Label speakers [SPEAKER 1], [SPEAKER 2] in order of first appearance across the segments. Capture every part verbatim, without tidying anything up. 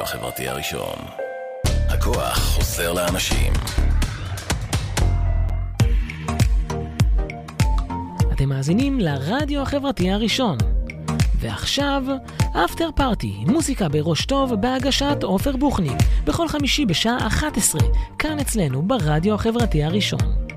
[SPEAKER 1] הרדיו החברתי הראשון. הכוח חוזר לאנשים.
[SPEAKER 2] אתם מאזינים לרדיו החברתי הראשון. ועכשיו, אפטר פארטי, מוזיקה בראש טוב בהגשת עופר בוכניק, בכל חמישי בשעה אחת עשרה, כאן אצלנו ברדיו החברתי הראשון.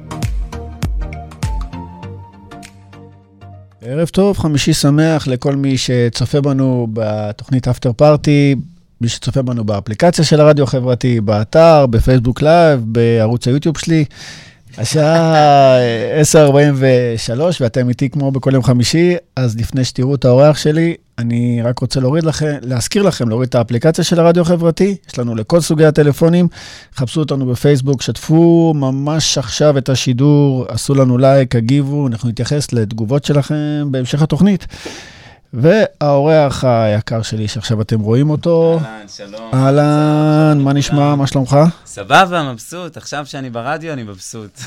[SPEAKER 3] ערב טוב, חמישי שמח לכל מי שצופה בנו בתוכנית אפטר פארטי, מי שצופה בנו באפליקציה של הרדיו החברתי, באתר, בפייסבוק לייב, בערוץ היוטיוב שלי. השעה עשר ארבעים ושלוש, ואתם איתי כמו בכל יום חמישי, אז לפני שתראו את האורח שלי, אני רק רוצה להוריד לכם, להזכיר לכם, להוריד את האפליקציה של הרדיו החברתי, יש לנו לכל סוגי הטלפונים, חפשו אותנו בפייסבוק, שתפו ממש עכשיו את השידור, עשו לנו לייק, הגיבו, אנחנו נתייחס לתגובות שלכם בהמשך התוכנית. והאורח היקר שלי, שעכשיו אתם רואים אותו.
[SPEAKER 4] אהלן, שלום.
[SPEAKER 3] אהלן, מה נשמע? מה שלומך?
[SPEAKER 4] סבבה, מבסוט. עכשיו שאני ברדיו, אני מבסוט.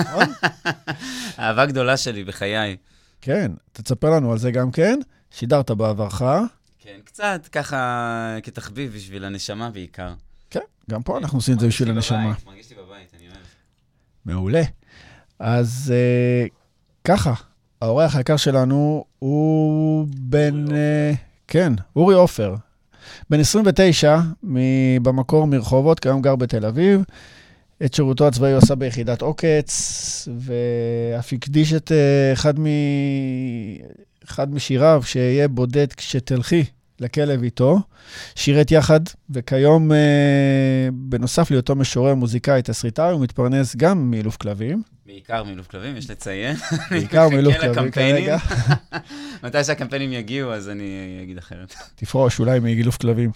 [SPEAKER 4] אהבה גדולה שלי בחיי.
[SPEAKER 3] כן, תספר לנו על זה גם כן. שידרת בעברך.
[SPEAKER 4] כן, קצת ככה כתחביב בשביל הנשמה בעיקר.
[SPEAKER 3] כן, גם פה אנחנו עושים את זה בשביל הנשמה.
[SPEAKER 4] מרגיש לי בבית, אני אוהב.
[SPEAKER 3] מעולה. אז ככה. האורח היקר שלנו הוא בן, כן, אורי עופר. בן עשרים ותשע, במקור מרחובות, כיום גר בתל אביב. את שירותו הצבאי הוא עשה ביחידת עוקץ, ואף הקדיש את אחד, מ... אחד משיריו, שיהיה בודד כשתלכי לכלב איתו. שירת יחד, וכיום, בנוסף להיותו משורר מוזיקאי תסריטאי, הוא מתפרנס גם מאילוף כלבים.
[SPEAKER 4] בעיקר מאילוף כלבים, יש לציין.
[SPEAKER 3] בעיקר מאילוף כלבים כרגע.
[SPEAKER 4] מתי שהקמפיינים יגיעו, אז אני אגיד אחרת.
[SPEAKER 3] תפרוש, אולי מאילוף כלבים.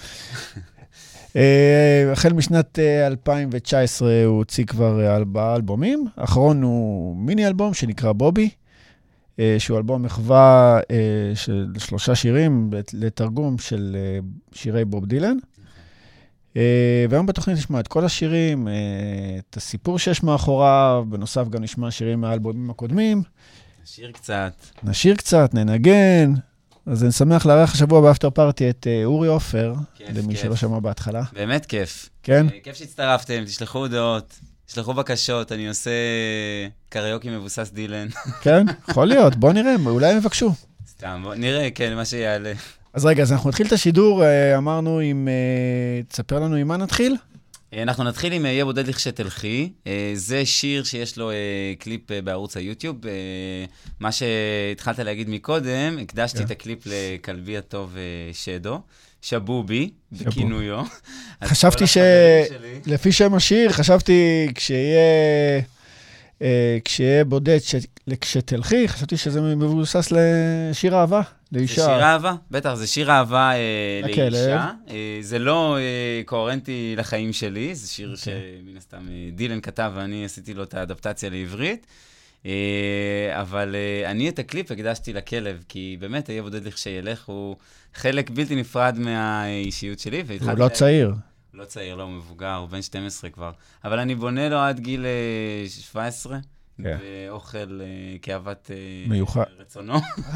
[SPEAKER 3] החל משנת אלפיים תשע עשרה הוא הוציא כבר ארבעה אלבומים. האחרון הוא מיני אלבום שנקרא בובי, שהוא אלבום מחווה של שלושה שירים לתרגום של שירי בוב דילן. והיום בתוכנית נשמע את כל השירים, את הסיפור שיש מאחוריו, בנוסף גם נשמע שירים מהאלבומים הקודמים.
[SPEAKER 4] נשיר קצת.
[SPEAKER 3] נשיר קצת, ננגן. אז אני שמח לארח השבוע באפטר פארטי את אורי עופר, למי שלא שמע בהתחלה.
[SPEAKER 4] באמת כיף.
[SPEAKER 3] כן?
[SPEAKER 4] כיף שהצטרפתם, תשלחו הודעות, תשלחו בקשות, אני עושה קריוקי מבוסס דילן.
[SPEAKER 3] כן, יכול להיות, בוא נראה, אולי הם יבקשו.
[SPEAKER 4] סתם, בוא נראה, כן, מה שיעלה.
[SPEAKER 3] אז רגע, אז אנחנו נתחיל את השידור, אמרנו אם, תספר לנו עם מה נתחיל?
[SPEAKER 4] אנחנו נתחיל עם יהיה בודד לכשתלכי, זה שיר שיש לו קליפ בערוץ היוטיוב, מה שהתחלת להגיד מקודם, הקדשתי את הקליפ לכלבי הטוב שדו, שבובי, בכינויו.
[SPEAKER 3] חשבתי שלפי שם השיר, חשבתי כשיהיה... כשיהיה בודד כשתלכי, חשבתי שזה מבוסס לשיר אהבה, לאישה.
[SPEAKER 4] זה שיר אהבה? בטח, זה שיר אהבה לאישה. זה לא קוהרנטי לחיים שלי, זה שיר שמן הסתם דילן כתב ואני עשיתי לו את האדפטציה לעברית. אבל אני את הקליפ הקדשתי לכלב, כי באמת, היה בודד לכשילך, הוא חלק בלתי נפרד מהאישיות שלי.
[SPEAKER 3] הוא לא צעיר.
[SPEAKER 4] לא צעיר, לא מבוגר, הוא בן שתים עשרה כבר. אבל אני בונה לו עד גיל שבע עשרה, ואוכל כאוות רצונו,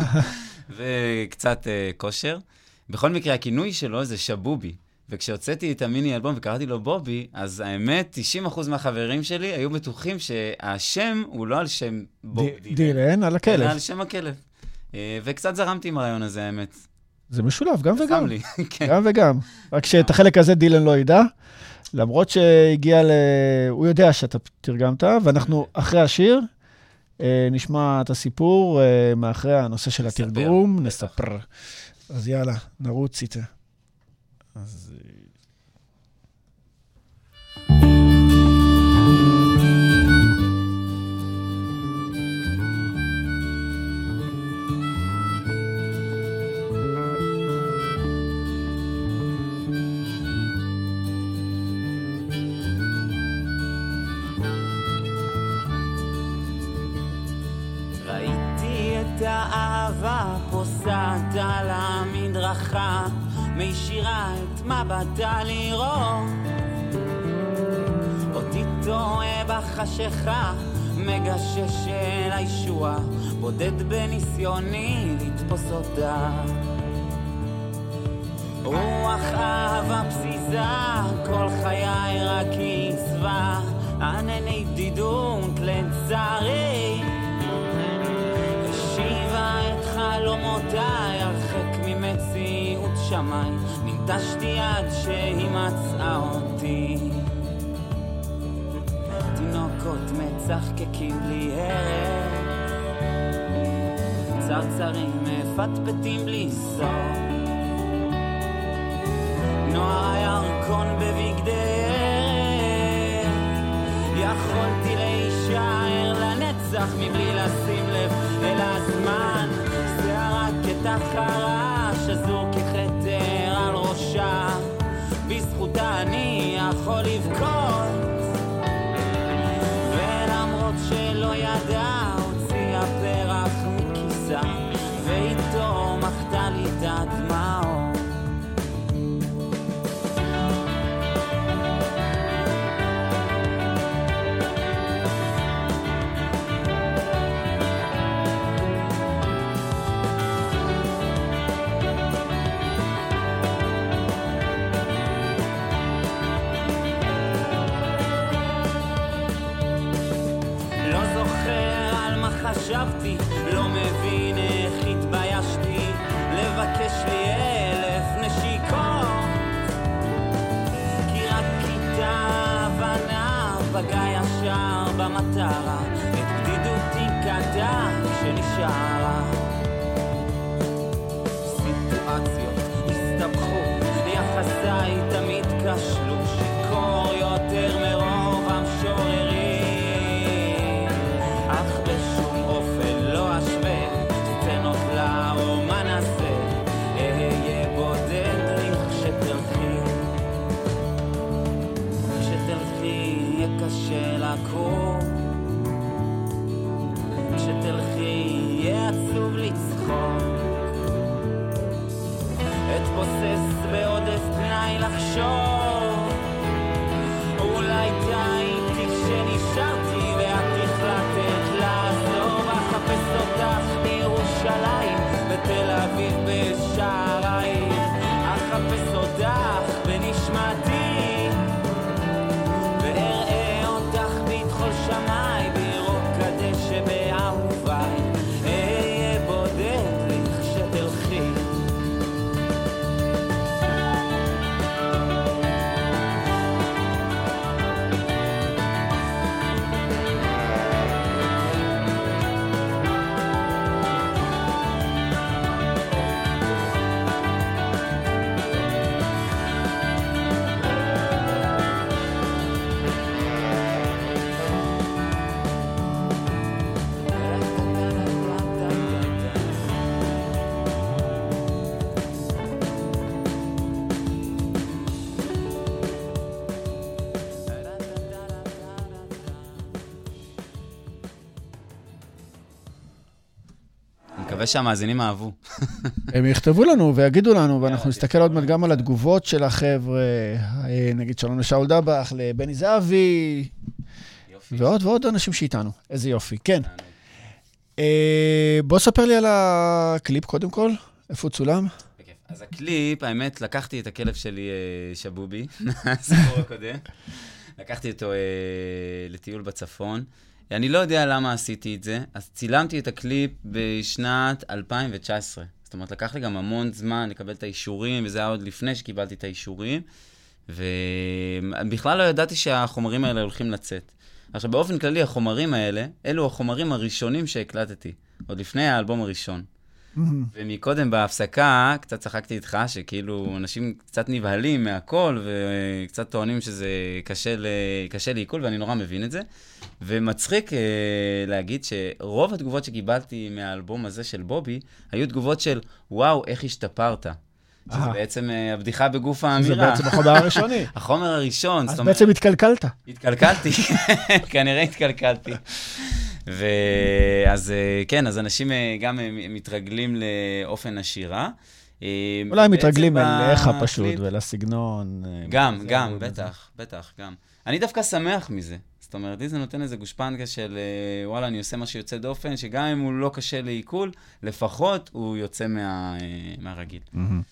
[SPEAKER 4] וקצת כושר. בכל מקרה, הכינוי שלו זה שבובי. וכשהוצאתי את המיני אלבום וקראתי לו בובי, אז האמת, תשעים אחוז מהחברים שלי היו בטוחים שהשם הוא לא על שם בוב דילן.
[SPEAKER 3] דילן, על הכלב.
[SPEAKER 4] אלא על שם הכלב. וקצת זרמתי עם הרעיון הזה, האמת.
[SPEAKER 3] זה משולב, גם וגם. גם וגם. רק שאת החלק הזה דילן לא ידע, למרות שהגיע ל... הוא יודע שאתה תרגמת, ואנחנו אחרי השיר נשמע את הסיפור מאחרי הנושא של התרגום, נספר. אז יאללה, נרוץ איתה. אז...
[SPEAKER 5] האהבה פוסעת על המדרכה, מישירה את מבטה לראות אותי טועה בחשיכה, מגשש אל הישוע, בודד בניסיוני לתפוס אותה. רוח אהבה פסיזה ידע, כל חיי רק עזבה, ענני בדידות לצערי, השיבה את חלומותיי, הרחק ממציאות שמי, ננטשתי עד שהיא מצאה אותי. תינוקות מצחקקים בלי הרף, צרצרים מפטפטים בלי סוף, נוער הירקון בבגדי ערב, יכולתי להישאר לנצח מבלי לשים לב אל הזמן, שערה כתחרה שזור כחתר על ראשה, בזכותה אני יכול לבכות, ולמרות שלא ידע הוציאה פרח מכיסה, ואיתו מחתה לי את הדמעות. חשבתי, לא מבין איך התביישתי לבקש לי אלף נשיקות, כי רק כיתה הבנה פגע ישר במטרה, את בדידותי קטע שנשארה. סיטואציות הסתבכו, יחסיי תמיד כשלו, שיקור יותר מרוב המשוררים, אך בשום אופן לא אשווה, סצנות לאומה נעשה, אהיה בודד לכשתלכי, כשתלכי יהיה קשה לקום, כשתלכי יהיה עצוב לצחוק, אתבוסס בעודף פנאי לחשוב, אולי טעיתי כשנשארתי ואת החלטת לעזוב, אחפש אותך בירושלים, בתל אביב בשער העיר, אחפש אותך בנשמתי, ואראה אותך בדחול שמי, בירוק קדש באהוביי, אהיה בודד לכשתלכי.
[SPEAKER 4] מקווה שהמאזינים אהבו.
[SPEAKER 3] הם יכתבו לנו ויגידו לנו, ואנחנו נסתכל עוד מעט גם על התגובות של החבר'ה, נגיד שלום לשאול דבח, לבני זהבי, ועוד ועוד אנשים שאיתנו. איזה יופי, כן. בוא ספר לי על הקליפ קודם כל, איפה הוא צולם?
[SPEAKER 4] אז הקליפ, האמת, לקחתי את הכלב שלי, שבובי, הסיפור הקודם, לקחתי אותו לטיול בצפון, אני לא יודע למה עשיתי את זה, אז צילמתי את הקליפ בשנת אלפיים תשע עשרה. זאת אומרת, לקח לי גם המון זמן לקבל את האישורים, וזה היה עוד לפני שקיבלתי את האישורים, ובכלל לא ידעתי שהחומרים האלה הולכים לצאת. עכשיו, באופן כללי, החומרים האלה, אלו החומרים הראשונים שהקלטתי, עוד לפני האלבום הראשון. ומקודם בהפסקה, קצת צחקתי איתך, שכאילו אנשים קצת נבהלים מהכל, וקצת טוענים שזה קשה, ל... קשה לעיכול, ואני נורא מבין את זה. ומצחיק אה, להגיד שרוב התגובות שקיבלתי מהאלבום הזה של בובי, היו תגובות של, וואו, איך השתפרת. שזה בעצם אה, הבדיחה בגוף האמירה.
[SPEAKER 3] זה בעצם החומר הראשוני.
[SPEAKER 4] החומר הראשון.
[SPEAKER 3] אז בעצם התקלקלת.
[SPEAKER 4] התקלקלתי, כנראה התקלקלתי. ואז כן, אז אנשים גם מתרגלים לאופן השירה.
[SPEAKER 3] אולי מתרגלים אליך פשוט ולסגנון.
[SPEAKER 4] גם, גם, בטח, בטח, גם. אני דווקא שמח מזה. זאת אומרת, לי זה נותן איזה גושפנקה של וואלה, אני עושה מה שיוצא דופן, שגם אם הוא לא קשה לעיכול, לפחות הוא יוצא מהרגיל.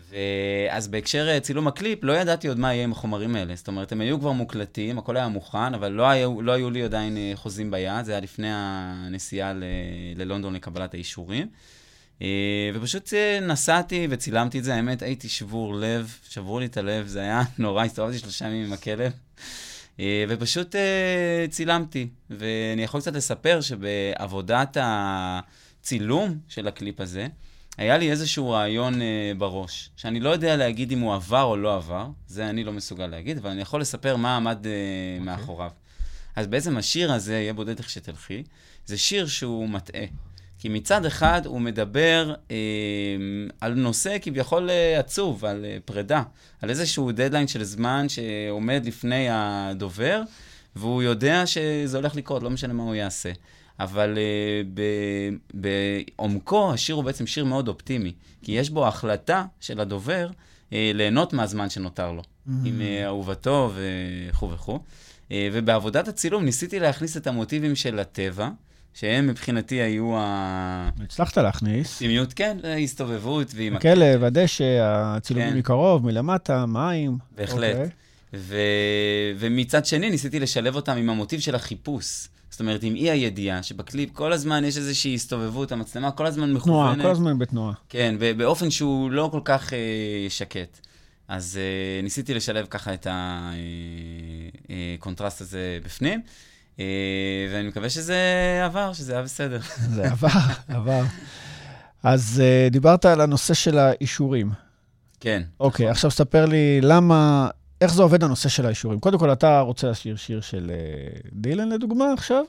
[SPEAKER 4] ואז בהקשר צילום הקליפ, לא ידעתי עוד מה יהיה עם החומרים האלה. זאת אומרת, הם היו כבר מוקלטים, הכל היה מוכן, אבל לא היו, לא היו לי עדיין חוזים ביד, זה היה לפני הנסיעה ל- ללונדון לקבלת האישורים. ופשוט נסעתי וצילמתי את זה, האמת, הייתי שבור לב, שברו לי את הלב, זה היה נורא, הסתובבתי שלושה ימים עם הכלב, ופשוט צילמתי. ואני יכול קצת לספר שבעבודת הצילום של הקליפ הזה, היה לי איזשהו רעיון בראש, שאני לא יודע להגיד אם הוא עבר או לא עבר, זה אני לא מסוגל להגיד, אבל אני יכול לספר מה עמד okay. מאחוריו. אז בעצם השיר הזה, יהיה בודד איך שתלכי, זה שיר שהוא מטעה. כי מצד אחד הוא מדבר אה, על נושא כביכול אה, עצוב, על אה, פרידה, על איזשהו דדליין של זמן שעומד לפני הדובר, והוא יודע שזה הולך לקרות, לא משנה מה הוא יעשה. אבל uh, בעומקו השיר הוא בעצם שיר מאוד אופטימי, כי יש בו החלטה של הדובר uh, ליהנות מהזמן שנותר לו, mm-hmm. עם uh, אהובתו וכו' וכו'. Uh, ובעבודת הצילום ניסיתי להכניס את המוטיבים של הטבע, שהם מבחינתי היו ה...
[SPEAKER 3] הצלחת להכניס.
[SPEAKER 4] פנימיות, כן, הסתובבות ועם...
[SPEAKER 3] הכלב, הדשא, הצילומים כן. מקרוב, מלמטה, מים.
[SPEAKER 4] בהחלט. Okay. ו... ומצד שני ניסיתי לשלב אותם עם המוטיב של החיפוש. זאת אומרת, עם אי הידיעה, שבקליפ כל הזמן יש איזושהי הסתובבות, המצלמה כל הזמן מכוונת.
[SPEAKER 3] תנועה, כל הזמן בתנועה.
[SPEAKER 4] כן, באופן שהוא לא כל כך אה, שקט. אז אה, ניסיתי לשלב ככה את הקונטרסט הזה בפנים, אה, ואני מקווה שזה עבר, שזה היה בסדר.
[SPEAKER 3] זה עבר, עבר. אז אה, דיברת על הנושא של האישורים.
[SPEAKER 4] כן.
[SPEAKER 3] אוקיי,
[SPEAKER 4] נכון.
[SPEAKER 3] עכשיו ספר לי למה... איך זה עובד הנושא של האישורים? קודם כל, אתה רוצה לשיר שיר של uh, דילן, לדוגמה, עכשיו?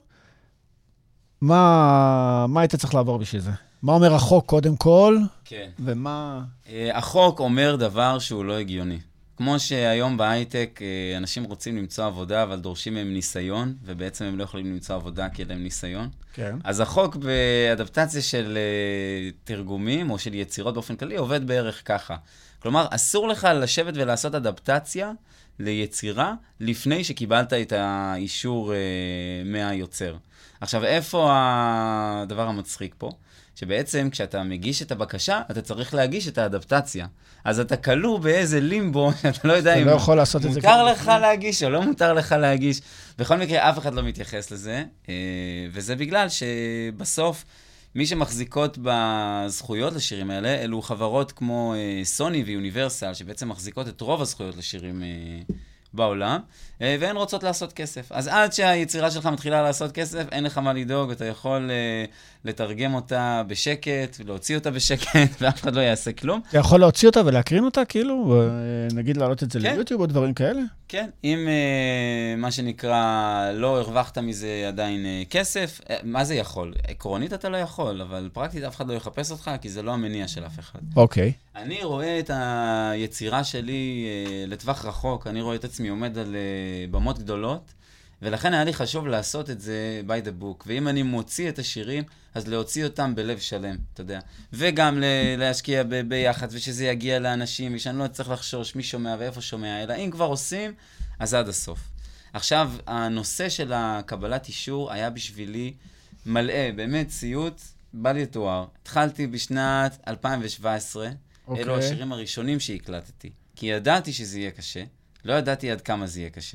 [SPEAKER 3] מה, מה היית צריך לעבור בשביל זה? מה אומר החוק קודם כל?
[SPEAKER 4] כן.
[SPEAKER 3] ומה...
[SPEAKER 4] Uh, החוק אומר דבר שהוא לא הגיוני. כמו שהיום בהייטק, uh, אנשים רוצים למצוא עבודה, אבל דורשים מהם ניסיון, ובעצם הם לא יכולים למצוא עבודה כי אין להם ניסיון.
[SPEAKER 3] כן.
[SPEAKER 4] אז החוק באדפטציה של uh, תרגומים, או של יצירות באופן כללי, עובד בערך ככה. כלומר, אסור לך לשבת ולעשות אדפטציה ליצירה לפני שקיבלת את האישור אה, מהיוצר. עכשיו, איפה הדבר המצחיק פה? שבעצם כשאתה מגיש את הבקשה, אתה צריך להגיש את האדפטציה. אז אתה כלוא באיזה לימבו, שאתה לא יודע אם
[SPEAKER 3] לא יכול לעשות את זה
[SPEAKER 4] מותר לך להגיש או לא מותר לך להגיש. בכל מקרה, אף אחד לא מתייחס לזה, אה, וזה בגלל שבסוף, מי שמחזיקות בזכויות לשירים האלה, אלו חברות כמו אה, סוני ויוניברסל, שבעצם מחזיקות את רוב הזכויות לשירים אה, בעולם, אה, והן רוצות לעשות כסף. אז עד שהיצירה שלך מתחילה לעשות כסף, אין לך מה לדאוג, אתה יכול אה, לתרגם אותה בשקט, להוציא אותה בשקט, ואף אחד לא יעשה כלום.
[SPEAKER 3] אתה יכול להוציא אותה ולהקרין אותה, כאילו, נגיד להעלות את זה
[SPEAKER 4] כן.
[SPEAKER 3] ליוטיוב או דברים כאלה?
[SPEAKER 4] כן, אם אה, מה שנקרא, לא הרווחת מזה עדיין אה, כסף, אה, מה זה יכול? עקרונית אתה לא יכול, אבל פרקטית אף אחד לא יחפש אותך, כי זה לא המניע של אף אחד.
[SPEAKER 3] אוקיי.
[SPEAKER 4] אני רואה את היצירה שלי אה, לטווח רחוק, אני רואה את עצמי עומד על אה, במות גדולות, ולכן היה לי חשוב לעשות את זה by the book, ואם אני מוציא את השירים, אז להוציא אותם בלב שלם, אתה יודע. וגם ל- להשקיע ב- ביחד, ושזה יגיע לאנשים, ושאני לא צריך לחשוש מי שומע ואיפה שומע, אלא אם כבר עושים, אז עד הסוף. עכשיו, הנושא של הקבלת אישור היה בשבילי מלא, באמת סיוט, בל יתואר. התחלתי בשנת אלפיים שבע עשרה, okay. אלו השירים הראשונים שהקלטתי, כי ידעתי שזה יהיה קשה, לא ידעתי עד כמה זה יהיה קשה.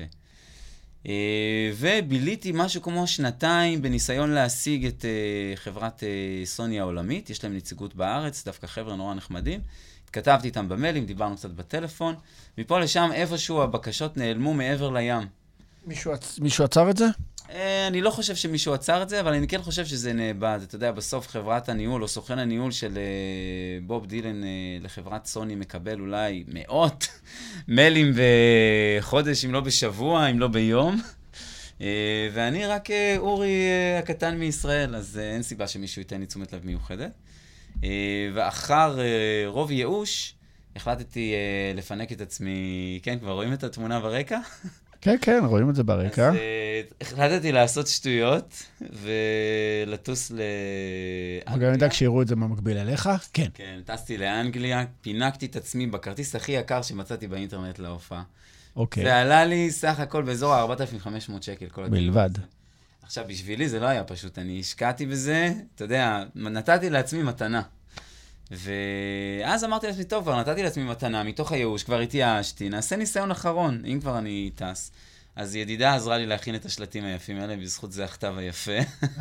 [SPEAKER 4] וביליתי משהו כמו שנתיים בניסיון להשיג את חברת סוני העולמית, יש להם נציגות בארץ, דווקא חבר'ה נורא נחמדים, התכתבתי איתם במיילים, דיברנו קצת בטלפון, מפה לשם איפשהו הבקשות נעלמו מעבר לים.
[SPEAKER 3] מישהו, מישהו עצר את זה?
[SPEAKER 4] אני לא חושב שמישהו עצר את זה, אבל אני כן חושב שזה נאבד. אתה יודע, בסוף חברת הניהול או סוכן הניהול של בוב דילן לחברת סוני מקבל אולי מאות מיילים בחודש, אם לא בשבוע, אם לא ביום. ואני רק אורי הקטן מישראל, אז אין סיבה שמישהו ייתן לי תשומת לב מיוחדת. ואחר רוב ייאוש, החלטתי לפנק את עצמי, כן, כבר רואים את התמונה ברקע?
[SPEAKER 3] כן, כן, רואים את זה ברקע.
[SPEAKER 4] אז uh, החלטתי לעשות שטויות ולטוס לאנגליה.
[SPEAKER 3] גם נדאג שיראו את זה במקביל אליך? כן.
[SPEAKER 4] כן, טסתי לאנגליה, פינקתי את עצמי בכרטיס הכי יקר שמצאתי באינטרנט להופעה.
[SPEAKER 3] אוקיי.
[SPEAKER 4] זה עלה לי סך הכל באזור ארבעת אלפים וחמש מאות שקל.
[SPEAKER 3] בלבד.
[SPEAKER 4] עכשיו, בשבילי זה לא היה פשוט, אני השקעתי בזה, אתה יודע, נתתי לעצמי מתנה. ואז אמרתי לעצמי, טוב, כבר נתתי לעצמי מתנה, מתוך הייאוש, כבר התייאשתי, נעשה ניסיון אחרון, אם כבר אני טס. אז ידידה עזרה לי להכין את השלטים היפים האלה, בזכות זה הכתב היפה.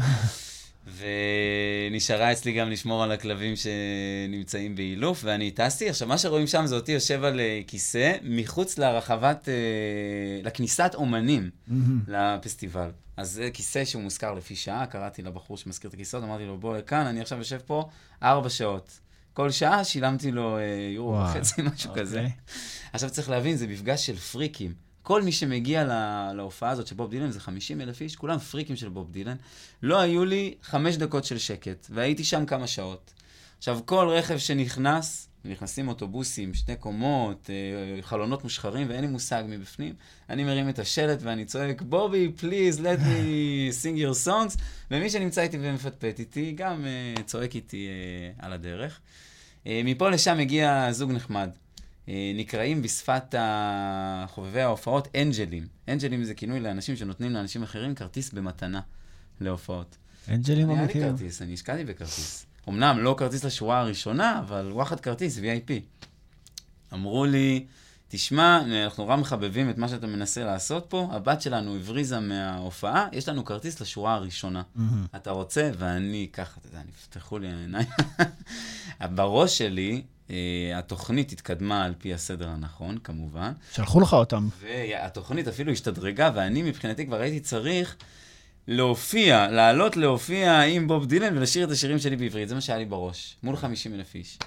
[SPEAKER 4] ונשארה אצלי גם לשמור על הכלבים שנמצאים באילוף, ואני טסתי. עכשיו, מה שרואים שם זה אותי יושב על כיסא, מחוץ לרחבת, לכניסת אומנים לפסטיבל. אז זה כיסא שהוא מוזכר לפי שעה, קראתי לבחור שמזכיר את הכיסאות, אמרתי לו, בוא לכאן, אני עכשיו יושב פה ארבע שעות. כל שעה שילמתי לו יורו וחצי, משהו כזה. עכשיו צריך להבין, זה מפגש של פריקים. כל מי שמגיע לה, להופעה הזאת של בוב דילן, זה חמישים אלף איש, כולם פריקים של בוב דילן. לא היו לי חמש דקות של שקט, והייתי שם כמה שעות. עכשיו, כל רכב שנכנס, נכנסים אוטובוסים, שתי קומות, חלונות מושחרים, ואין לי מושג מבפנים. אני מרים את השלט ואני צועק, בובי, please, let me sing your songs. ומי שנמצא איתי ומפטפט איתי, גם uh, צועק איתי uh, על הדרך. Uh, מפה לשם הגיע זוג נחמד. Uh, נקראים בשפת חובבי ההופעות אנג'לים. אנג'לים זה כינוי לאנשים שנותנים לאנשים אחרים כרטיס במתנה להופעות.
[SPEAKER 3] אנג'לים
[SPEAKER 4] אמיתיים?
[SPEAKER 3] אמיתיים.
[SPEAKER 4] היה לי כרטיס, אני השקעתי בכרטיס. אמנם לא כרטיס לשורה הראשונה, אבל וואחד כרטיס, וי איי פי. אמרו לי, תשמע, אנחנו נורא מחבבים את מה שאתה מנסה לעשות פה, הבת שלנו הבריזה מההופעה, יש לנו כרטיס לשורה הראשונה. אתה רוצה? ואני ככה, אתה יודע, נפתחו לי העיניים. בראש שלי, התוכנית התקדמה על פי הסדר הנכון, כמובן.
[SPEAKER 3] שלחו לך אותם.
[SPEAKER 4] והתוכנית אפילו השתדרגה, ואני מבחינתי כבר הייתי צריך להופיע, לעלות להופיע עם בוב דילן ולשיר את השירים שלי בעברית. זה מה שהיה לי בראש, מול חמישים אלף איש.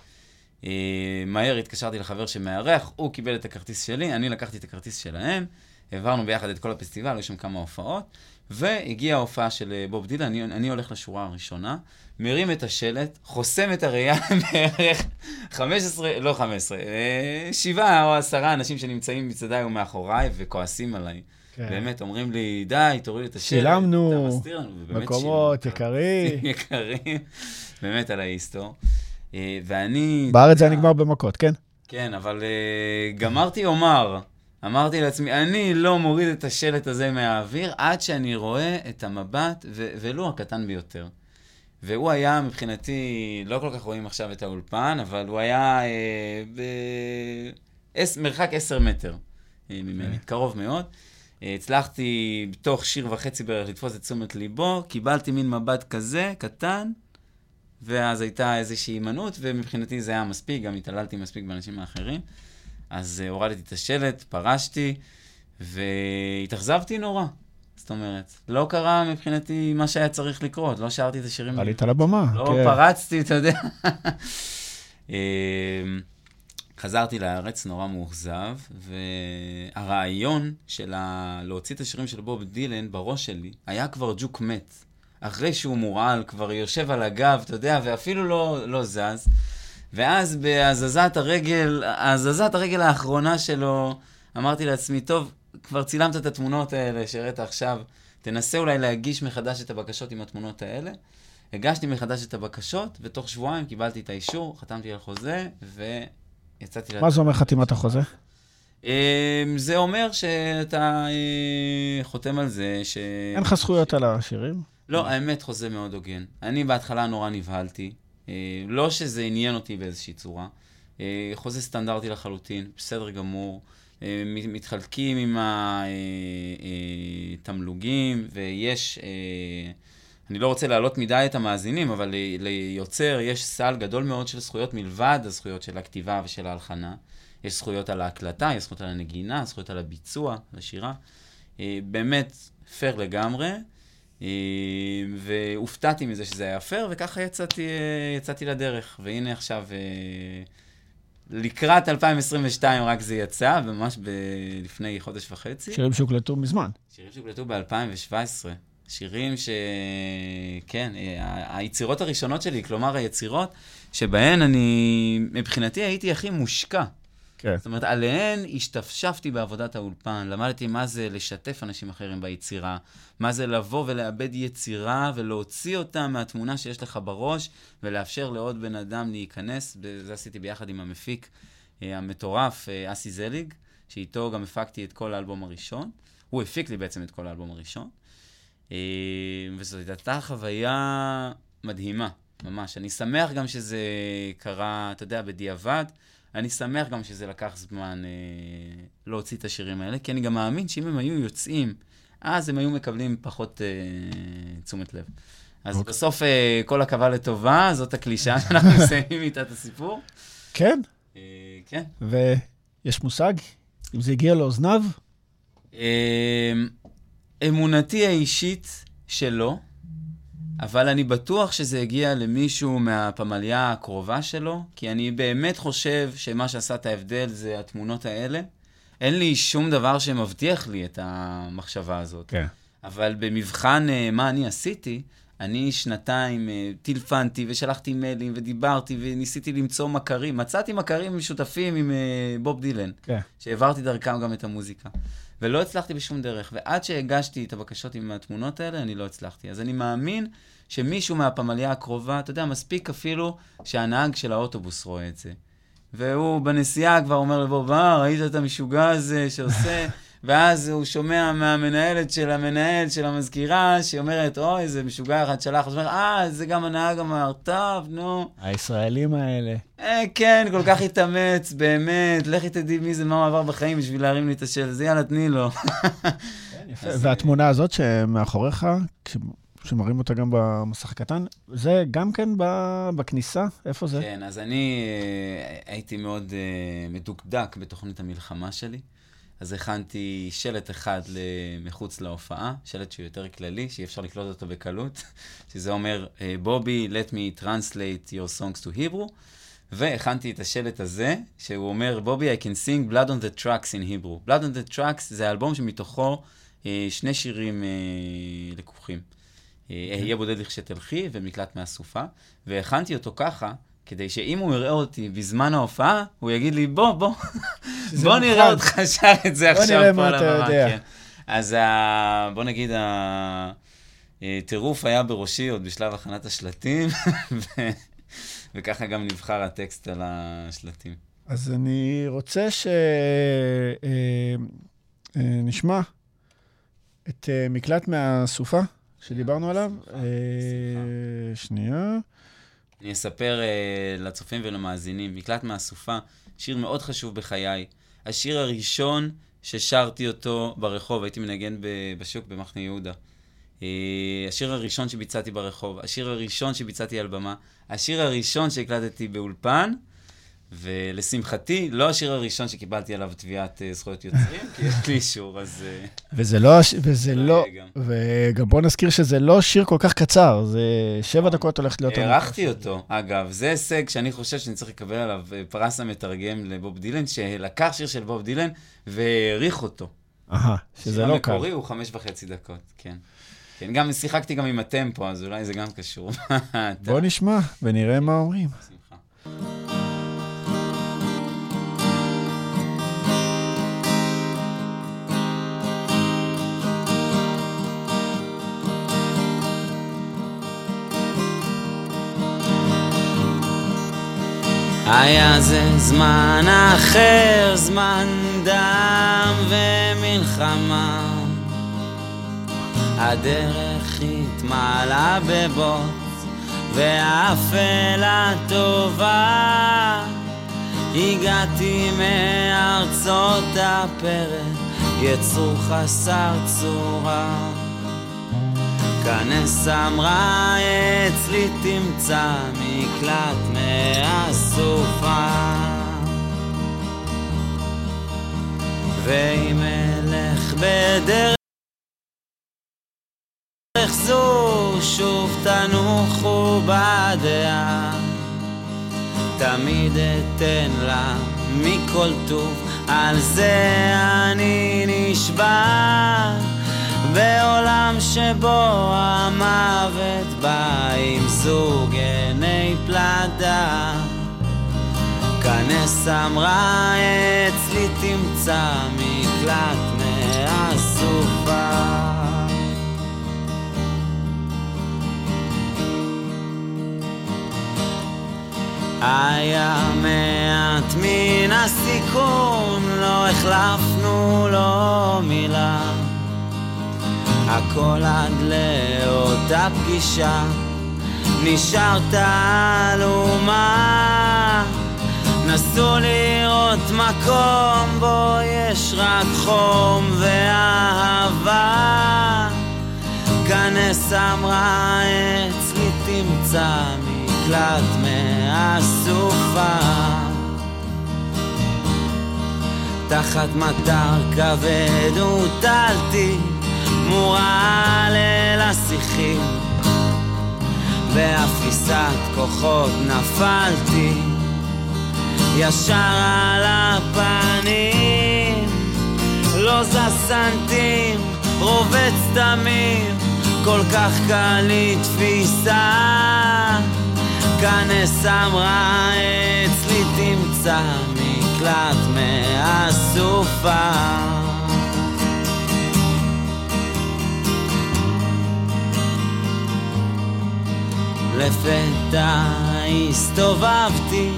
[SPEAKER 4] מהר התקשרתי לחבר שמארח, הוא קיבל את הכרטיס שלי, אני לקחתי את הכרטיס שלהם, העברנו ביחד את כל הפסטיבל, היו שם כמה הופעות, והגיעה ההופעה של בוב דילן, אני, אני הולך לשורה הראשונה, מרים את השלט, חוסם את הראייה בערך חמש עשרה, לא חמש עשרה, שבעה או עשרה אנשים שנמצאים מצדיי ומאחוריי וכועסים עליי. כן. באמת, אומרים לי, די, תוריד את השלט.
[SPEAKER 3] שילמנו, מקומות יקרים.
[SPEAKER 4] יקרים, באמת על ההיסטור. ואני...
[SPEAKER 3] בארץ זה נגמר במכות, כן?
[SPEAKER 4] כן, אבל uh, גמרתי אומר, אמרתי לעצמי, אני לא מוריד את השלט הזה מהאוויר, עד שאני רואה את המבט, ו- ולא הקטן ביותר. והוא היה מבחינתי, לא כל כך רואים עכשיו את האולפן, אבל הוא היה uh, במרחק עשר מטר uh, ממני, okay. קרוב מאוד. Uh, הצלחתי בתוך שיר וחצי בערך לתפוס את תשומת ליבו, קיבלתי מין מבט כזה, קטן, ואז הייתה איזושהי הימנעות, ומבחינתי זה היה מספיק, גם התעללתי מספיק באנשים האחרים. אז uh, הורדתי את השלט, פרשתי, והתאכזבתי נורא. זאת אומרת, לא קרה מבחינתי מה שהיה צריך לקרות, לא שרתי את השירים.
[SPEAKER 3] עלית על הבמה.
[SPEAKER 4] לא כן. פרצתי, אתה יודע. חזרתי לארץ נורא מאוכזב, והרעיון של ה... להוציא את השירים של בוב דילן בראש שלי, היה כבר ג'וק מת. אחרי שהוא מורעל, כבר יושב על הגב, אתה יודע, ואפילו לא, לא זז. ואז בהזזת הרגל, הזזת הרגל האחרונה שלו, אמרתי לעצמי, טוב, כבר צילמת את התמונות האלה שהראית עכשיו, תנסה אולי להגיש מחדש את הבקשות עם התמונות האלה. הגשתי מחדש את הבקשות, ותוך שבועיים קיבלתי את האישור, חתמתי על חוזה, ויצאתי...
[SPEAKER 3] מה זה אומר חתימת החוזה?
[SPEAKER 4] זה אומר שאתה חותם על זה ש...
[SPEAKER 3] אין לך זכויות על השירים?
[SPEAKER 4] לא, האמת חוזה מאוד הוגן. אני בהתחלה נורא נבהלתי, לא שזה עניין אותי באיזושהי צורה. חוזה סטנדרטי לחלוטין, בסדר גמור. מתחלקים עם התמלוגים, ויש, אני לא רוצה להעלות מדי את המאזינים, אבל ליוצר יש סל גדול מאוד של זכויות מלבד הזכויות של הכתיבה ושל ההלחנה. יש זכויות על ההקלטה, יש זכויות על הנגינה, זכויות על הביצוע, על השירה. באמת פייר לגמרי. והופתעתי מזה שזה היה פייר, וככה יצאתי, יצאתי לדרך. והנה עכשיו, לקראת אלפיים עשרים ושתיים רק זה יצא, ממש ב- לפני חודש וחצי.
[SPEAKER 3] שירים שהוקלטו מזמן.
[SPEAKER 4] שירים שהוקלטו ב-אלפיים שבע עשרה. שירים ש... כן, היצירות הראשונות שלי, כלומר היצירות שבהן אני, מבחינתי הייתי הכי מושקע.
[SPEAKER 3] כן.
[SPEAKER 4] זאת אומרת, עליהן השתפשפתי בעבודת האולפן, למדתי מה זה לשתף אנשים אחרים ביצירה, מה זה לבוא ולאבד יצירה ולהוציא אותה מהתמונה שיש לך בראש, ולאפשר לעוד בן אדם להיכנס. זה עשיתי ביחד עם המפיק המטורף, אסי זליג, שאיתו גם הפקתי את כל האלבום הראשון. הוא הפיק לי בעצם את כל האלבום הראשון. וזאת הייתה חוויה מדהימה. ממש. אני שמח גם שזה קרה, אתה יודע, בדיעבד. אני שמח גם שזה לקח זמן אה, להוציא את השירים האלה, כי אני גם מאמין שאם הם היו יוצאים, אז הם היו מקבלים פחות אה, תשומת לב. אז okay. בסוף אה, כל הקווה לטובה, זאת הקלישה שאנחנו מסיימים איתה את הסיפור.
[SPEAKER 3] כן?
[SPEAKER 4] אה, כן.
[SPEAKER 3] ויש מושג? אם זה הגיע לאוזניו?
[SPEAKER 4] אה, אמונתי האישית שלו, אבל אני בטוח שזה הגיע למישהו מהפמליה הקרובה שלו, כי אני באמת חושב שמה שעשה את ההבדל זה התמונות האלה. אין לי שום דבר שמבטיח לי את המחשבה הזאת. כן. אבל במבחן מה אני עשיתי, אני שנתיים טילפנתי ושלחתי מיילים ודיברתי וניסיתי למצוא מכרים. מצאתי מכרים משותפים עם בוב דילן, כן. שהעברתי דרכם גם את המוזיקה. ולא הצלחתי בשום דרך. ועד שהגשתי את הבקשות עם התמונות האלה, אני לא הצלחתי. אז אני מאמין שמישהו מהפמליה הקרובה, אתה יודע, מספיק אפילו שהנהג של האוטובוס רואה את זה. והוא בנסיעה כבר אומר לבוב, אה, ראית את המשוגע הזה שעושה, ואז הוא שומע מהמנהלת של המנהל של המזכירה, שאומרת, אוי, איזה משוגע אחד שלח, אז הוא אומר, אה, זה גם הנהג אמר, טוב, נו.
[SPEAKER 3] הישראלים האלה.
[SPEAKER 4] אה, כן, כל כך התאמץ, באמת, לכי תדעי מי זה, מה הוא עבר בחיים בשביל להרים לי את השל, זה יאללה, תני לו.
[SPEAKER 3] והתמונה הזאת שמאחוריך, שמראים אותה גם במסך הקטן, זה גם כן בכניסה? איפה זה?
[SPEAKER 4] כן, אז אני הייתי מאוד מדוקדק בתוכנית המלחמה שלי, אז הכנתי שלט אחד מחוץ להופעה, שלט שהוא יותר כללי, שאי אפשר לקלוט אותו בקלות, שזה אומר, בובי, let me translate your songs to Hebrew, והכנתי את השלט הזה, שהוא אומר, בובי, I can sing Blood on the Tracks in Hebrew. Blood on the Tracks זה האלבום שמתוכו שני שירים לקוחים. אהיה בודד לכשתלכי ומקלט מהסופה, והכנתי אותו ככה, כדי שאם הוא יראה אותי בזמן ההופעה, הוא יגיד לי, בוא, בוא, בוא נראה אותך שר את זה עכשיו פה על הבמה. אז בוא נגיד, הטירוף היה בראשי עוד בשלב הכנת השלטים, וככה גם נבחר הטקסט על השלטים.
[SPEAKER 3] אז אני רוצה שנשמע את מקלט מהסופה, שדיברנו עליו. שנייה.
[SPEAKER 4] אני אספר לצופים ולמאזינים, מקלט מהסופה, שיר מאוד חשוב בחיי. השיר הראשון ששרתי אותו ברחוב, הייתי מנגן בשוק במחנה יהודה. השיר הראשון שביצעתי ברחוב, השיר הראשון שביצעתי על במה, השיר הראשון שהקלטתי באולפן, ולשמחתי, לא השיר הראשון שקיבלתי עליו תביעת זכויות יוצרים, כי יש לי אישור, אז...
[SPEAKER 3] וזה לא, וזה לא, וגם בוא נזכיר שזה לא שיר כל כך קצר, זה שבע דקות הולכת להיות...
[SPEAKER 4] הערכתי אותו, אגב, זה הישג שאני חושב שאני צריך לקבל עליו פרס המתרגם לבוב דילן, שלקח שיר של בוב דילן והעריך אותו.
[SPEAKER 3] אהה, שזה לא קל.
[SPEAKER 4] המקורי הוא חמש וחצי דקות, כן. כן, גם שיחקתי גם עם הטמפו, אז אולי זה גם קשור.
[SPEAKER 3] בוא נשמע ונראה מה אומרים.
[SPEAKER 4] שמחה. היה זה זמן אחר, זמן דם ומלחמה. הדרך התמלאה בבוץ והאפלה טובה. הגעתי מארצות הפרק, יצור חסר צורה. כנס אמרה אצלי תמצא מקלט מהסופה. ואם אלך בדרך זו שוב תנוחו בדעה. תמיד אתן לה מכל טוב, על זה אני נשבע. בעולם שבו המוות בא עם זוג עיני פלדה. כנס אמרה אצלי תמצא מקלט מהסופה. היה מעט מן הסיכון, לא החלפנו לו מילה. הכל עד לאותה פגישה,
[SPEAKER 5] נשארת אלומה. נסו לראות מקום בו יש רק חום ואהבה. כנס אמרה אצלי תמצא מקלט מהסופה. תחת מטר כבד הוטלתי מורה ליל השיחים. באפיסת כוחות נפלתי ישר על הפנים. לא זסנתים רובץ דמים כל כך קל לתפיסה. כנס אמרה אצלי תמצא מקלט מהסופה. לפתע הסתובבתי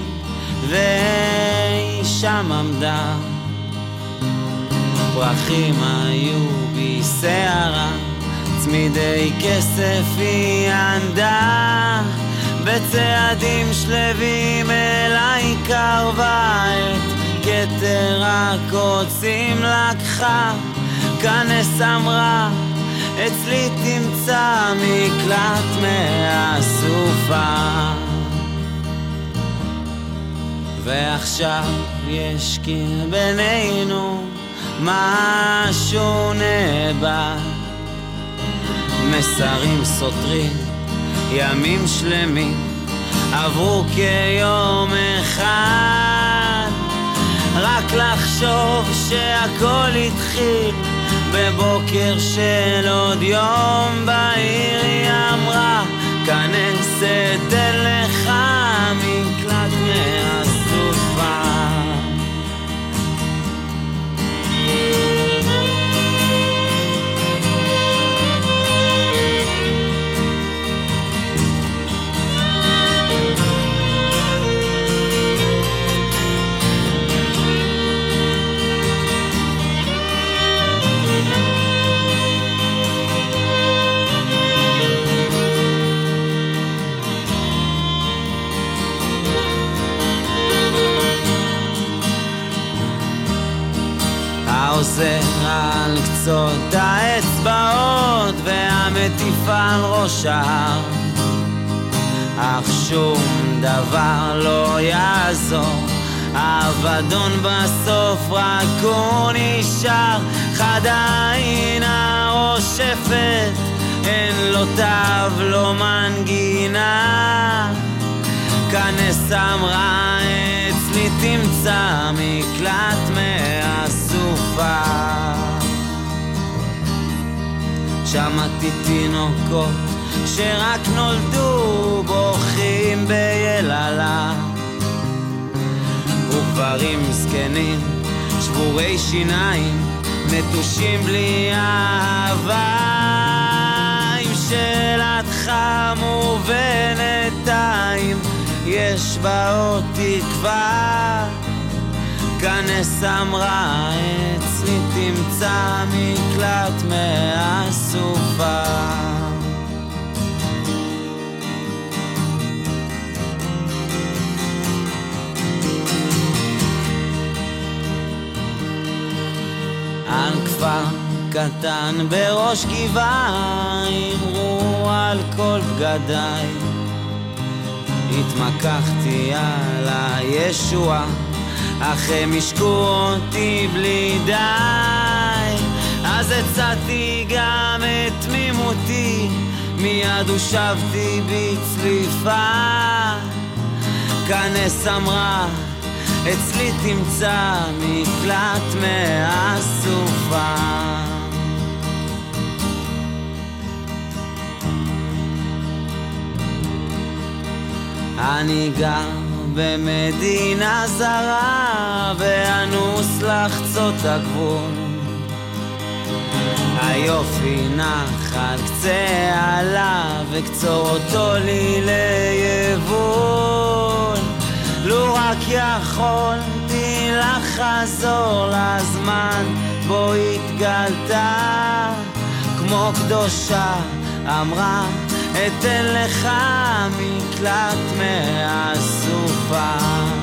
[SPEAKER 5] והיא שם עמדה. פרחים היו בשערה, צמידי כסף היא ענדה. בצעדים שלבים אליי קרבה, את כתר הקוצים לקחה. כנס אמרה אצלי תמצא מקלט מהסופה. ועכשיו יש קיר בינינו, משהו נאבד. מסרים סותרים, ימים שלמים עברו כיום אחד. רק לחשוב שהכל התחיל בבוקר של עוד יום בעיר. היא אמרה כנס אתן לך מקלט מהסופה. העוזר על קצות האצבעות והמטיף על ראש ההר. אך שום דבר לא יעזור, האבדון בסוף רק הוא נשאר. חד העין הרושפת, אין לו תו לא מנגינה. כנס אמרה אצלי תמצא מקלט מהסופה. שמעתי תינוקות שרק נולדו בוכים ביללה, וגברים זקנים שבורי שיניים נטושים בלי אהבה. עם שאלתך מובנתיים יש בה עוד תקווה. כנס אמרה אצלי תמצא מקלט מהסופה. על כפר קטן בראש גבעה אמרו על כל בגדיי. התמקחתי על הישוע, אך הם השקו אותי בלי די. אז הצעתי גם את תמימותי, מיד הושבתי בצליפה. כנס אמרה אצלי תמצא מקלט מהסופה. אני גר במדינה זרה ואנוס לחצות הגבול. היופי נח על קצה עלה וקצור אותו לי ליבול. לו רק יכולתי לחזור לזמן בו התגלתה כמו קדושה, אמרה אתן לך מקלט מהסופה.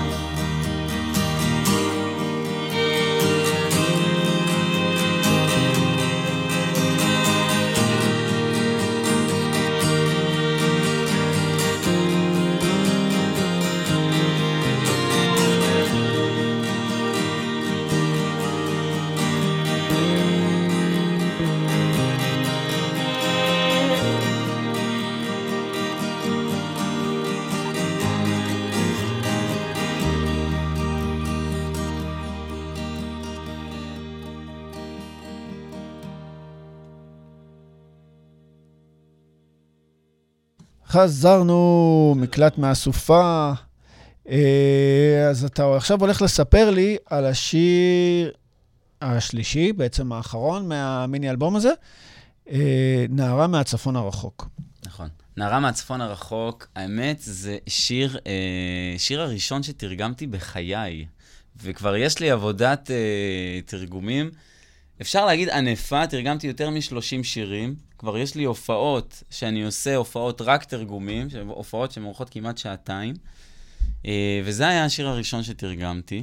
[SPEAKER 3] חזרנו, מקלט מהסופה. אז אתה עכשיו הולך לספר לי על השיר השלישי, בעצם האחרון מהמיני אלבום הזה, נערה מהצפון הרחוק.
[SPEAKER 4] נכון. נערה מהצפון הרחוק, האמת זה שיר, שיר הראשון שתרגמתי בחיי, וכבר יש לי עבודת תרגומים. אפשר להגיד ענפה, תרגמתי יותר מ-שלושים שירים, כבר יש לי הופעות שאני עושה, הופעות רק תרגומים, הופעות שמאורכות כמעט שעתיים, וזה היה השיר הראשון שתרגמתי.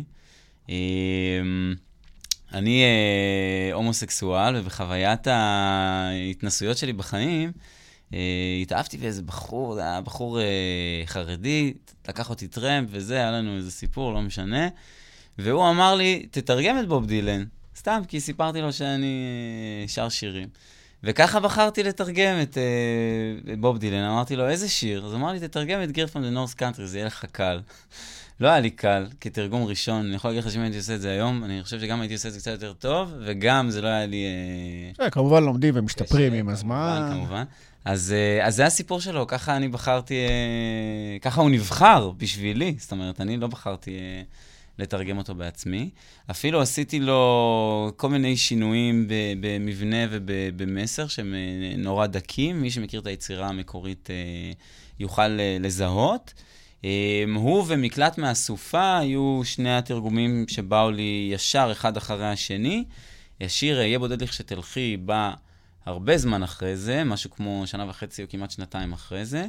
[SPEAKER 4] אני הומוסקסואל, ובחוויית ההתנסויות שלי בחיים, התאהבתי באיזה בחור, זה היה בחור חרדי, לקח אותי טרמפ וזה, היה לנו איזה סיפור, לא משנה, והוא אמר לי, תתרגם את בוב דילן. סתם, כי סיפרתי לו שאני שר שירים. וככה בחרתי לתרגם את uh, בוב דילן. אמרתי לו, איזה שיר? אז אמר לי, תתרגם את Girl from the North Country, זה יהיה לך קל. לא היה לי קל, כתרגום ראשון. אני יכול להגיד לך שאם הייתי עושה את זה היום, אני חושב שגם הייתי עושה את זה קצת יותר טוב, וגם זה לא היה לי...
[SPEAKER 3] Uh... כמובן לומדים ומשתפרים עם הזמן.
[SPEAKER 4] כמובן. אז, uh, אז זה הסיפור שלו, ככה אני בחרתי, uh, ככה הוא נבחר בשבילי. זאת אומרת, אני לא בחרתי... Uh, לתרגם אותו בעצמי. אפילו עשיתי לו כל מיני שינויים במבנה ובמסר שהם נורא דקים. מי שמכיר את היצירה המקורית יוכל לזהות. הוא ומקלט מהסופה היו שני התרגומים שבאו לי ישר אחד אחרי השני. השיר יהיה בודד לך שתלכי בא הרבה זמן אחרי זה, משהו כמו שנה וחצי או כמעט שנתיים אחרי זה.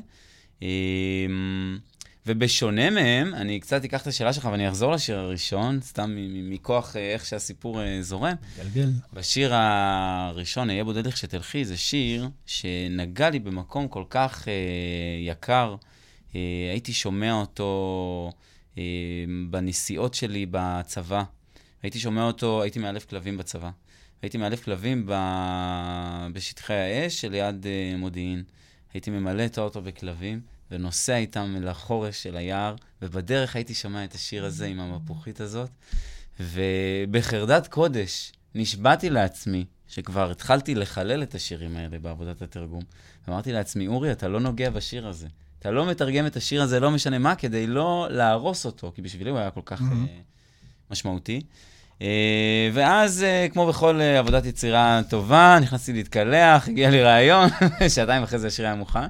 [SPEAKER 4] ובשונה מהם, אני קצת אקח את השאלה שלך ואני אחזור לשיר הראשון, סתם מכוח איך שהסיפור זורם.
[SPEAKER 3] גלגל.
[SPEAKER 4] בשיר הראשון, יהיה בודד לך שתלכי, זה שיר שנגע לי במקום כל כך יקר. הייתי שומע אותו בנסיעות שלי בצבא. הייתי שומע אותו, הייתי מאלף כלבים בצבא. הייתי מאלף כלבים ב... בשטחי האש שליד מודיעין. הייתי ממלא את האוטו בכלבים. ונוסע איתם לחורש של היער, ובדרך הייתי שומע את השיר הזה עם המפוחית הזאת, ובחרדת קודש נשבעתי לעצמי, שכבר התחלתי לחלל את השירים האלה בעבודת התרגום, ואמרתי לעצמי, אורי, אתה לא נוגע בשיר הזה, אתה לא מתרגם את השיר הזה, לא משנה מה, כדי לא להרוס אותו, כי בשבילי הוא היה כל כך mm-hmm. משמעותי. ואז, כמו בכל עבודת יצירה טובה, נכנסתי להתקלח, הגיע לי רעיון, שעתיים אחרי זה השיר היה מוכן.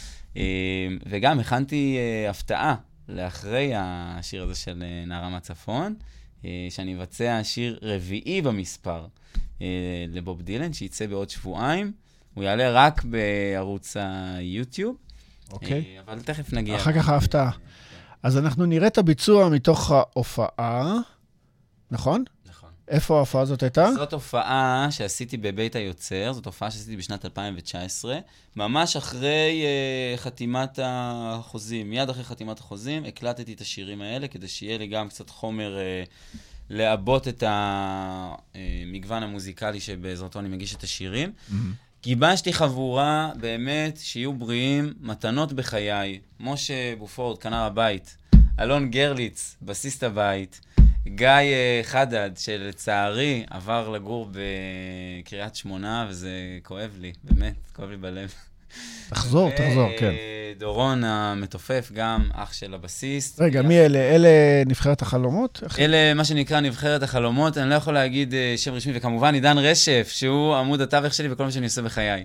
[SPEAKER 4] וגם הכנתי הפתעה לאחרי השיר הזה של נערה מהצפון, שאני אבצע שיר רביעי במספר לבוב דילן, שיצא בעוד שבועיים. הוא יעלה רק בערוץ היוטיוב,
[SPEAKER 3] אוקיי.
[SPEAKER 4] אבל תכף נגיע.
[SPEAKER 3] אחר כך ההפתעה. אז אנחנו נראה את הביצוע מתוך ההופעה, נכון?
[SPEAKER 4] נכון.
[SPEAKER 3] איפה ההופעה הזאת הייתה?
[SPEAKER 4] זאת הופעה שעשיתי בבית היוצר, זאת הופעה שעשיתי בשנת אלפיים תשע עשרה, ממש אחרי uh, חתימת החוזים, מיד אחרי חתימת החוזים, הקלטתי את השירים האלה, כדי שיהיה לי גם קצת חומר uh, לעבות את המגוון המוזיקלי שבעזרתו אני מגיש את השירים. Mm-hmm. גיבשתי חבורה באמת שיהיו בריאים, מתנות בחיי, משה בופורד, כנר הבית, אלון גרליץ, בסיסט הבית, גיא חדד, שלצערי עבר לגור בקריית שמונה, וזה כואב לי, באמת, כואב לי בלב.
[SPEAKER 3] תחזור, תחזור, כן.
[SPEAKER 4] דורון המתופף, גם אח של הבסיסט.
[SPEAKER 3] רגע, מי אלה? אלה נבחרת החלומות?
[SPEAKER 4] אלה מה שנקרא נבחרת החלומות, אני לא יכול להגיד שם רשמי, וכמובן עידן רשף, שהוא עמוד התווך שלי וכל מה שאני עושה בחיי.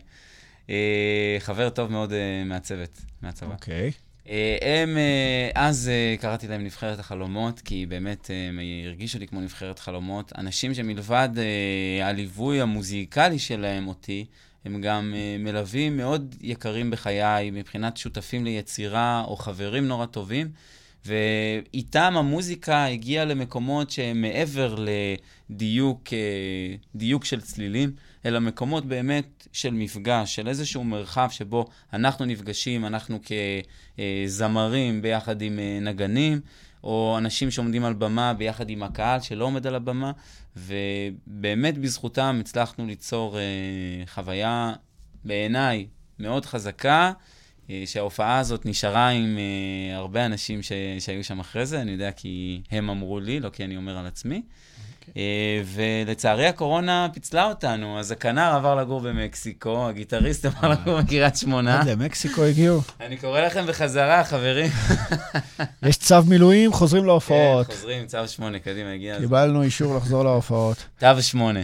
[SPEAKER 4] חבר טוב מאוד מהצוות, מהצבא.
[SPEAKER 3] אוקיי.
[SPEAKER 4] הם, אז קראתי להם נבחרת החלומות, כי באמת הם הרגישו לי כמו נבחרת חלומות. אנשים שמלבד הליווי המוזיקלי שלהם אותי, הם גם uh, מלווים מאוד יקרים בחיי, מבחינת שותפים ליצירה או חברים נורא טובים, ואיתם המוזיקה הגיעה למקומות שהם מעבר לדיוק uh, דיוק של צלילים, אלא מקומות באמת של מפגש, של איזשהו מרחב שבו אנחנו נפגשים, אנחנו כזמרים ביחד עם uh, נגנים, או אנשים שעומדים על במה ביחד עם הקהל שלא עומד על הבמה, ובאמת בזכותם הצלחנו ליצור uh, חוויה בעיניי מאוד חזקה, uh, שההופעה הזאת נשארה עם uh, הרבה אנשים ש- שהיו שם אחרי זה, אני יודע כי הם אמרו לי, לא כי אני אומר על עצמי. Okay. Uh, ולצערי הקורונה פיצלה אותנו, אז הכנר עבר לגור במקסיקו, הגיטריסט עבר לגור בקריית שמונה.
[SPEAKER 3] עד למקסיקו הגיעו.
[SPEAKER 4] אני קורא לכם בחזרה, חברים.
[SPEAKER 3] יש צו מילואים, חוזרים להופעות.
[SPEAKER 4] כן, חוזרים, צו שמונה, קדימה, הגיע.
[SPEAKER 3] קיבלנו אישור לחזור להופעות.
[SPEAKER 4] צו שמונה.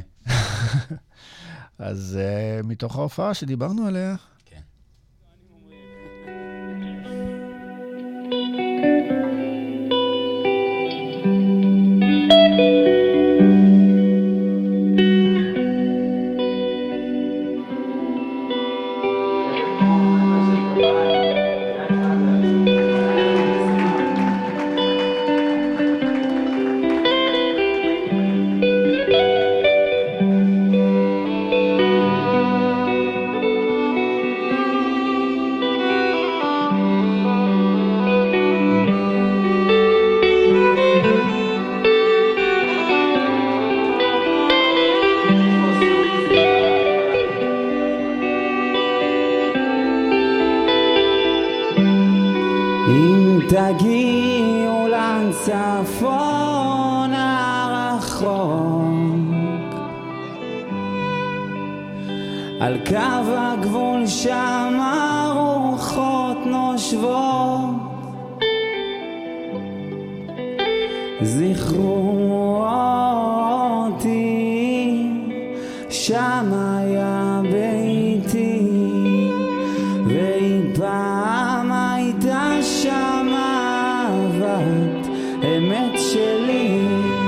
[SPEAKER 3] אז uh, מתוך ההופעה שדיברנו עליה.
[SPEAKER 4] כן.
[SPEAKER 5] תגיעו לצפון הרחוק, על קו הגבול שם הרוחות נושבות, זכרו אותי, שם היה ביתי, והיא פעם הייתה שם אהבת אמת שלי.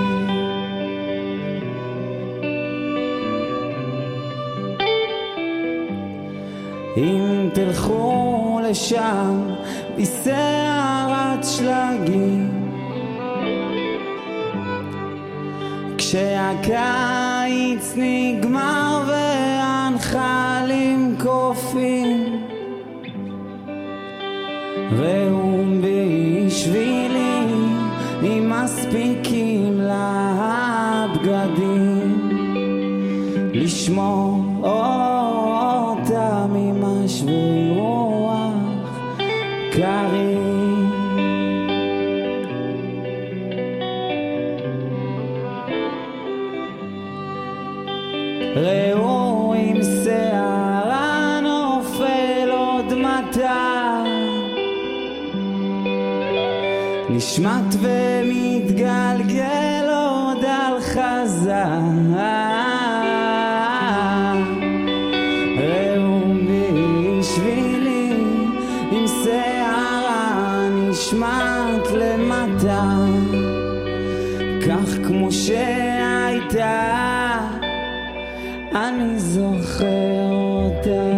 [SPEAKER 5] אם תלכו לשם בסערת שלגים, כשהקיץ נגמר והנחלים קופים, ראו בשבילי אם מספיקים לבגדים, לשמור אותם עם השבי רוח קרים. ראו עם שערה נופל עוד מטר, נשמט ומתגלגל עוד על חזר. ראו בשבילי עם שערה נשמט למטה, כך כמו שהייתה אני זוכר אותה.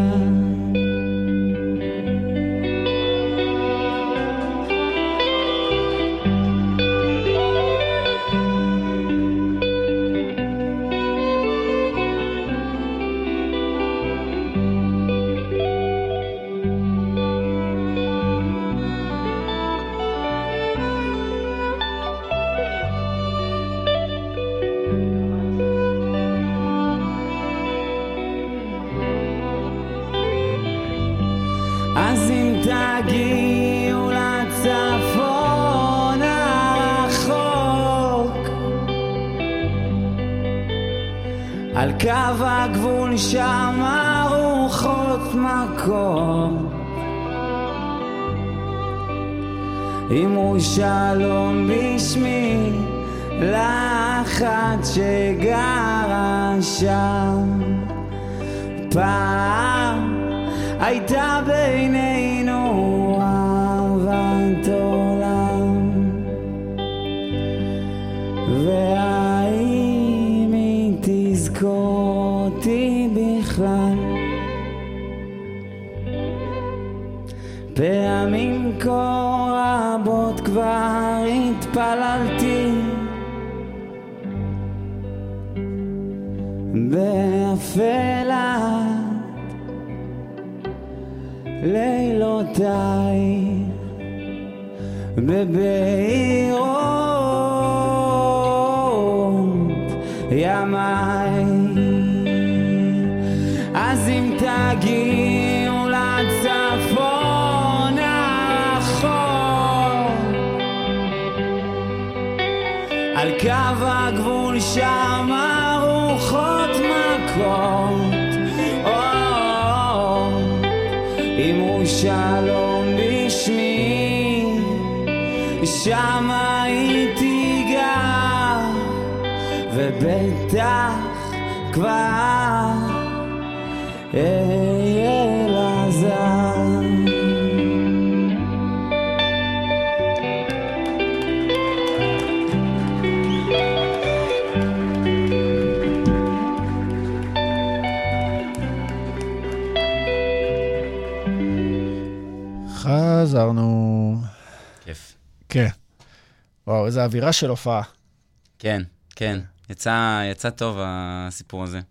[SPEAKER 5] אז אם תגיעו לצפון הרחוק, על קו הגבול שם הרוחות מקום, אמרו שלום בשמי לאחת שגרה שם. פעם הייתה בינינו אהבת עולם, והאם היא תזכור אותי בכלל? כה רבות כבר התפללתי באפלת לילותיי בבהירות ימיי. אז אם תגיעו לצפון הרחוק על קו הגבול שם הרוחות מכות אמרו שלום בשמי שם הייתי גר ובטח כבר אהיה לעזר.
[SPEAKER 3] חזרנו.
[SPEAKER 4] כיף.
[SPEAKER 3] כן. וואו, איזו אווירה של הופעה.
[SPEAKER 4] כן, כן. יצא, יצא טוב הסיפור הזה.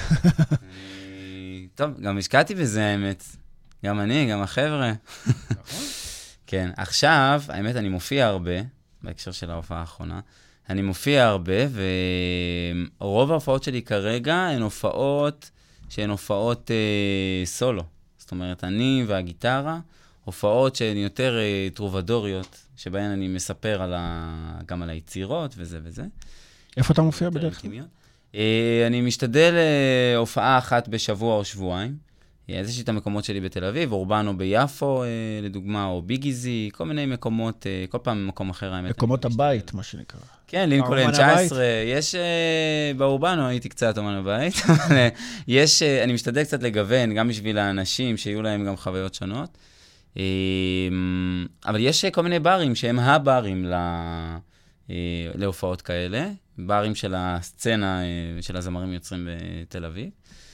[SPEAKER 4] טוב, גם השקעתי בזה, האמת. גם אני, גם החבר'ה. כן, עכשיו, האמת, אני מופיע הרבה, בהקשר של ההופעה האחרונה, אני מופיע הרבה, ורוב ההופעות שלי כרגע הן הופעות שהן הופעות אה, סולו. זאת אומרת, אני והגיטרה, הופעות שהן יותר אה, טרובדוריות, שבהן אני מספר על ה... גם על היצירות וזה וזה.
[SPEAKER 3] איפה אתה מופיע בדרך כלל?
[SPEAKER 4] אה, אני משתדל אה, הופעה אחת בשבוע או שבועיים. אז יש לי את המקומות שלי בתל אביב, אורבנו ביפו, אה, לדוגמה, או ביגיזי, כל מיני מקומות, אה, כל פעם מקום אחר. האמת,
[SPEAKER 3] מקומות הבית, מה שנקרא.
[SPEAKER 4] כן, לינקולן תשע עשרה, יש, אה, באורבנו הייתי קצת אומן הבית, אבל אה, יש, אה, אני משתדל קצת לגוון, גם בשביל האנשים, שיהיו להם גם חוויות שונות. אה, אבל יש כל מיני ברים שהם הברים לה, אה, להופעות כאלה, ברים של הסצנה, אה, של הזמרים יוצרים בתל אביב.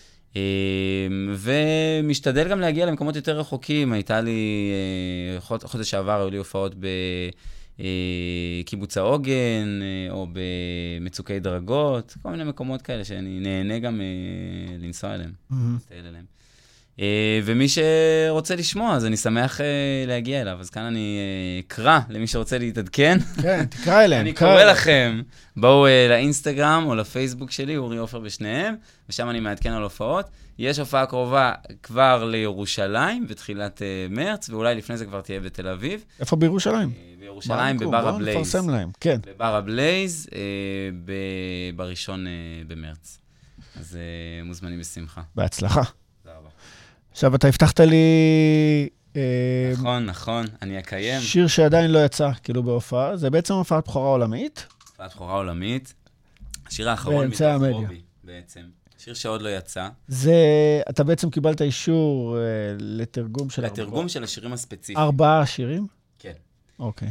[SPEAKER 4] ומשתדל גם להגיע למקומות יותר רחוקים. הייתה לי, חודש שעבר היו לי הופעות בקיבוץ העוגן, או במצוקי דרגות, כל מיני מקומות כאלה שאני נהנה גם לנסוע אליהם, לטייל אליהם. ומי שרוצה לשמוע, אז אני שמח להגיע אליו. אז כאן אני אקרא למי שרוצה להתעדכן.
[SPEAKER 3] כן, תקרא אליהם.
[SPEAKER 4] אני קורא לכם, בואו לאינסטגרם או לפייסבוק שלי, אורי עופר בשניהם, ושם אני מעדכן על הופעות. יש הופעה קרובה כבר לירושלים, בתחילת מרץ, ואולי לפני זה כבר תהיה בתל אביב.
[SPEAKER 3] איפה בירושלים?
[SPEAKER 4] בירושלים, בבר הבלייז.
[SPEAKER 3] בואו נפרסם להם, כן.
[SPEAKER 4] בבר הבלייז, בראשון במרץ. אז מוזמנים בשמחה.
[SPEAKER 3] בהצלחה.
[SPEAKER 4] תודה רבה.
[SPEAKER 3] עכשיו, אתה הבטחת לי...
[SPEAKER 4] נכון, נכון, אני אקיים.
[SPEAKER 3] שיר שעדיין לא יצא, כאילו בהופעה, זה בעצם הופעת בכורה עולמית.
[SPEAKER 4] הופעת בכורה עולמית. השיר האחרון מתוך רובי, בעצם. שיר שעוד לא יצא.
[SPEAKER 3] זה, אתה בעצם קיבלת אישור לתרגום של...
[SPEAKER 4] לתרגום של השירים הספציפיים.
[SPEAKER 3] ארבעה שירים?
[SPEAKER 4] כן.
[SPEAKER 3] אוקיי.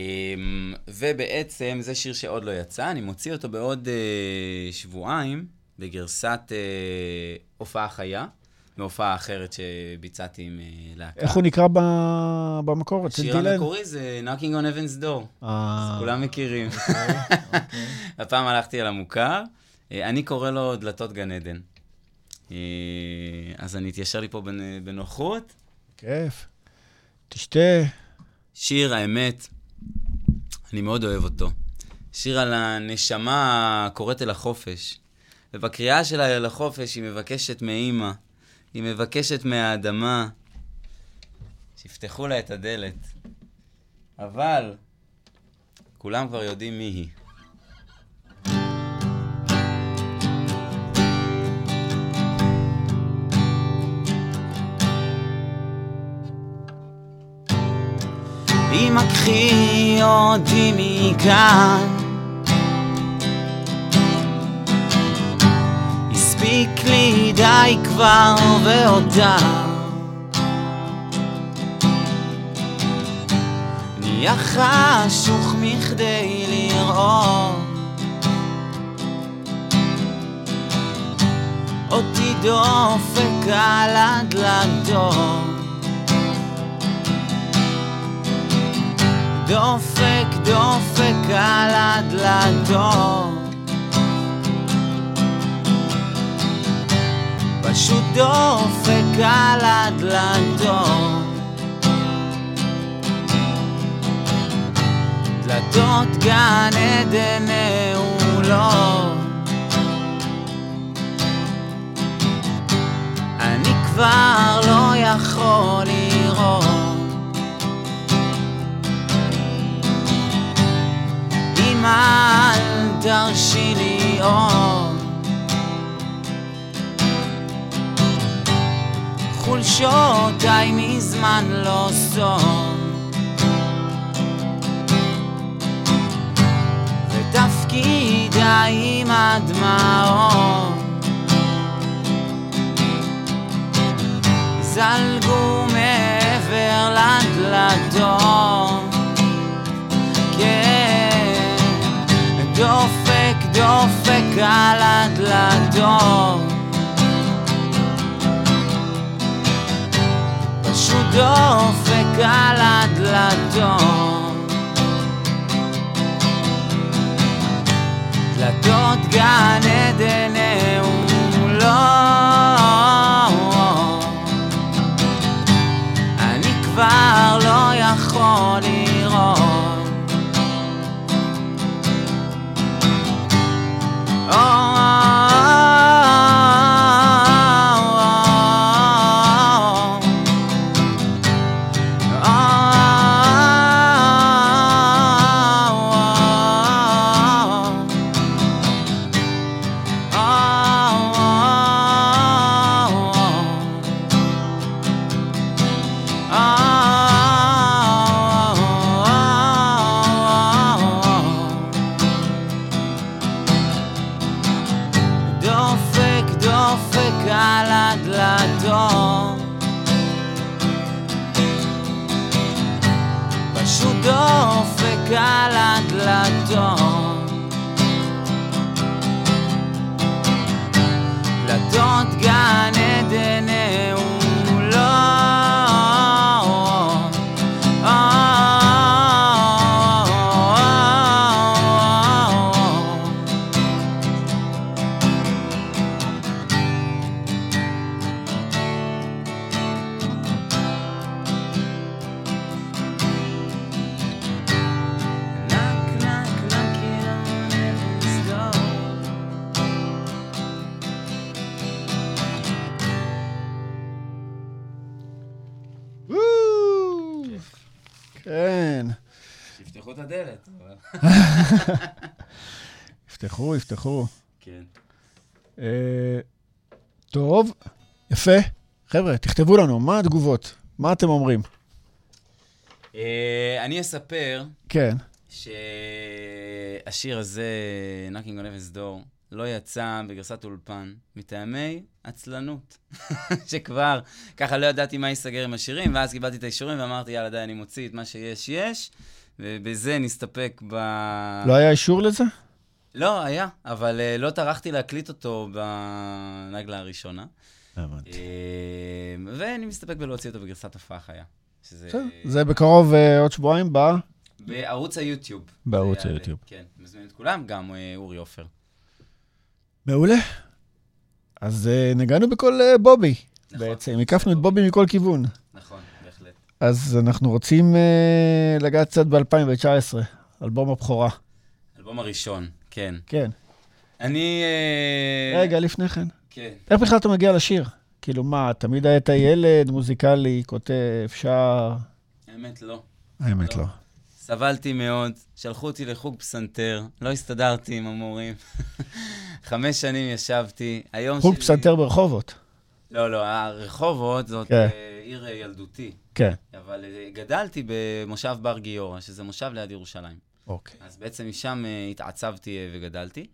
[SPEAKER 4] ובעצם זה שיר שעוד לא יצא, אני מוציא אותו בעוד שבועיים, בגרסת הופעה חיה. מהופעה אחרת שביצעתי עם להקה.
[SPEAKER 3] איך הוא נקרא במקור?
[SPEAKER 4] השיר המקורי זה Knocking on Heaven's Door. אז כולם מכירים. הפעם הלכתי על המוכר. אני קורא לו דלתות גן עדן. אז אני אתיישר לי פה בנוחות.
[SPEAKER 3] כיף. תשתה.
[SPEAKER 4] שיר, האמת, אני מאוד אוהב אותו. שיר על הנשמה קוראת אל החופש. ובקריאה שלה אל החופש היא מבקשת מאמא. היא מבקשת מהאדמה שיפתחו לה את הדלת. אבל כולם כבר יודעים מי היא.
[SPEAKER 5] אמא קחי אותי מכאן, הספיק לי די כבר ואותה נהיה חשוך מכדי לראות אותי דופק על הדלתות. דופק דופק על הדלתות, פשוט דופק על הדלתות, דלתות גן עדן נעולות. אני כבר לא יכול לראות, אמא אל תרשי לי עוד, חולשותיי מזמן לא סוד, ותפקידה עם הדמעות זלגו מעבר לדלתות. כן, דופק דופק על הדלתות, פשוט דופק על הדלתות, דלתות גן עדן נעולות. אני כבר לא יכול לראות, על הדלתות, דלתות גן עדן נעולות.
[SPEAKER 3] כן.
[SPEAKER 4] יפתחו את הדלת.
[SPEAKER 3] יפתחו, יפתחו.
[SPEAKER 4] כן.
[SPEAKER 3] טוב, יפה. חבר'ה, תכתבו לנו, מה התגובות? מה אתם אומרים?
[SPEAKER 4] אני אספר
[SPEAKER 3] כן.
[SPEAKER 4] שהשיר הזה, Knocking on Heaven's Door, לא יצא בגרסת אולפן, מטעמי עצלנות. שכבר, ככה לא ידעתי מה ייסגר עם השירים, ואז קיבלתי את האישורים ואמרתי, יאללה די, אני מוציא את מה שיש, יש, ובזה נסתפק ב...
[SPEAKER 3] לא היה אישור לזה?
[SPEAKER 4] לא, היה, אבל uh, לא טרחתי להקליט אותו בנגלה הראשונה.
[SPEAKER 3] הבנתי.
[SPEAKER 4] Uh, ואני מסתפק בלהוציא אותו בגרסת הופעה חיה. שזה...
[SPEAKER 3] זה בקרוב uh, עוד שבועיים בא?
[SPEAKER 4] בערוץ היוטיוב.
[SPEAKER 3] בערוץ היוטיוב.
[SPEAKER 4] כן, מזמין את כולם, גם uh, אורי אופר.
[SPEAKER 3] מעולה. אז uh, נגענו בכל uh, בובי. נכון. בעצם, הקפנו את בובי מכל כיוון.
[SPEAKER 4] נכון, בהחלט.
[SPEAKER 3] אז אנחנו רוצים uh, לגעת קצת ב-אלפיים תשע עשרה, אלבום הבכורה.
[SPEAKER 4] אלבום הראשון, כן.
[SPEAKER 3] כן.
[SPEAKER 4] אני... Uh...
[SPEAKER 3] רגע, לפני כן.
[SPEAKER 4] כן.
[SPEAKER 3] איך בכלל אתה מגיע לשיר? כאילו מה, תמיד היית ילד, מוזיקלי, כותב, שר?
[SPEAKER 4] האמת לא.
[SPEAKER 3] האמת לא. לא.
[SPEAKER 4] סבלתי מאוד, שלחו אותי לחוג פסנתר, לא הסתדרתי עם המורים. חמש שנים ישבתי, היום
[SPEAKER 3] חוג
[SPEAKER 4] שלי...
[SPEAKER 3] פסנתר ברחובות?
[SPEAKER 4] לא, לא, הרחובות זאת כן. עיר ילדותי.
[SPEAKER 3] כן.
[SPEAKER 4] אבל גדלתי במושב בר גיורא, שזה מושב ליד ירושלים.
[SPEAKER 3] אוקיי.
[SPEAKER 4] אז בעצם משם התעצבתי וגדלתי.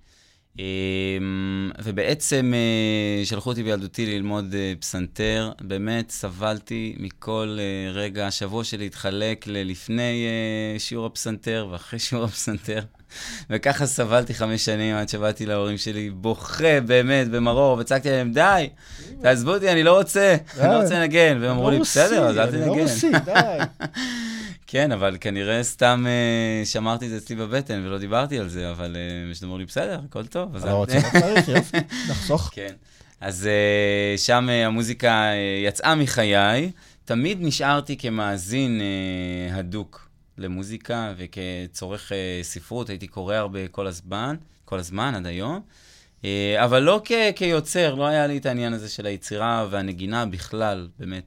[SPEAKER 4] ובעצם שלחו אותי בילדותי ללמוד פסנתר, באמת סבלתי מכל רגע, השבוע שלי התחלק ללפני שיעור הפסנתר ואחרי שיעור הפסנתר, וככה סבלתי חמש שנים עד שבאתי להורים שלי בוכה באמת במרור, וצעקתי להם די, תעזבו אותי, אני לא רוצה, אני לא רוצה לנגן, והם אמרו לי בסדר, אז אל תנגן. כן, אבל כנראה סתם שמרתי את זה אצלי בבטן ולא דיברתי על זה, אבל משדמור לי בסדר, הכל טוב.
[SPEAKER 3] אבל רוצה לפרש, יופי, נחסוך.
[SPEAKER 4] כן, אז שם המוזיקה יצאה מחיי, תמיד נשארתי כמאזין הדוק למוזיקה, וכצורך ספרות, הייתי קורא הרבה כל הזמן, כל הזמן עד היום, אבל לא כ- כיוצר, לא היה לי את העניין הזה של היצירה והנגינה בכלל, באמת.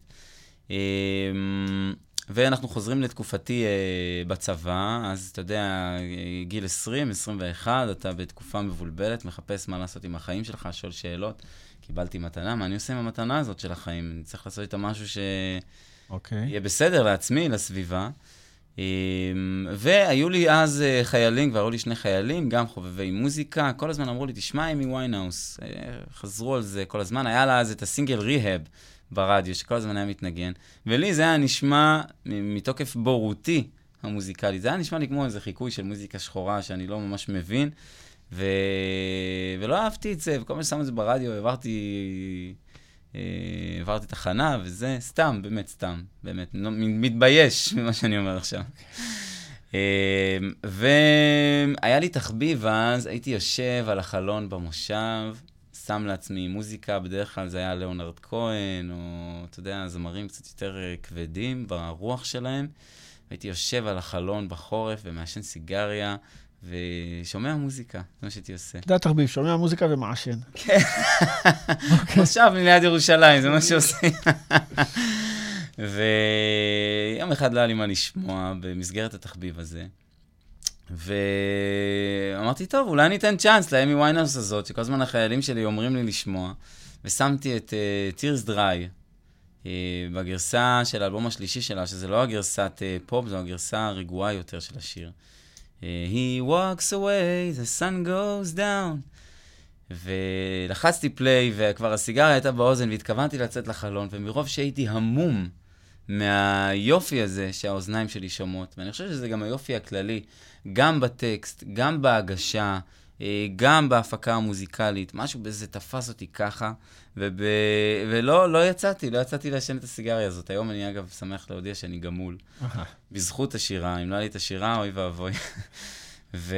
[SPEAKER 4] ואנחנו חוזרים לתקופתי בצבא, אז אתה יודע, גיל עשרים, עשרים ואחת, אתה בתקופה מבולבלת, מחפש מה לעשות עם החיים שלך, שואל שאלות, קיבלתי מתנה, מה אני עושה עם המתנה הזאת של החיים? אני צריך לעשות איתה משהו שיהיה
[SPEAKER 3] okay.
[SPEAKER 4] בסדר לעצמי, לסביבה. והיו לי אז חיילים, כבר היו לי שני חיילים, גם חובבי מוזיקה, כל הזמן אמרו לי, תשמע אמי ויינהאוס, חזרו על זה כל הזמן, היה לה אז את הסינגל ריהאב ברדיו, שכל הזמן היה מתנגן, ולי זה היה נשמע מתוקף בורותי המוזיקלי, זה היה נשמע לי כמו איזה חיקוי של מוזיקה שחורה שאני לא ממש מבין, ו... ולא אהבתי את זה, וכל מה ששם את זה ברדיו, העברתי... עברתי תחנה, וזה סתם, באמת סתם, באמת, מתבייש ממה שאני אומר עכשיו. והיה לי תחביב, אז הייתי יושב על החלון במושב, שם לעצמי מוזיקה, בדרך כלל זה היה ליאונרד כהן, או אתה יודע, זמרים קצת יותר כבדים ברוח שלהם, הייתי יושב על החלון בחורף ומעשן סיגריה, ושומע מוזיקה, זה מה שהייתי עושה.
[SPEAKER 3] אתה יודע, תחביב, שומע מוזיקה ומעשן.
[SPEAKER 4] כן. מושב ליד ירושלים, זה מה שעושים. ויום אחד לא היה לי מה לשמוע במסגרת התחביב הזה. ואמרתי, טוב, אולי אני אתן צ'אנס לאמי ויינהאוס הזאת, שכל הזמן החיילים שלי אומרים לי לשמוע, ושמתי את uh, Tears Dry, uh, בגרסה של האלבום השלישי שלה, שזה לא הגרסת uh, פופ, זו הגרסה הרגועה יותר של השיר. He walks away, the sun goes down. ולחצתי פליי, וכבר הסיגריה הייתה באוזן, והתכוונתי לצאת לחלון, ומרוב שהייתי המום מהיופי הזה שהאוזניים שלי שומעות, ואני חושב שזה גם היופי הכללי, גם בטקסט, גם בהגשה, גם בהפקה המוזיקלית, משהו בזה תפס אותי ככה, וב... ולא לא יצאתי, לא יצאתי לעשן את הסיגריה הזאת. היום אני אגב שמח להודיע שאני גמול, בזכות השירה, אם לא היה לי את השירה, אוי ואבוי. ו...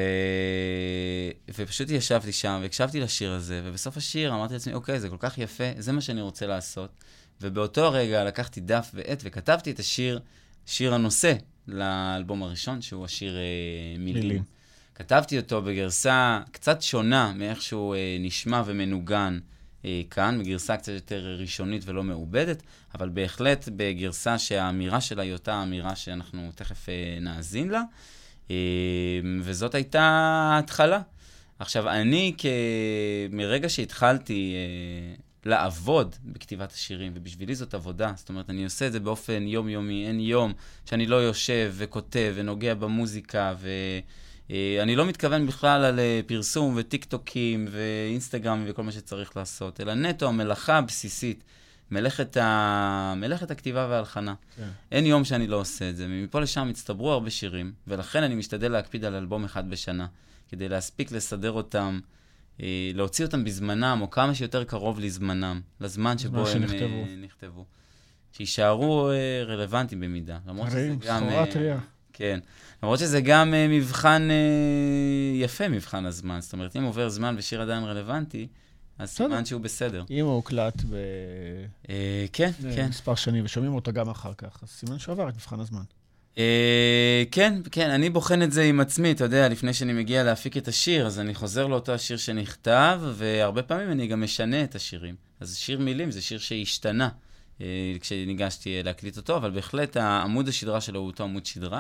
[SPEAKER 4] ופשוט ישבתי שם, והקשבתי לשיר הזה, ובסוף השיר אמרתי לעצמי, אוקיי, זה כל כך יפה, זה מה שאני רוצה לעשות. ובאותו רגע לקחתי דף ועט, וכתבתי את השיר, שיר הנושא לאלבום הראשון, שהוא השיר אה, מילים. מילים. כתבתי אותו בגרסה קצת שונה מאיך שהוא אה, נשמע ומנוגן אה, כאן, בגרסה קצת יותר ראשונית ולא מעובדת, אבל בהחלט בגרסה שהאמירה שלה היא אותה האמירה שאנחנו תכף אה, נאזין לה, אה, וזאת הייתה ההתחלה. עכשיו, אני כ... מרגע שהתחלתי אה, לעבוד בכתיבת השירים, ובשבילי זאת עבודה, זאת אומרת, אני עושה את זה באופן יומיומי, אין יום שאני לא יושב וכותב ונוגע במוזיקה ו... אני לא מתכוון בכלל על פרסום וטיק-טוקים ואינסטגרם וכל מה שצריך לעשות, אלא נטו המלאכה הבסיסית, מלאכת, ה... מלאכת הכתיבה וההלחנה. Yeah. אין יום שאני לא עושה את זה, ומפה לשם הצטברו הרבה שירים, ולכן אני משתדל להקפיד על אלבום אחד בשנה, כדי להספיק לסדר אותם, להוציא אותם בזמנם, או כמה שיותר קרוב לזמנם, לזמן שבו הם נכתבו. נכתבו. שישארו רלוונטיים במידה. למרות שזה גם...
[SPEAKER 3] סחורה טריה.
[SPEAKER 4] כן. למרות שזה גם uh, מבחן uh, יפה, מבחן הזמן. זאת אומרת, אם עובר זמן ושיר עדיין רלוונטי, אז סימן שהוא בסדר.
[SPEAKER 3] אם הוא הוקלט ב...
[SPEAKER 4] Uh, כן, כן.
[SPEAKER 3] מספר שנים, ושומעים אותו גם אחר כך, אז סימן שעבר את מבחן הזמן.
[SPEAKER 4] Uh, כן, כן. אני בוחן את זה עם עצמי, אתה יודע, לפני שאני מגיע להפיק את השיר, אז אני חוזר לאותו השיר שנכתב, והרבה פעמים אני גם משנה את השירים. אז שיר מילים זה שיר שהשתנה uh, כשניגשתי להקליט אותו, אבל בהחלט העמוד השדרה שלו הוא אותו עמוד שדרה.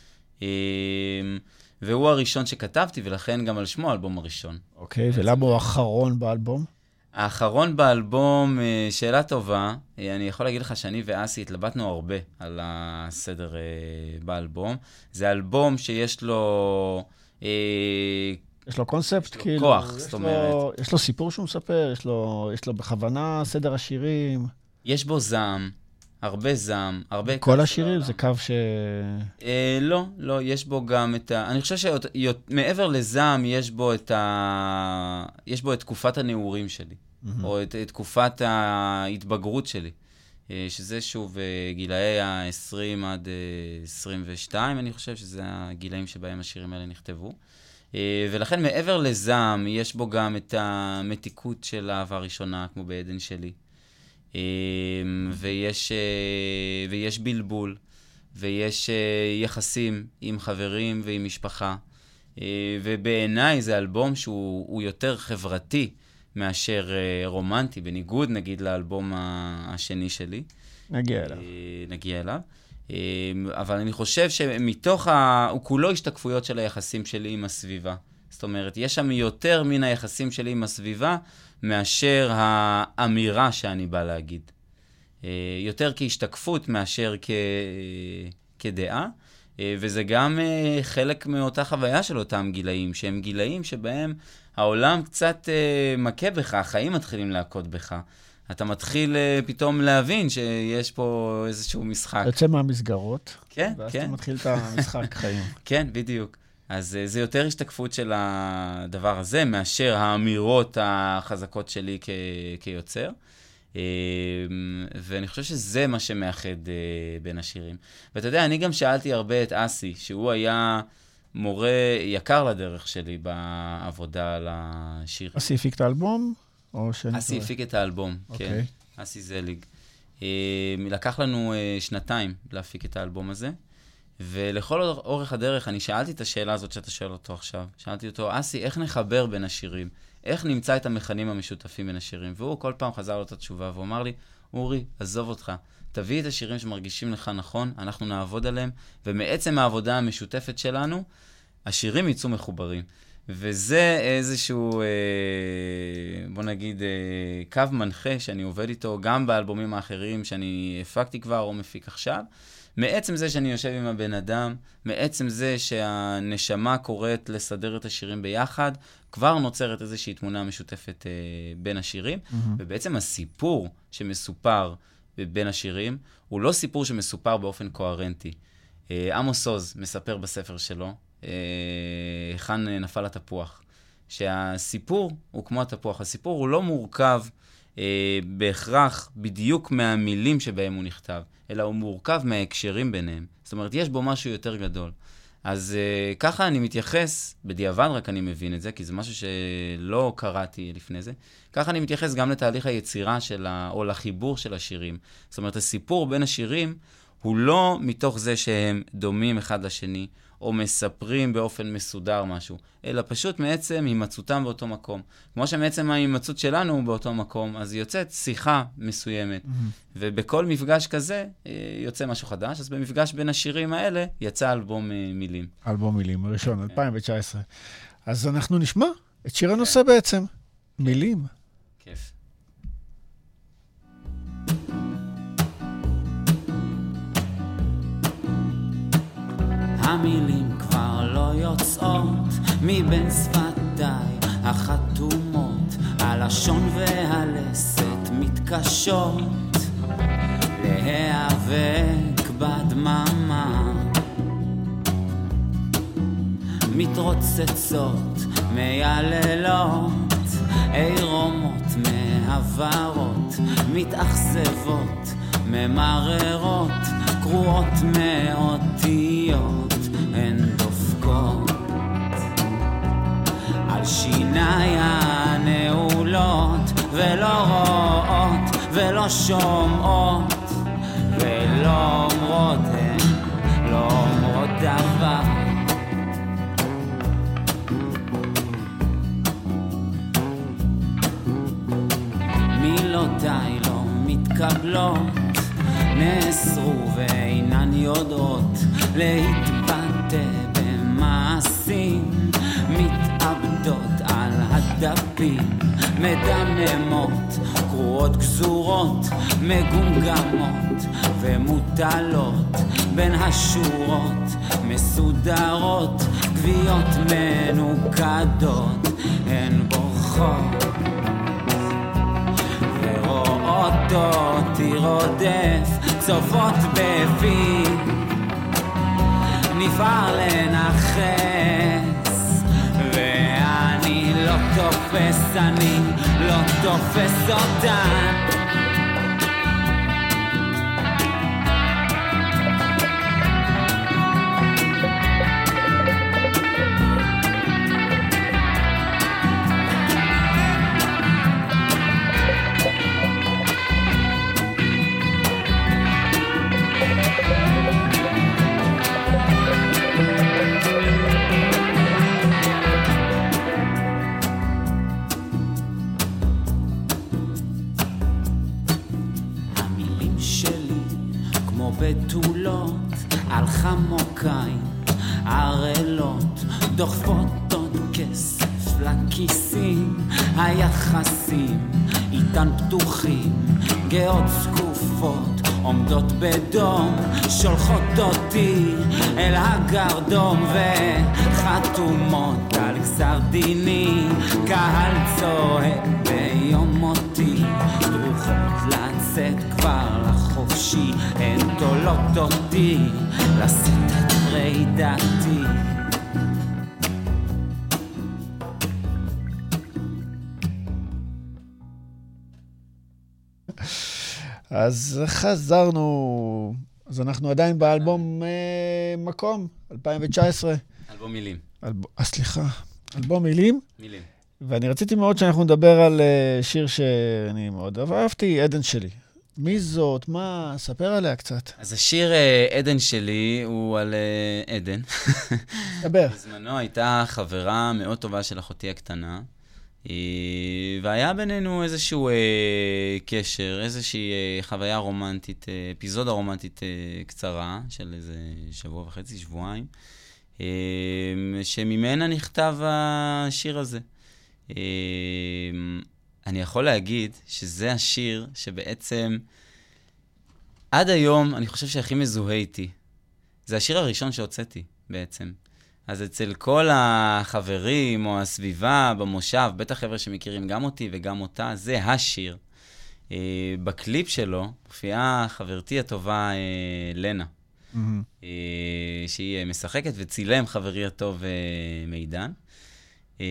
[SPEAKER 4] והוא הראשון שכתבתי, ולכן גם על שמו האלבום הראשון.
[SPEAKER 3] אוקיי, ולמה הוא האחרון באלבום?
[SPEAKER 4] האחרון באלבום, שאלה טובה, אני יכול להגיד לך שאני ואסי התלבטנו הרבה על הסדר באלבום. זה אלבום שיש לו...
[SPEAKER 3] יש לו קונספט, כאילו...
[SPEAKER 4] כוח, זאת אומרת.
[SPEAKER 3] יש לו סיפור שהוא מספר, יש לו, יש לו בכוונה סדר השירים.
[SPEAKER 4] יש בו זעם. הרבה זעם, הרבה...
[SPEAKER 3] כל השירים זה קו ש...
[SPEAKER 4] אה, לא, לא, יש בו גם את ה... אני חושב שמעבר לזעם יש בו את ה... יש בו את תקופת הנעורים שלי, mm-hmm. או את, את תקופת ההתבגרות שלי. שזה שוב גילאי ה-עשרים עד עשרים ושתיים, אני חושב שזה הגילאים שבהם השירים האלה נכתבו. ולכן מעבר לזעם, יש בו גם את המתיקות של אהבה ראשונה, כמו בעדן שלי. ויש, ויש בלבול, ויש יחסים עם חברים ועם משפחה. ובעיניי זה אלבום שהוא יותר חברתי מאשר רומנטי, בניגוד נגיד לאלבום השני שלי.
[SPEAKER 3] נגיע אליו.
[SPEAKER 4] נגיע אליו. אבל אני חושב שמתוך, ה... הוא כולו השתקפויות של היחסים שלי עם הסביבה. זאת אומרת, יש שם יותר מן היחסים שלי עם הסביבה, מאשר האמירה שאני בא להגיד. יותר כהשתקפות מאשר כ... כדעה, וזה גם חלק מאותה חוויה של אותם גילאים, שהם גילאים שבהם העולם קצת מכה בך, החיים מתחילים להכות בך. אתה מתחיל פתאום להבין שיש פה איזשהו משחק.
[SPEAKER 3] יוצא מהמסגרות,
[SPEAKER 4] כן,
[SPEAKER 3] ואז
[SPEAKER 4] כן.
[SPEAKER 3] אתה מתחיל את המשחק חיים.
[SPEAKER 4] כן, בדיוק. אז זה יותר השתקפות של הדבר הזה, מאשר האמירות החזקות שלי כ- כיוצר. ואני חושב שזה מה שמאחד בין השירים. ואתה יודע, אני גם שאלתי הרבה את אסי, שהוא היה מורה יקר לדרך שלי בעבודה על השיר.
[SPEAKER 3] אסי הפיק את האלבום?
[SPEAKER 4] אסי הפיק את האלבום, כן. אסי זליג. לקח לנו שנתיים להפיק את האלבום הזה, ולכל אורך הדרך אני שאלתי את השאלה הזאת שאתה שואל אותו עכשיו. שאלתי אותו, אסי, איך נחבר בין השירים? איך נמצא את המכנים המשותפים בין השירים? והוא כל פעם חזר לו את התשובה, והוא אמר לי, אורי, עזוב אותך, תביא את השירים שמרגישים לך נכון, אנחנו נעבוד עליהם, ומעצם העבודה המשותפת שלנו, השירים יצאו מחוברים. וזה איזשהו, בוא נגיד, קו מנחה שאני עובד איתו, גם באלבומים האחרים שאני הפקתי כבר או מפיק עכשיו. מעצם זה שאני יושב עם הבן אדם, מעצם זה שהנשמה קוראת לסדר את השירים ביחד, כבר נוצרת איזושהי תמונה משותפת אה, בין השירים, mm-hmm. ובעצם הסיפור שמסופר בין השירים, הוא לא סיפור שמסופר באופן קוהרנטי. אה, עמוס עוז מספר בספר שלו, היכן אה, נפל התפוח, שהסיפור הוא כמו התפוח, הסיפור הוא לא מורכב אה, בהכרח בדיוק מהמילים שבהם הוא נכתב, אלא הוא מורכב מההקשרים ביניהם. זאת אומרת, יש בו משהו יותר גדול. אז uh, ככה אני מתייחס, בדיעבד רק אני מבין את זה, כי זה משהו שלא קראתי לפני זה, ככה אני מתייחס גם לתהליך היצירה של ה... או לחיבור של השירים. זאת אומרת, הסיפור בין השירים הוא לא מתוך זה שהם דומים אחד לשני, או מספרים באופן מסודר משהו, אלא פשוט מעצם הימצאותם באותו מקום. כמו שמעצם ההימצאות שלנו באותו מקום, אז יוצאת שיחה מסוימת. Mm-hmm. ובכל מפגש כזה יוצא משהו חדש, אז במפגש בין השירים האלה יצא אלבום מילים.
[SPEAKER 3] אלבום מילים, ראשון, אלפיים תשע עשרה. אז אנחנו נשמע את שיר הנושא בעצם, מילים.
[SPEAKER 4] כיף.
[SPEAKER 5] המילים כבר לא יוצאות מבין שפתיי החתומות, הלשון והלסת מתקשות להיאבק בדממה, מתרוצצות מייללות עירומות מעברות, מתאכזבות ממררות, קרועות מאותיות הן דופקות על שיניי הנעולות, ולא רואות ולא שומעות ולא אומרות, הן לא אומרות דבר. מילותיי לא מתקבלות, נאסרו ואינן יודעות להתבטא במעשים, מתאבדות על הדפים, מדממות, קרועות גזורות, מגומגמות ומוטלות בין השורות, מסודרות, גוויות מנוקדות, הן בורחות ורואות אותי רודף, צופות בפי, נפער לנחס, ואני לא תופס, אני לא תופס אותן. בתולות על חמוקיים ערלות דוחפות עוד כסף לכיסים היחסים איתן פתוחים גאות זקופות עומדות בדום שולחות אותי אל הגרדום וחתומות על גזר דיני קהל צועק ביום מותי דרוכות לצאת כבר לחופשי הן תולות אותי לשאת את פרידתי
[SPEAKER 3] אז חזרנו, אז אנחנו עדיין באלבום אה, מקום, אלפיים תשע עשרה.
[SPEAKER 4] אלבום מילים.
[SPEAKER 3] אלב... אה, סליחה, אלבום מילים.
[SPEAKER 4] מילים.
[SPEAKER 3] ואני רציתי מאוד שאנחנו נדבר על uh, שיר שאני מאוד אהבתי, עדן שלי. מי זאת? מה? ספר עליה קצת.
[SPEAKER 4] אז השיר uh, עדן שלי הוא על uh, עדן.
[SPEAKER 3] דבר.
[SPEAKER 4] בזמנו הייתה חברה מאוד טובה של אחותי הקטנה. והיה בינינו איזשהו אה, קשר, איזושהי אה, חוויה רומנטית, אה, אפיזודה רומנטית אה, קצרה, של איזה שבוע וחצי, שבועיים, אה, שממנה נכתב השיר הזה. אה, אני יכול להגיד שזה השיר שבעצם עד היום אני חושב שהכי מזוהה איתי. זה השיר הראשון שהוצאתי בעצם. אז אצל כל החברים או הסביבה במושב, בטח חבר'ה שמכירים גם אותי וגם אותה, זה השיר. אה, בקליפ שלו הופיעה חברתי הטובה אה, לנה, mm-hmm. אה, שהיא משחקת וצילם חברי הטוב אה, מידן. אה,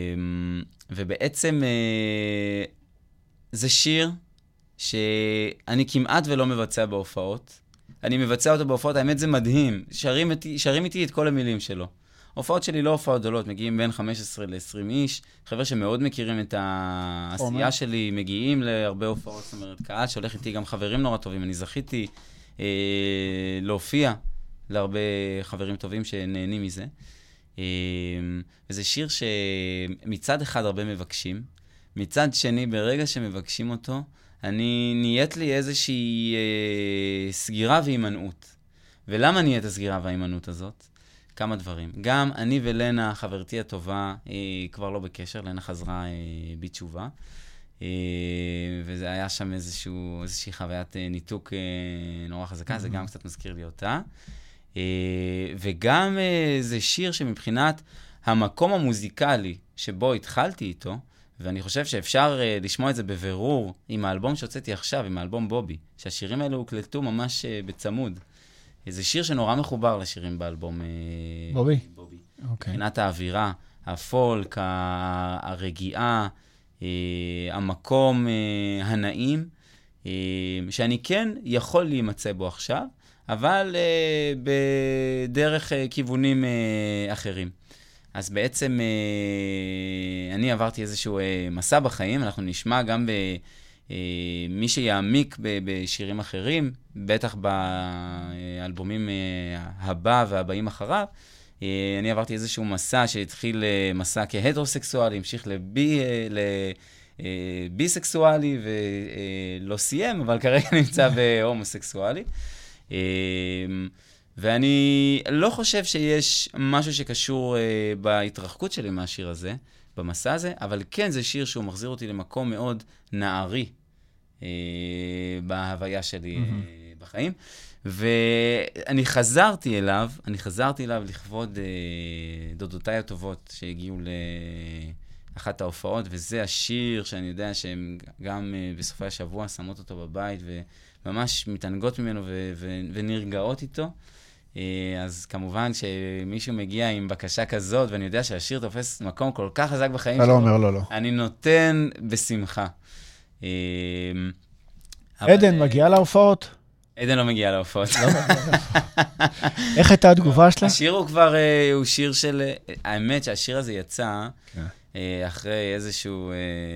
[SPEAKER 4] ובעצם אה, זה שיר שאני כמעט ולא מבצע בהופעות. אני מבצע אותו בהופעות, האמת זה מדהים. שרים איתי, שרים איתי את כל המילים שלו. הופעות שלי לא הופעות גדולות, מגיעים בין חמש עשרה ל-עשרים איש, חבר'ה שמאוד מכירים את העשייה שלי, מגיעים להרבה הופעות, זאת אומרת, קהל שהולך איתי, גם חברים נורא טובים, אני זכיתי אה, להופיע להרבה חברים טובים שנהנים מזה. אה, וזה שיר שמצד אחד הרבה מבקשים, מצד שני, ברגע שמבקשים אותו, אני נהיית לי איזושהי אה, סגירה והימנעות. ולמה נהיית הסגירה וההימנעות הזאת? כמה דברים. גם אני ולנה, חברתי הטובה, אה, כבר לא בקשר, לנה חזרה אה, בתשובה. אה, וזה היה שם איזשהו, איזושהי חוויית אה, ניתוק אה, נורא חזקה, mm-hmm. זה גם קצת מזכיר לי אותה. אה, וגם אה, זה שיר שמבחינת המקום המוזיקלי שבו התחלתי איתו, ואני חושב שאפשר uh, לשמוע את זה בבירור עם האלבום שהוצאתי עכשיו, עם האלבום בובי, שהשירים האלו הוקלטו ממש uh, בצמוד. זה שיר שנורא מחובר לשירים באלבום uh,
[SPEAKER 3] בובי.
[SPEAKER 4] בובי.
[SPEAKER 3] Okay.
[SPEAKER 4] מבחינת האווירה, הפולק, הרגיעה, uh, המקום uh, הנעים, uh, שאני כן יכול להימצא בו עכשיו, אבל uh, בדרך uh, כיוונים uh, אחרים. אז בעצם אה, אני עברתי איזשהו אה, מסע בחיים, אנחנו נשמע גם במי שיעמיק ב, בשירים אחרים, בטח באלבומים אה, הבא והבאים אחריו. אה, אני עברתי איזשהו מסע שהתחיל אה, מסע כהטרוסקסואלי, המשיך לבי, אה, אה, ביסקסואלי ולא אה, סיים, אבל כרגע נמצא בהומוסקסואלי. אה, ואני לא חושב שיש משהו שקשור uh, בהתרחקות שלי מהשיר הזה, במסע הזה, אבל כן זה שיר שהוא מחזיר אותי למקום מאוד נערי uh, בהוויה שלי mm-hmm. uh, בחיים. ואני חזרתי אליו, אני חזרתי אליו לכבוד uh, דודותיי הטובות שהגיעו לאחת ההופעות, וזה השיר שאני יודע שהם גם uh, בסופי השבוע שמות אותו בבית, וממש מתענגות ממנו ו- ו- ונרגעות איתו. אז כמובן שמישהו מגיע עם בקשה כזאת, ואני יודע שהשיר תופס מקום כל כך חזק בחיים שלו.
[SPEAKER 3] אתה לא אומר לא, לא.
[SPEAKER 4] אני נותן בשמחה.
[SPEAKER 3] עדן, מגיעה להופעות?
[SPEAKER 4] עדן לא מגיעה להופעות.
[SPEAKER 3] איך הייתה התגובה שלה?
[SPEAKER 4] השיר הוא כבר, הוא שיר של... האמת שהשיר הזה יצא אחרי איזשהו...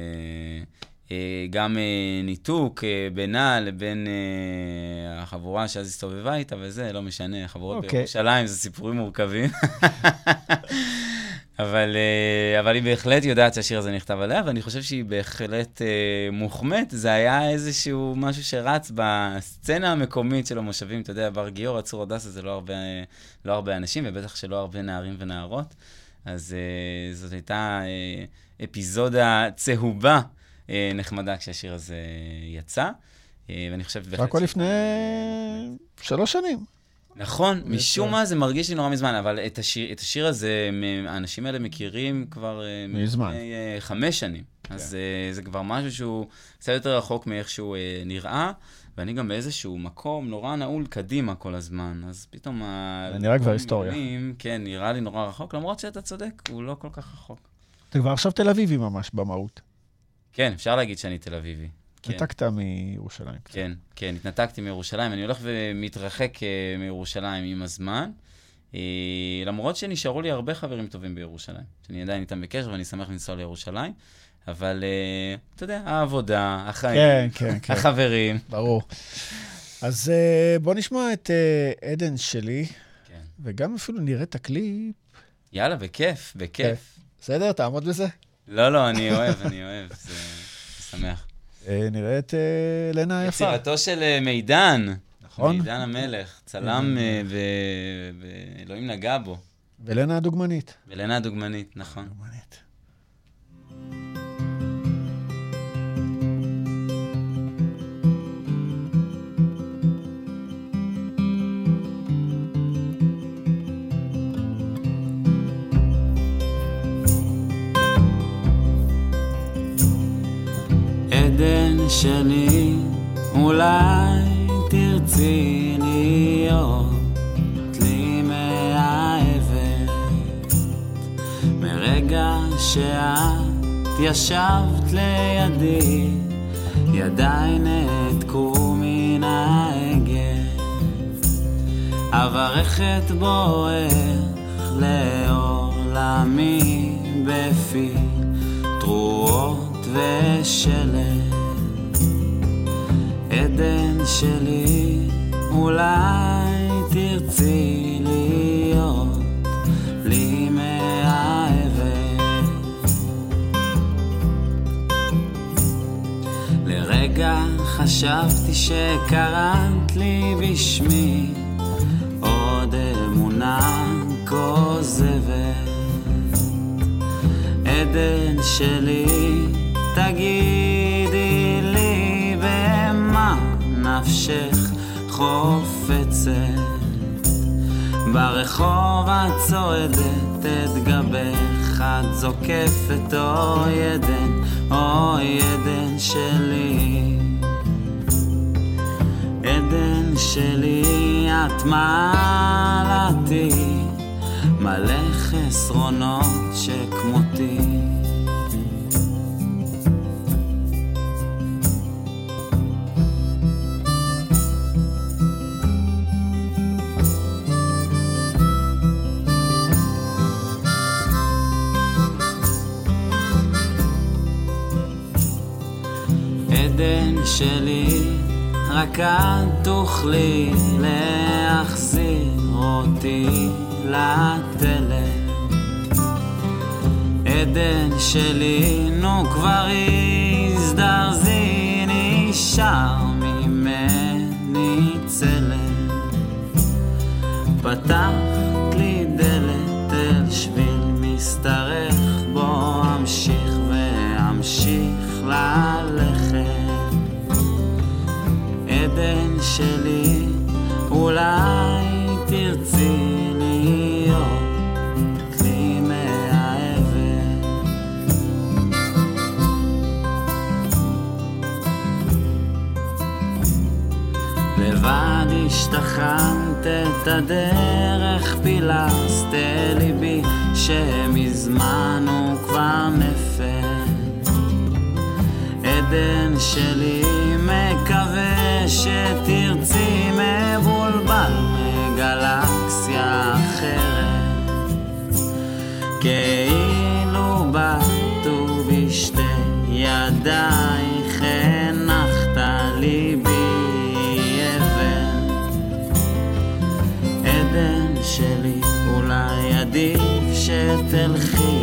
[SPEAKER 4] גם ניתוק בינה לבין החבורה שאז הסתובבה איתה, וזה לא משנה, חברות בירושלים, זה סיפורים מורכבים. אבל, אבל היא בהחלט יודעת שהשיר הזה נכתב עליה, ואני חושב שהיא בהחלט מוחמת. זה היה איזשהו משהו שרץ בסצנה המקומית של המושבים. אתה יודע, בר גיורא, צור הדסה, זה לא הרבה, לא הרבה אנשים, ובטח שלא הרבה נערים ונערות. אז זאת הייתה אפיזודה צהובה נחמדה כשהשיר הזה יצא. ואני חושבת...
[SPEAKER 3] רק לפני שלוש שנים.
[SPEAKER 4] נכון, משום מה זה מרגיש לי נורא מזמן, אבל את השיר, את השיר הזה, האנשים האלה מכירים כבר
[SPEAKER 3] מזמן.
[SPEAKER 4] חמש שנים. אז זה כבר משהו שהוא קצת יותר רחוק מאיך שהוא נראה, ואני גם באיזשהו מקום נורא נעול קדימה כל הזמן, אז פתאום...
[SPEAKER 3] זה נראה כבר היסטוריה.
[SPEAKER 4] כן, נראה לי נורא רחוק, למרות שאתה צודק, הוא לא כל כך רחוק.
[SPEAKER 3] אתה כבר עכשיו תל אביבי ממש במהות.
[SPEAKER 4] כן, אפשר להגיד שאני תל אביבי.
[SPEAKER 3] התנתקת מירושלים.
[SPEAKER 4] כן, כן, התנתקתי מירושלים. אני הולך ומתרחק מירושלים עם הזמן, למרות שנשארו לי הרבה חברים טובים בירושלים, שאני עדיין איתם בקשר ואני שמח לנסוע לירושלים, אבל אתה יודע, העבודה, החיים,
[SPEAKER 3] כן, כן, כן.
[SPEAKER 4] החברים.
[SPEAKER 3] ברור. אז בוא נשמע את עדן שלי, כן. וגם אפילו נראה את הקליפ.
[SPEAKER 4] יאללה, בכיף, בכיף.
[SPEAKER 3] בסדר, תעמוד בזה?
[SPEAKER 4] לא, לא, אני אוהב, אני אוהב, זה שמח.
[SPEAKER 3] נראה את לנה היפה.
[SPEAKER 4] יצירתו של מידן.
[SPEAKER 3] נכון.
[SPEAKER 4] מידן המלך, צלם ואלוהים נגע בו.
[SPEAKER 3] ולנה הדוגמנית.
[SPEAKER 4] ולנה הדוגמנית, נכון.
[SPEAKER 3] הדוגמנית.
[SPEAKER 5] עדן שלי, אולי תרצי להיות לי מאהבת מרגע שאת ישבת לידי, ידיי נתקו מן ההגה, אברכת בועך לעולמי בפי תרועות ושלט. עדן שלי, אולי תרצי להיות לי מאהבת. לרגע חשבתי שקראת לי בשמי, עוד אמונה כוזבת. עדן שלי, תגידי לי במה נפשך חופצת, ברחוב את צועדת את גבך, את זוקפת אוי עדן, אוי עדן שלי. עדן שלי, את מעלתי, מלא חסרונות שכמותי. עדן שלי, רק את תוכלי להחזיר אותי לתלם. עדן שלי, נו כבר הזדרזי, נשאר ממני צלם. פתחת לי דלת אל שביל מסתרך, בו אמשיך ואמשיך ללכת. עדן שלי, אולי תרצי להיות לי מאהבת. לבד השתחנת את הדרך, פילסת ליבי שמזמן הוא כבר נפל. עדן שלי, מקווה שתרצי מבולבל מגלקסיה אחרת, כאילו בטו בשתי ידייך הנחת ליבי אבן. עדן שלי, אולי עדיף שתלכי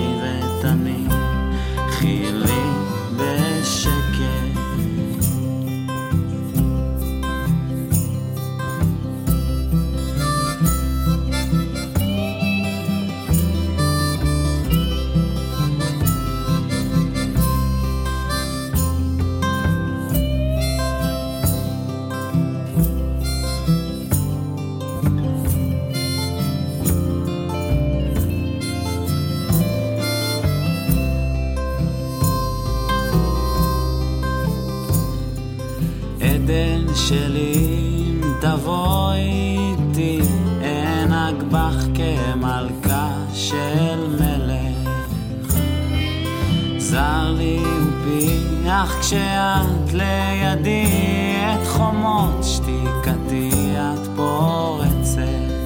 [SPEAKER 5] עדן שלי, תבוא איתי, אנהג בך כמלכה של מלך. זר לי ופיח כשאת לידי, את חומות שתיקתי את פורצת.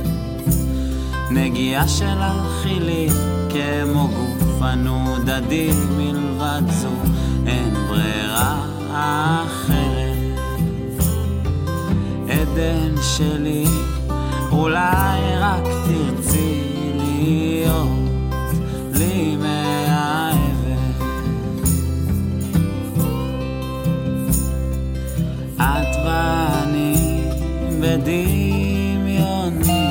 [SPEAKER 5] נגיעה שלך היא לי כמו גוף הנודדי, מלבד זו אין ברירה אחרת. עדן שלי, אולי רק תרצי להיות לי מאהבת. את ואני בדמיוני,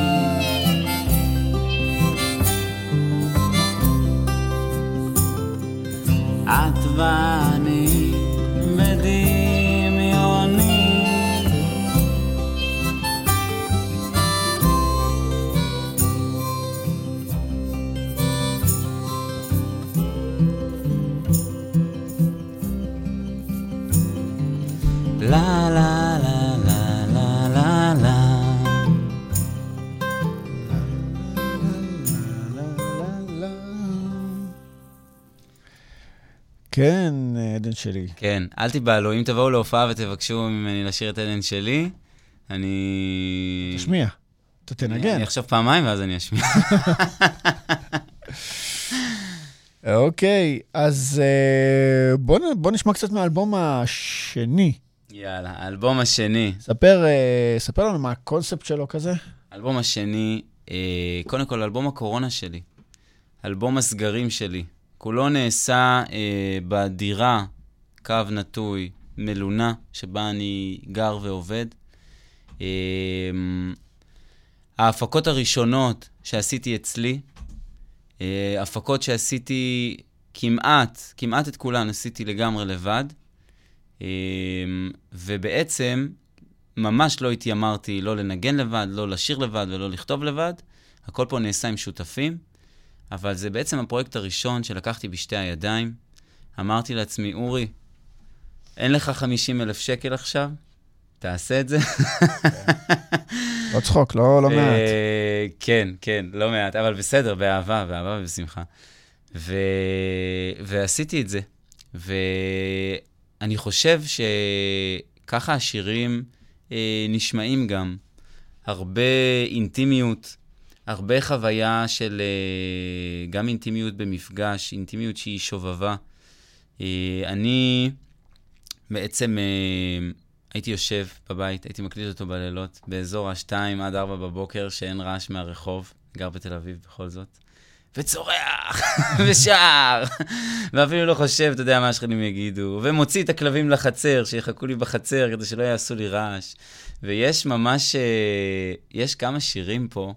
[SPEAKER 5] את ואני בדמיוני. לה לה לה לה לה לה לה.
[SPEAKER 3] כן, עדן שלי.
[SPEAKER 4] כן, אל תיבהלו, אם תבואו להופעה ותבקשו ממני לשיר את עדן שלי, אני...
[SPEAKER 3] תשמיע, אתה תנגן.
[SPEAKER 4] אני עכשיו פעמיים ואז אני אשמיע.
[SPEAKER 3] אוקיי, אז בוא, בוא נשמע קצת מהאלבום השני.
[SPEAKER 4] יאללה, האלבום השני.
[SPEAKER 3] ספר, ספר לנו מה הקונספט שלו כזה.
[SPEAKER 4] האלבום השני, קודם כל, אלבום הקורונה שלי. אלבום הסגרים שלי. כולו נעשה אה, בדירה, קו נטוי, מלונה, שבה אני גר ועובד. אה, ההפקות הראשונות שעשיתי אצלי, אה, הפקות שעשיתי כמעט, כמעט את כולן עשיתי לגמרי לבד, אה, ובעצם ממש לא התיימרתי לא לנגן לבד, לא לשיר לבד ולא לכתוב לבד. הכל פה נעשה עם שותפים. אבל זה בעצם הפרויקט הראשון שלקחתי בשתי הידיים. אמרתי לעצמי, אורי, אין לך חמישים אלף שקל עכשיו? תעשה את זה.
[SPEAKER 3] לא צחוק, לא, לא מעט.
[SPEAKER 4] כן, כן, לא מעט, אבל בסדר, באהבה, באהבה ובשמחה. ו... ועשיתי את זה. ואני חושב שככה השירים אה, נשמעים גם. הרבה אינטימיות, הרבה חוויה של uh, גם אינטימיות במפגש, אינטימיות שהיא שובבה. Uh, אני בעצם uh, הייתי יושב בבית, הייתי מקליט אותו בלילות, באזור השתיים עד ארבע בבוקר, שאין רעש מהרחוב, גר בתל אביב בכל זאת, וצורח, ושר, ואפילו לא חושב, אתה יודע מה השכנים יגידו, ומוציא את הכלבים לחצר, שיחכו לי בחצר, כדי שלא יעשו לי רעש. ויש ממש, uh, יש כמה שירים פה,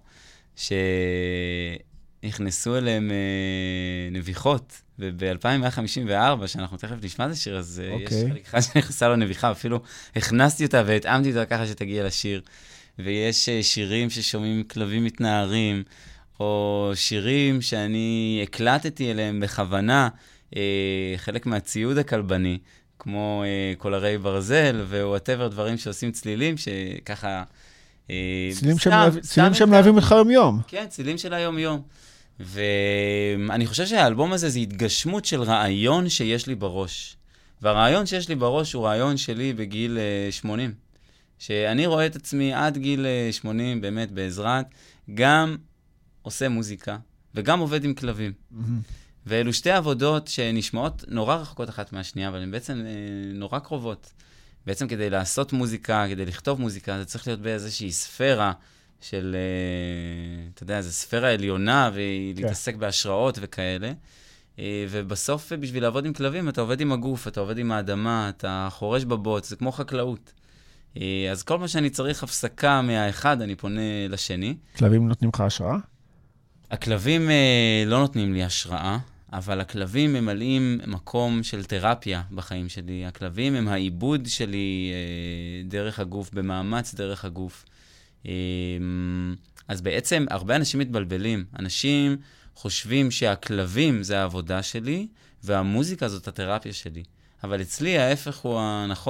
[SPEAKER 4] שנכנסו אליהם אה, נביחות, וב-אלפיים מאה חמישים וארבע, שאנחנו תכף נשמע את השיר, אז okay. יש חליקה שנכנסה לו נביחה, אפילו הכנסתי אותה והתאמתי אותה ככה שתגיע לשיר. ויש אה, שירים ששומעים כלבים מתנערים, או שירים שאני הקלטתי אליהם בכוונה, אה, חלק מהציוד הכלבני, כמו אה, קולרי ברזל, ווואטאבר דברים שעושים צלילים, שככה...
[SPEAKER 3] צילים שהם להבים אותך יום-יום.
[SPEAKER 4] כן, צילים של היום-יום. ואני חושב שהאלבום הזה זה התגשמות של רעיון שיש לי בראש. והרעיון שיש לי בראש הוא רעיון שלי בגיל שמונים. שאני רואה את עצמי עד גיל שמונים, באמת בעזרת, גם עושה מוזיקה וגם עובד עם כלבים. ואלו שתי עבודות שנשמעות נורא רחוקות אחת מהשנייה, אבל הן בעצם נורא קרובות. בעצם כדי לעשות מוזיקה, כדי לכתוב מוזיקה, זה צריך להיות באיזושהי ספירה של, אתה יודע, זו ספירה עליונה, ולהתעסק בהשראות וכאלה. ובסוף, בשביל לעבוד עם כלבים, אתה עובד עם הגוף, אתה עובד עם האדמה, אתה חורש בבוץ, זה כמו חקלאות. אז כל מה שאני צריך הפסקה מהאחד, אני פונה לשני.
[SPEAKER 3] כלבים נותנים לך השראה?
[SPEAKER 4] הכלבים לא נותנים לי השראה. אבל הכלבים ממלאים מקום של תרפיה בחיים שלי. הכלבים הם העיבוד שלי אה, דרך הגוף, במאמץ דרך הגוף. אה, אז בעצם הרבה אנשים מתבלבלים. אנשים חושבים שהכלבים זה העבודה שלי, והמוזיקה זאת התרפיה שלי. אבל אצלי ההפך הוא הנכון.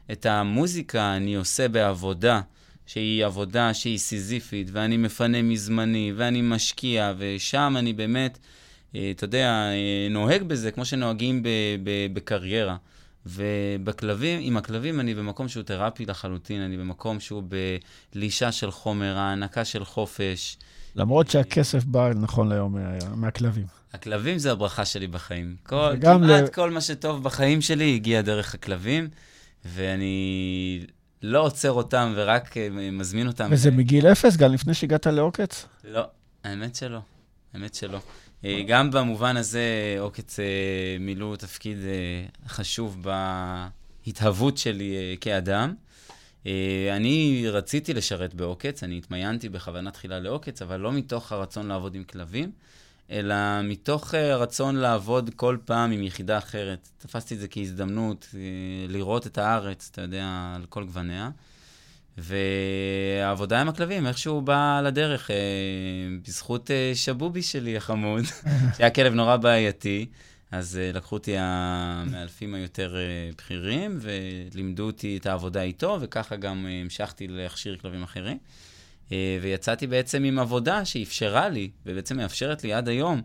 [SPEAKER 4] את המוזיקה אני עושה בעבודה, שהיא עבודה שהיא סיזיפית, ואני מפנה מזמני, ואני משקיע, ושם אני באמת, אתה יודע, נוהג בזה, כמו שנוהגים בקריירה. ובכלבים, עם הכלבים אני במקום שהוא תרפי לחלוטין, אני במקום שהוא בלישה של חומר, הענקה של חופש.
[SPEAKER 3] למרות שהכסף בא נכון ליום מהכלבים.
[SPEAKER 4] הכלבים זה הברכה שלי בחיים. כל, כמעט ל... כל מה שטוב בחיים שלי הגיע דרך הכלבים, ואני לא עוצר אותם ורק מזמין אותם.
[SPEAKER 3] וזה ו... מגיל אפס, גם לפני שהגעת לעוקץ?
[SPEAKER 4] לא, האמת שלא. האמת שלא. גם במובן הזה, עוקץ מילאו תפקיד חשוב בהתהוות שלי כאדם. אני רציתי לשרת בעוקץ, אני התמיינתי בכוונה תחילה לעוקץ, אבל לא מתוך הרצון לעבוד עם כלבים, אלא מתוך הרצון לעבוד כל פעם עם יחידה אחרת. תפסתי את זה כהזדמנות, לראות את הארץ, אתה יודע, על כל גווניה. והעבודה עם הכלבים, איכשהו בא לדרך, בזכות שבובי שלי החמוד, שהיה כלב נורא בעייתי, אז לקחו אותי המאלפים היותר בכירים, ולימדו אותי את העבודה איתו, וככה גם המשכתי להכשיר כלבים אחרים. ויצאתי בעצם עם עבודה שאפשרה לי, ובעצם מאפשרת לי עד היום,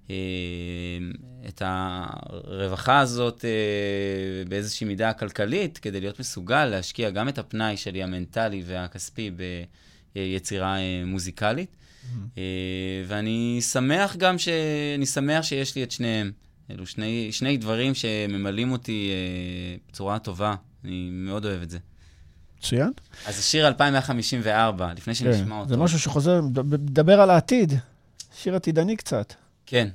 [SPEAKER 4] את הרווחה הזאת באיזושהי מידה הכלכלית, כדי להיות מסוגל להשקיע גם את הפנאי שלי המנטלי והכספי ביצירה מוזיקלית. Mm-hmm. ואני שמח גם ש... אני שמח שיש לי את שניהם. אלו שני, שני דברים שממלאים אותי בצורה טובה. אני מאוד אוהב את זה.
[SPEAKER 3] מצוין.
[SPEAKER 4] אז השיר אלפיים מאה חמישים וארבע, לפני שנשמע אותו.
[SPEAKER 3] זה משהו שחוזר, מדבר על העתיד. שיר עתידני קצת.
[SPEAKER 4] כן.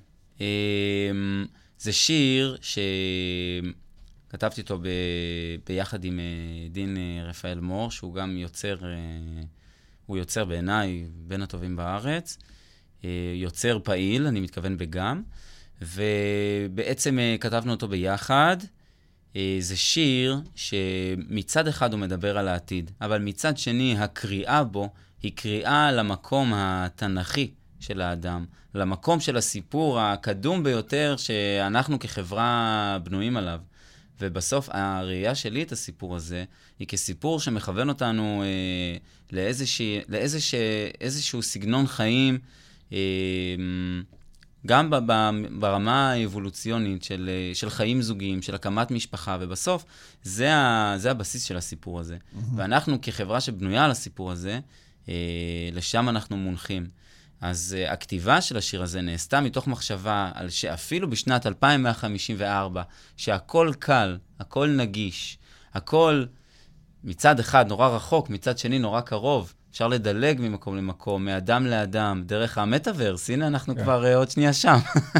[SPEAKER 4] זה שיר שכתבתי אותו ב... ביחד עם דין רפאל מור, שהוא גם יוצר, הוא יוצר בעיניי בין הטובים בארץ, יוצר פעיל, אני מתכוון בגם, ובעצם כתבנו אותו ביחד. זה שיר שמצד אחד הוא מדבר על העתיד, אבל מצד שני הקריאה בו היא קריאה למקום התנ"כי של האדם, למקום של הסיפור הקדום ביותר שאנחנו כחברה בנויים עליו. ובסוף הראייה שלי את הסיפור הזה היא כסיפור שמכוון אותנו אה, לאיזשה, לאיזשה, איזשהו סגנון חיים, אה, גם ב, ב, ברמה האבולוציונית של, של חיים זוגיים, של הקמת משפחה, ובסוף זה, ה, זה הבסיס של הסיפור הזה. Mm-hmm. ואנחנו כחברה שבנויה על הסיפור הזה, אה, לשם אנחנו מונחים. אז uh, הכתיבה של השיר הזה נעשתה מתוך מחשבה על שאפילו בשנת אלפיים מאה חמישים וארבע, שהכל קל, הכל נגיש, הכל מצד אחד נורא רחוק, מצד שני נורא קרוב, אפשר לדלג ממקום למקום, מאדם לאדם, דרך המטאברס, הנה אנחנו yeah. כבר uh, עוד שנייה שם.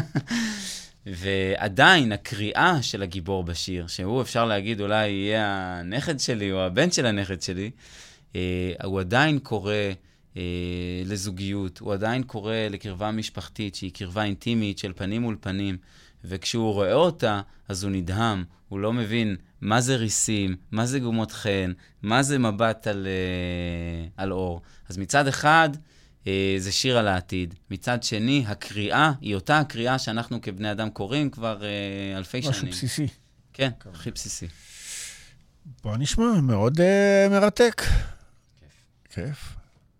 [SPEAKER 4] ועדיין הקריאה של הגיבור בשיר, שהוא אפשר להגיד אולי יהיה הנכד שלי או הבן של הנכד שלי, uh, הוא עדיין קורא לזוגיות, הוא עדיין קורא לקרבה משפחתית, שהיא קרבה אינטימית של פנים מול פנים, וכשהוא רואה אותה, אז הוא נדהם, הוא לא מבין מה זה ריסים, מה זה גומות חן, מה זה מבט על, על אור. אז מצד אחד, זה שיר על העתיד. מצד שני, הקריאה היא אותה הקריאה שאנחנו כבני אדם קוראים כבר אלפי שנים.
[SPEAKER 3] משהו בסיסי.
[SPEAKER 4] כן, הכי בסיסי.
[SPEAKER 3] בוא נשמע, מאוד uh, מרתק. כיף. כיף.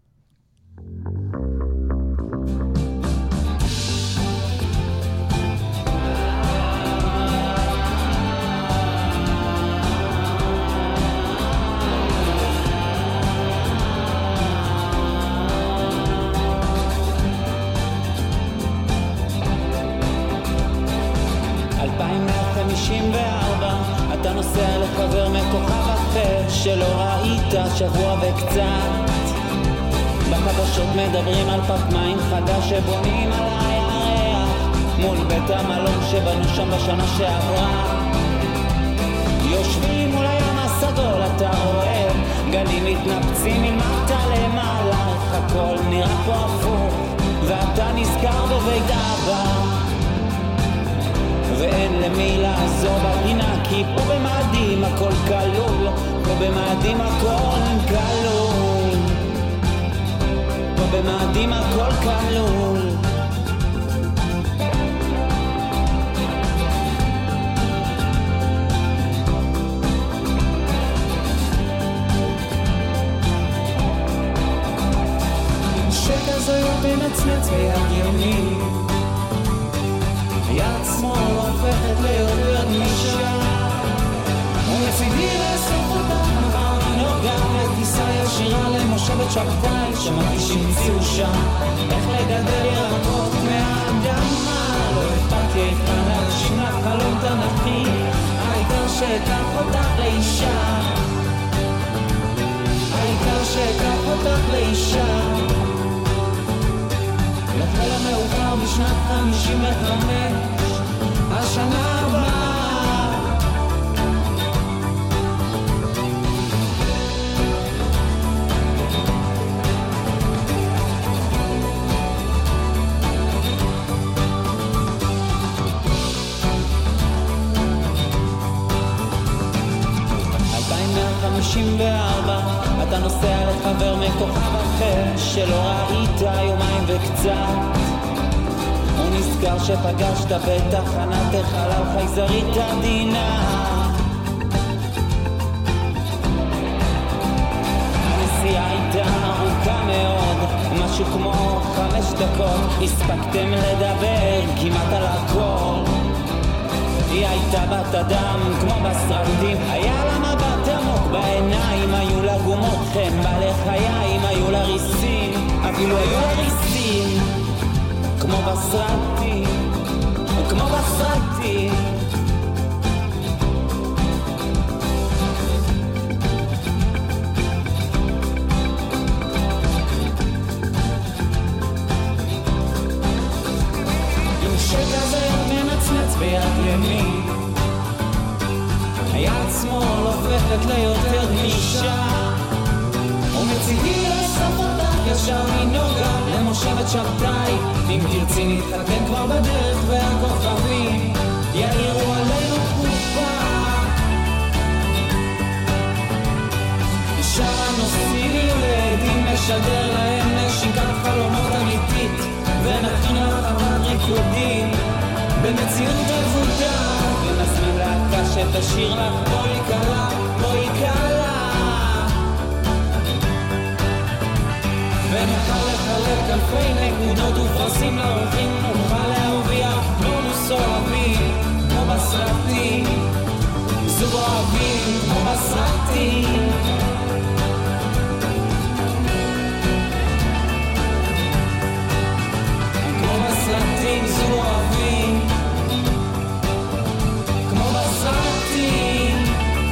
[SPEAKER 5] אלפיים מאה חמישים וארבע, אתה נוסע לחבר מכוכב אחר שלא ראית שבוע וקצת. בחדשות מדברים על פארק מים חדש שבונים על הירח מול בית המלון שבנו שם בשנה שעברה. יושבים מול הים הסגול, אתה רואה גלים מתנפצים ממטה למעלה, איך הכל נראה פה הפוך ואתה נזכר בבית אבא, ואין למי לעזור בפינה כי פה במאדים הכל כלול, פה במאדים הכל כלול, פה במאדים הכל כלול. מנצנץ ביד ימין, יד שמאל הופכת ליותר גמישה, ומצידי לאסוף אותך מחר מנוגה לטיסה ישירה למושבת שבתאי שמרגישים ציושה, איך לגדל ירקות מהאדמה, לא אכפת לי איך כאן להגשים לך חלום תנכי, העיקר שתקח אותך לאישה, העיקר שתקח אותך לאישה. לכל המאוחר בשנת חמישים וחמש, השנה הבאה. חמישים וארבע, אתה נוסע לחבר מכוכב אחר שלא ראית יומיים וקצת, הוא נזכר שפגשת בתחנת החלל חייזרית עדינה, הנסיעה הייתה ארוכה מאוד, משהו כמו חמש דקות, הספקתם לדבר כמעט על הכל, היא הייתה בת אדם כמו בסרטים, היה לה מבט עמוק בעיניים, היו לה גומות חן בלחיים, היו לה ריסים, אפילו היו לה ריסים כמו בסרטים, כמו בסרטים. עם שכזה מנצנץ ביד ימין, היד שמאל הופכת ליותר גמישה, ומצידי לאסוף אותך ישר מנוגה למושבת שבתאי, אם תרצי נתחתן כבר בדרך והכוכבים יאירו עלינו תקופה, שם הנוסעים ילדים משדר להם נשיקת חלומות אמיתית, ונכין לך חוות ריקודים במציאות עבודה, ונזמין להקה שתשאיר לך בואי קלה, בואי קלה, ונוכל לחלק אלפי נקודות ופרסים לאורחים, ונוכל להרוויח בונוס אוהבים כמו בסרטים, זוג אוהבים כמו בסרטים, כמו בסרטים, זוג אוהבים כמו בסרטים.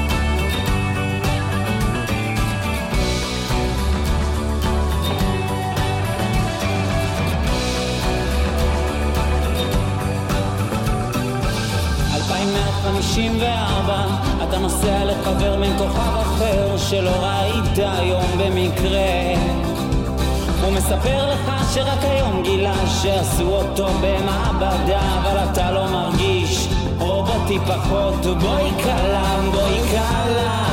[SPEAKER 5] אלפיים מאה חמישים וארבע, אתה נוסע לחבר מן כוכב אחר שלא ראית היום במקרה, הוא מספר לך שרק היום גילה שעשו אותו במעבדה, אבל אתה לא מרגיש רובוטי פחות, בואי קלה, בואי קלה,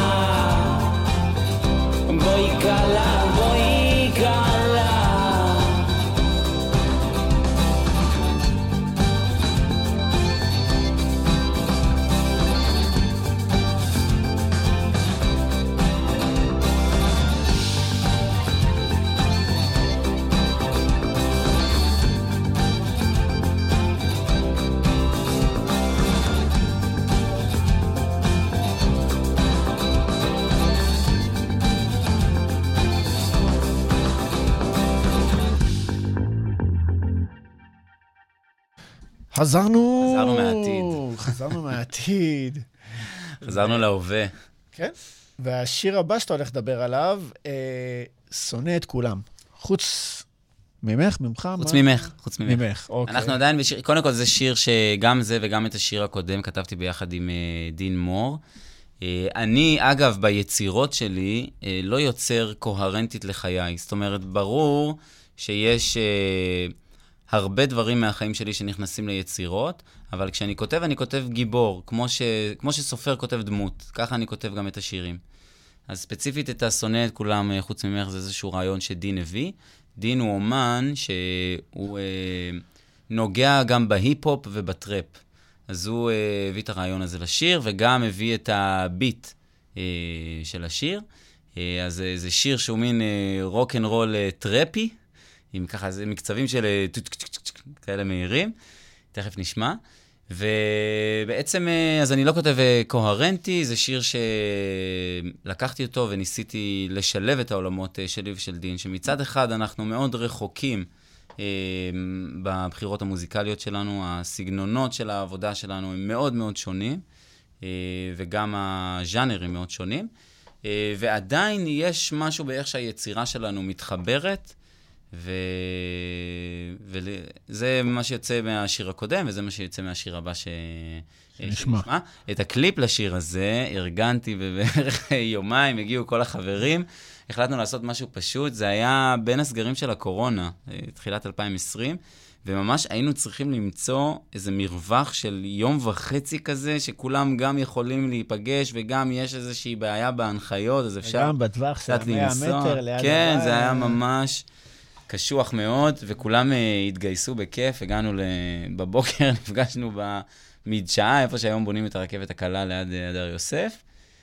[SPEAKER 5] בואי קלה, בואי קלה.
[SPEAKER 3] חזרנו.
[SPEAKER 4] חזרנו מהעתיד.
[SPEAKER 3] חזרנו מהעתיד.
[SPEAKER 4] חזרנו להווה.
[SPEAKER 3] כן. והשיר הבא שאתה הולך לדבר עליו, אה, שונא את כולם. חוץ ממך, ממך?
[SPEAKER 4] חוץ
[SPEAKER 3] מה?
[SPEAKER 4] ממך, חוץ ממך.
[SPEAKER 3] ממך, אוקיי.
[SPEAKER 4] אנחנו עדיין בשיר, קודם כל זה שיר שגם זה וגם את השיר הקודם כתבתי ביחד עם uh, דין מור. Uh, אני, אגב, ביצירות שלי, uh, לא יוצר קוהרנטית לחיי. זאת אומרת, ברור שיש uh, הרבה דברים מהחיים שלי שנכנסים ליצירות, אבל כשאני כותב, אני כותב גיבור, כמו, ש, כמו שסופר כותב דמות. ככה אני כותב גם את השירים. אז ספציפית את השונא את כולם, uh, חוץ ממך, זה איזשהו רעיון שדין הביא. דין הוא אומן שהוא אה, נוגע גם בהיפ-הופ ובטראפ. אז הוא אה, הביא את הרעיון הזה לשיר, וגם הביא את הביט אה, של השיר. אה, אז אה, זה שיר שהוא מין אה, רוק אנד רול אה, טראפי, עם ככה, זה מקצבים של כאלה מהירים, תכף נשמע. ובעצם, אז אני לא כותב קוהרנטי, זה שיר שלקחתי אותו וניסיתי לשלב את העולמות שלי ושל דין, שמצד אחד אנחנו מאוד רחוקים בבחירות המוזיקליות שלנו, הסגנונות של העבודה שלנו הם מאוד מאוד שונים, וגם הז'אנרים מאוד שונים, ועדיין יש משהו באיך שהיצירה שלנו מתחברת, ו... וזה מה שיוצא מהשיר הקודם, וזה מה שיוצא מהשיר הבא ש... שנשמע. את הקליפ לשיר הזה ארגנתי בבערך יומיים, הגיעו כל החברים, החלטנו לעשות משהו פשוט, זה היה בין הסגרים של הקורונה, תחילת אלפיים עשרים, וממש היינו צריכים למצוא איזה מרווח של יום וחצי כזה, שכולם גם יכולים להיפגש, וגם יש איזושהי בעיה בהנחיות, אז אפשר...
[SPEAKER 3] וגם בטווח של מאה מטר ליד...
[SPEAKER 4] כן, זה היה ממש קשוח מאוד, וכולם התגייסו בכיף, הגענו בבוקר, נפגשנו במדשעה, איפה שהיום בונים את הרכבת הקלה ליד הדר יוסף.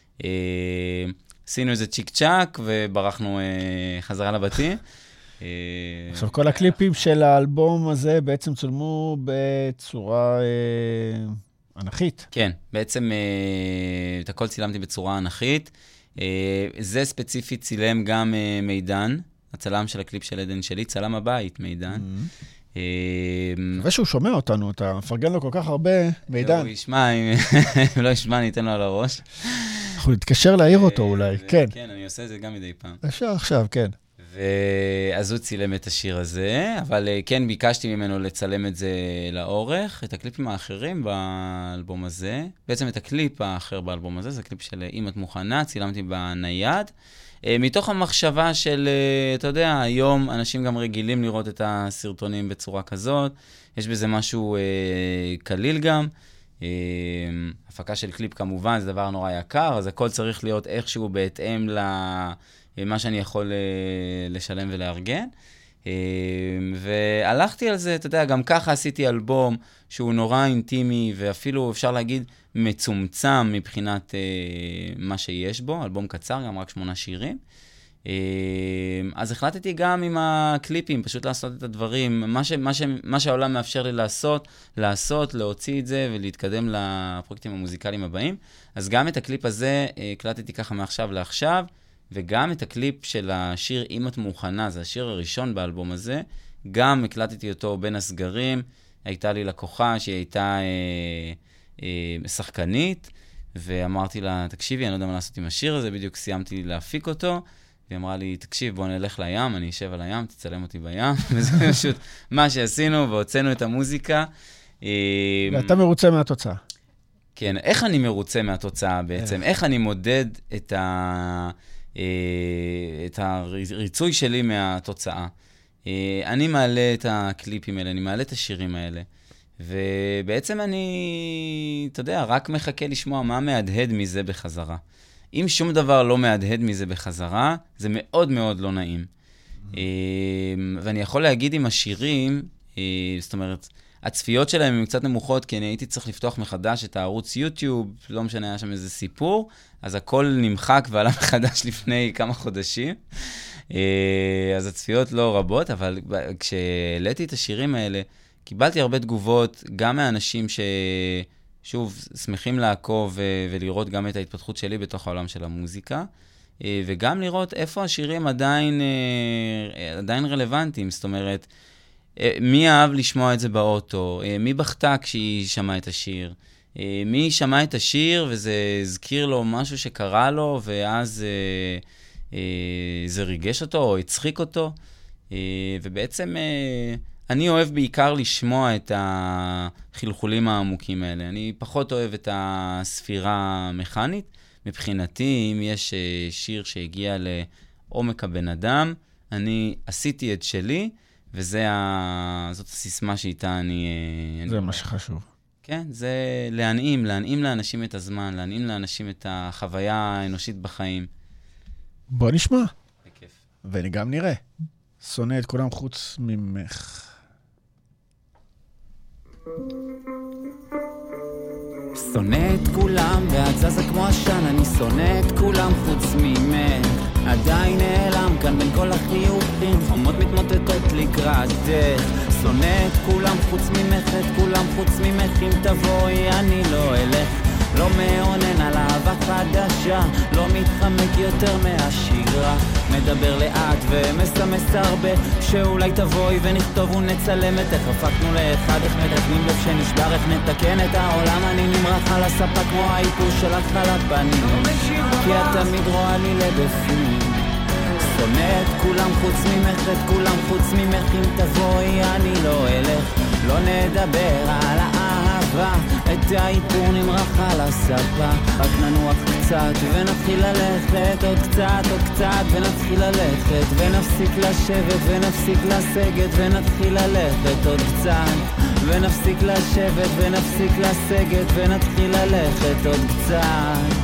[SPEAKER 4] עשינו איזה צ'יק צ'אק, וברחנו חזרה לבתים.
[SPEAKER 3] עכשיו, כל הקליפים של האלבום הזה בעצם צולמו בצורה אנכית.
[SPEAKER 4] כן, בעצם את הכל צילמתי בצורה אנכית. זה ספציפית צילם גם מידן, הצלם של הקליפ של עדן שלי, צלם הבית, מידן.
[SPEAKER 3] מקווה שהוא שומע אותנו, אתה מפרגן לו כל כך הרבה, מידן.
[SPEAKER 4] הוא ישמע, אם לא ישמע, אני אתן לו על הראש.
[SPEAKER 3] אנחנו נתקשר להעיר אותו אולי, כן.
[SPEAKER 4] כן, אני עושה את זה גם מדי פעם.
[SPEAKER 3] אפשר עכשיו, כן.
[SPEAKER 4] ואז הוא צילם את השיר הזה, אבל כן ביקשתי ממנו לצלם את זה לאורך, את הקליפים האחרים באלבום הזה. בעצם את הקליפ האחר באלבום הזה, זה קליפ של אם את מוכנה, צילמתי בנייד. מתוך המחשבה של, אתה יודע, היום אנשים גם רגילים לראות את הסרטונים בצורה כזאת, יש בזה משהו קליל גם. הפקה של קליפ כמובן זה דבר נורא יקר, אז הכל צריך להיות איכשהו בהתאם ל... מה שאני יכול לשלם ולארגן. והלכתי על זה, אתה יודע, גם ככה עשיתי אלבום שהוא נורא אינטימי, ואפילו אפשר להגיד מצומצם מבחינת מה שיש בו, אלבום קצר, גם רק שמונה שירים. אז החלטתי גם עם הקליפים, פשוט לעשות את הדברים, מה, ש, מה, ש, מה שהעולם מאפשר לי לעשות, לעשות, להוציא את זה ולהתקדם לפרויקטים המוזיקליים הבאים. אז גם את הקליפ הזה הקלטתי ככה מעכשיו לעכשיו, וגם את הקליפ של השיר אם את מוכנה, זה השיר הראשון באלבום הזה, גם הקלטתי אותו בין הסגרים, הייתה לי לקוחה שהיא הייתה אה, אה, שחקנית, ואמרתי לה, תקשיבי, אני לא יודע מה לעשות עם השיר הזה, בדיוק סיימתי להפיק אותו, והיא אמרה לי, תקשיב, בוא נלך לים, אני אשב על הים, תצלם אותי בים, וזה פשוט מה שעשינו, והוצאנו את המוזיקה.
[SPEAKER 3] ואתה מרוצה מהתוצאה.
[SPEAKER 4] כן, איך אני מרוצה מהתוצאה בעצם? איך אני מודד את ה... את הריצוי שלי מהתוצאה. אני מעלה את הקליפים האלה, אני מעלה את השירים האלה, ובעצם אני, אתה יודע, רק מחכה לשמוע מה מהדהד מזה בחזרה. אם שום דבר לא מהדהד מזה בחזרה, זה מאוד מאוד לא נעים. ואני יכול להגיד עם השירים, זאת אומרת, הצפיות שלהם הן קצת נמוכות, כי אני הייתי צריך לפתוח מחדש את הערוץ יוטיוב, לא משנה, היה שם איזה סיפור, אז הכל נמחק ועלה מחדש לפני כמה חודשים. אז הצפיות לא רבות, אבל כשהעליתי את השירים האלה, קיבלתי הרבה תגובות, גם מהאנשים ששוב, שמחים לעקוב ולראות גם את ההתפתחות שלי בתוך העולם של המוזיקה, וגם לראות איפה השירים עדיין, עדיין רלוונטיים, זאת אומרת, מי אהב לשמוע את זה באוטו? מי בכתה כשהיא שמעה את השיר? מי שמע את השיר וזה הזכיר לו משהו שקרה לו, ואז זה ריגש אותו או הצחיק אותו? ובעצם אני אוהב בעיקר לשמוע את החלחולים העמוקים האלה. אני פחות אוהב את הספירה המכנית. מבחינתי, אם יש שיר שהגיע לעומק הבן אדם, אני עשיתי את שלי, וזאת הסיסמה שאיתה אני...
[SPEAKER 3] זה מה שחשוב.
[SPEAKER 4] כן, זה להנעים, להנעים לאנשים את הזמן, להנעים לאנשים את החוויה האנושית בחיים.
[SPEAKER 3] בוא נשמע.
[SPEAKER 4] בכיף.
[SPEAKER 3] וגם נראה. שונא את כולם חוץ ממך.
[SPEAKER 5] שונא את כולם ואת זזה כמו עשן, אני שונא את כולם חוץ ממך. עדיין נעלם כאן בין כל החיוכים, חומות מתמוטטות לי נקרא דרך. שונא את כולם חוץ ממך, את כולם חוץ ממך, אם תבואי אני לא אלך. לא מעונן על אהבה חדשה, לא מתחמק יותר מהשגרה. מדבר לאט ומסמס הרבה, שאולי תבואי ונכתוב ונצלם את איך הפקנו לאחד, איך מתקנים לב שנשבר, איך נתקן את העולם. אני נמרח על הספה כמו האיפוש של התחלת בנים, כי את תמיד רואה לי לבפנים. שונא את כולם חוץ ממך, את כולם חוץ ממך, אם תבואי אני לא אלך. לא נדבר על האהבה, את האיפור נמרח על הספה. רק ננוח קצת ונתחיל ללכת, עוד קצת, עוד קצת ונתחיל ללכת, ונפסיק לשבת ונפסיק לסגת, ונתחיל ללכת עוד קצת, ונפסיק לשבת ונפסיק לסגת, ונתחיל ללכת עוד קצת.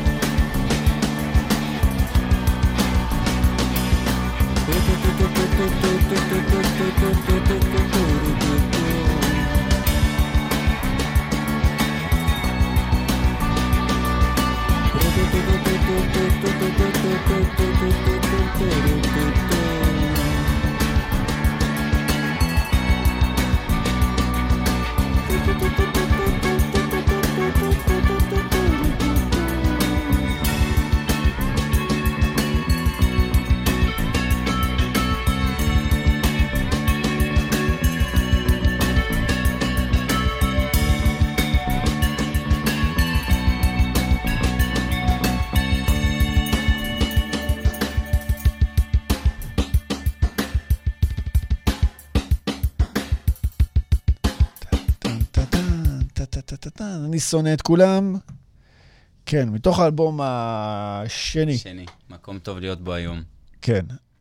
[SPEAKER 3] אני שונא את כולם. כן, מתוך האלבום השני.
[SPEAKER 4] שני, מקום טוב להיות בו היום.
[SPEAKER 3] כן.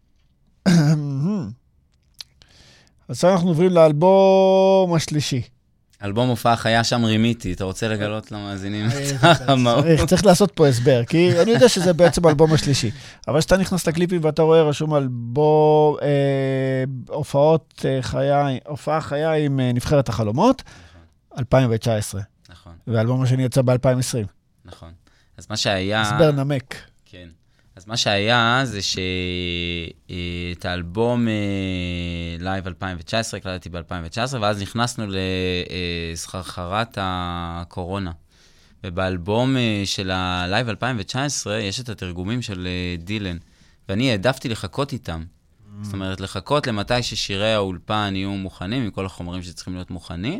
[SPEAKER 3] אז אנחנו עוברים לאלבום השלישי.
[SPEAKER 4] אלבום הופעה חיה שם רימיתי, אתה רוצה לגלות למאזינים?
[SPEAKER 3] צריך לעשות פה הסבר, כי אני יודע שזה בעצם האלבום השלישי. אבל כשאתה נכנס לקליפים ואתה רואה רשום אלבום הופעות חיה, הופעה חיה עם נבחרת החלומות, אלפיים תשע עשרה.
[SPEAKER 4] נכון.
[SPEAKER 3] והאלבום השני יצא ב-אלפיים עשרים.
[SPEAKER 4] נכון. אז מה שהיה...
[SPEAKER 3] הסבר נמק.
[SPEAKER 4] כן. אז מה שהיה זה שאת האלבום לייב אלפיים תשע עשרה, הקלטתי ב-אלפיים תשע עשרה, ואז נכנסנו לסחרחרת הקורונה. ובאלבום של הלייב אלפיים תשע עשרה יש את התרגומים של דילן, ואני העדפתי לחכות איתם. זאת אומרת, לחכות למתי ששירי האולפן יהיו מוכנים, עם כל החומרים שצריכים להיות מוכנים,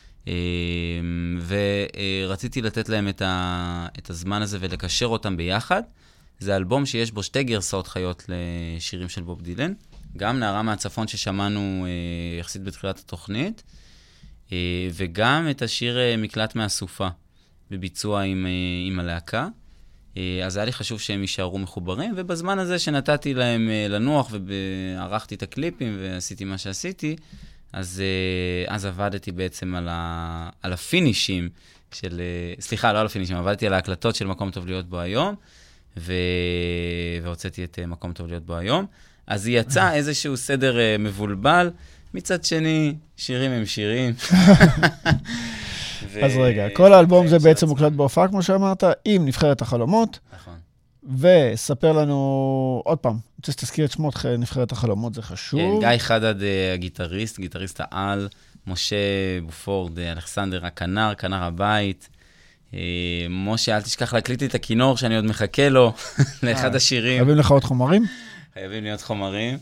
[SPEAKER 4] ורציתי לתת להם את הזמן הזה ולקשר אותם ביחד. זה אלבום שיש בו שתי גרסאות חיות לשירים של בוב דילן, גם נערה מהצפון ששמענו יחסית בתחילת התוכנית, וגם את השיר מקלט מהסופה, בביצוע עם, עם הלהקה. אז היה לי חשוב שהם יישארו מחוברים, ובזמן הזה שנתתי להם לנוח, וערכתי את הקליפים ועשיתי מה שעשיתי, אז, אז עבדתי בעצם על, ה, על הפינישים של, סליחה, לא על הפינישים, עבדתי על ההקלטות של מקום טוב להיות בו היום, ו... והוצאתי את מקום טוב להיות בו היום. אז יצא איזשהו סדר מבולבל, מצד שני, שירים הם שירים.
[SPEAKER 3] ו... אז רגע, כל האלבום זה בעצם מוקלט בהופעה, כמו שאמרת, עם נבחרת החלומות.
[SPEAKER 4] נכון.
[SPEAKER 3] וספר לנו עוד פעם, רוצה שתזכיר את שמות נבחרת החלומות, זה חשוב.
[SPEAKER 4] כן, גיא חדד הגיטריסט, גיטריסט העל, משה בופורד, אלכסנדר הכנר, כנר הבית, משה, אל תשכח להקליט לי את הכינור שאני עוד מחכה לו, לאחד השירים.
[SPEAKER 3] חייבים לך עוד חומרים?
[SPEAKER 4] חייבים להיות חומרים.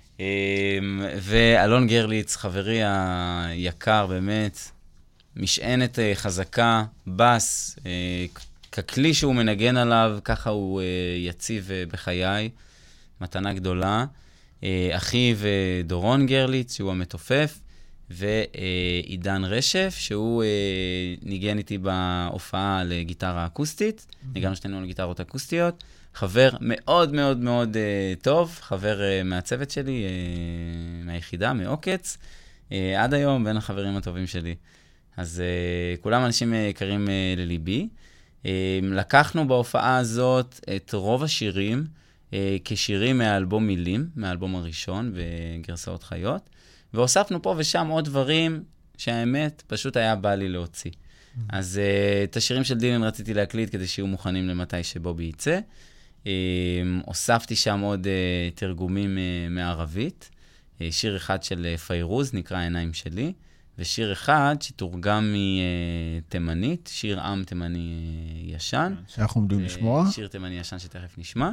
[SPEAKER 4] ואלון גרליץ, חברי היקר באמת, משענת חזקה, בס, ככלי שהוא מנגן עליו, ככה הוא יציב בחיי, מתנה גדולה. אחיו דורון גרליץ, שהוא המתופף, ועידן רשף, שהוא ניגן איתי בהופעה לגיטרה אקוסטית, ניגענו שנינו לגיטרות אקוסטיות, חבר מאוד מאוד מאוד טוב, חבר מהצוות שלי, מהיחידה, מעוקץ, עד היום בין החברים הטובים שלי. אז כולם אנשים יקרים לליבי. לקחנו בהופעה הזאת את רוב השירים, כשירים מהאלבום מילים, מהאלבום הראשון בגרסאות חיות, והוספנו פה ושם עוד דברים שהאמת פשוט היה בא לי להוציא. Mm-hmm. אז uh, את השירים של דילן רציתי להקליט כדי שיהיו מוכנים למתי שבובי יצא. Uh, הוספתי שם עוד uh, תרגומים uh, מערבית, uh, שיר אחד של פיירוז, נקרא העיניים שלי, ושיר אחד שתורגם מתימנית, שיר עם תימני ישן.
[SPEAKER 3] שאנחנו עומדים לשמוע.
[SPEAKER 4] שיר תימני ישן שתכף נשמע.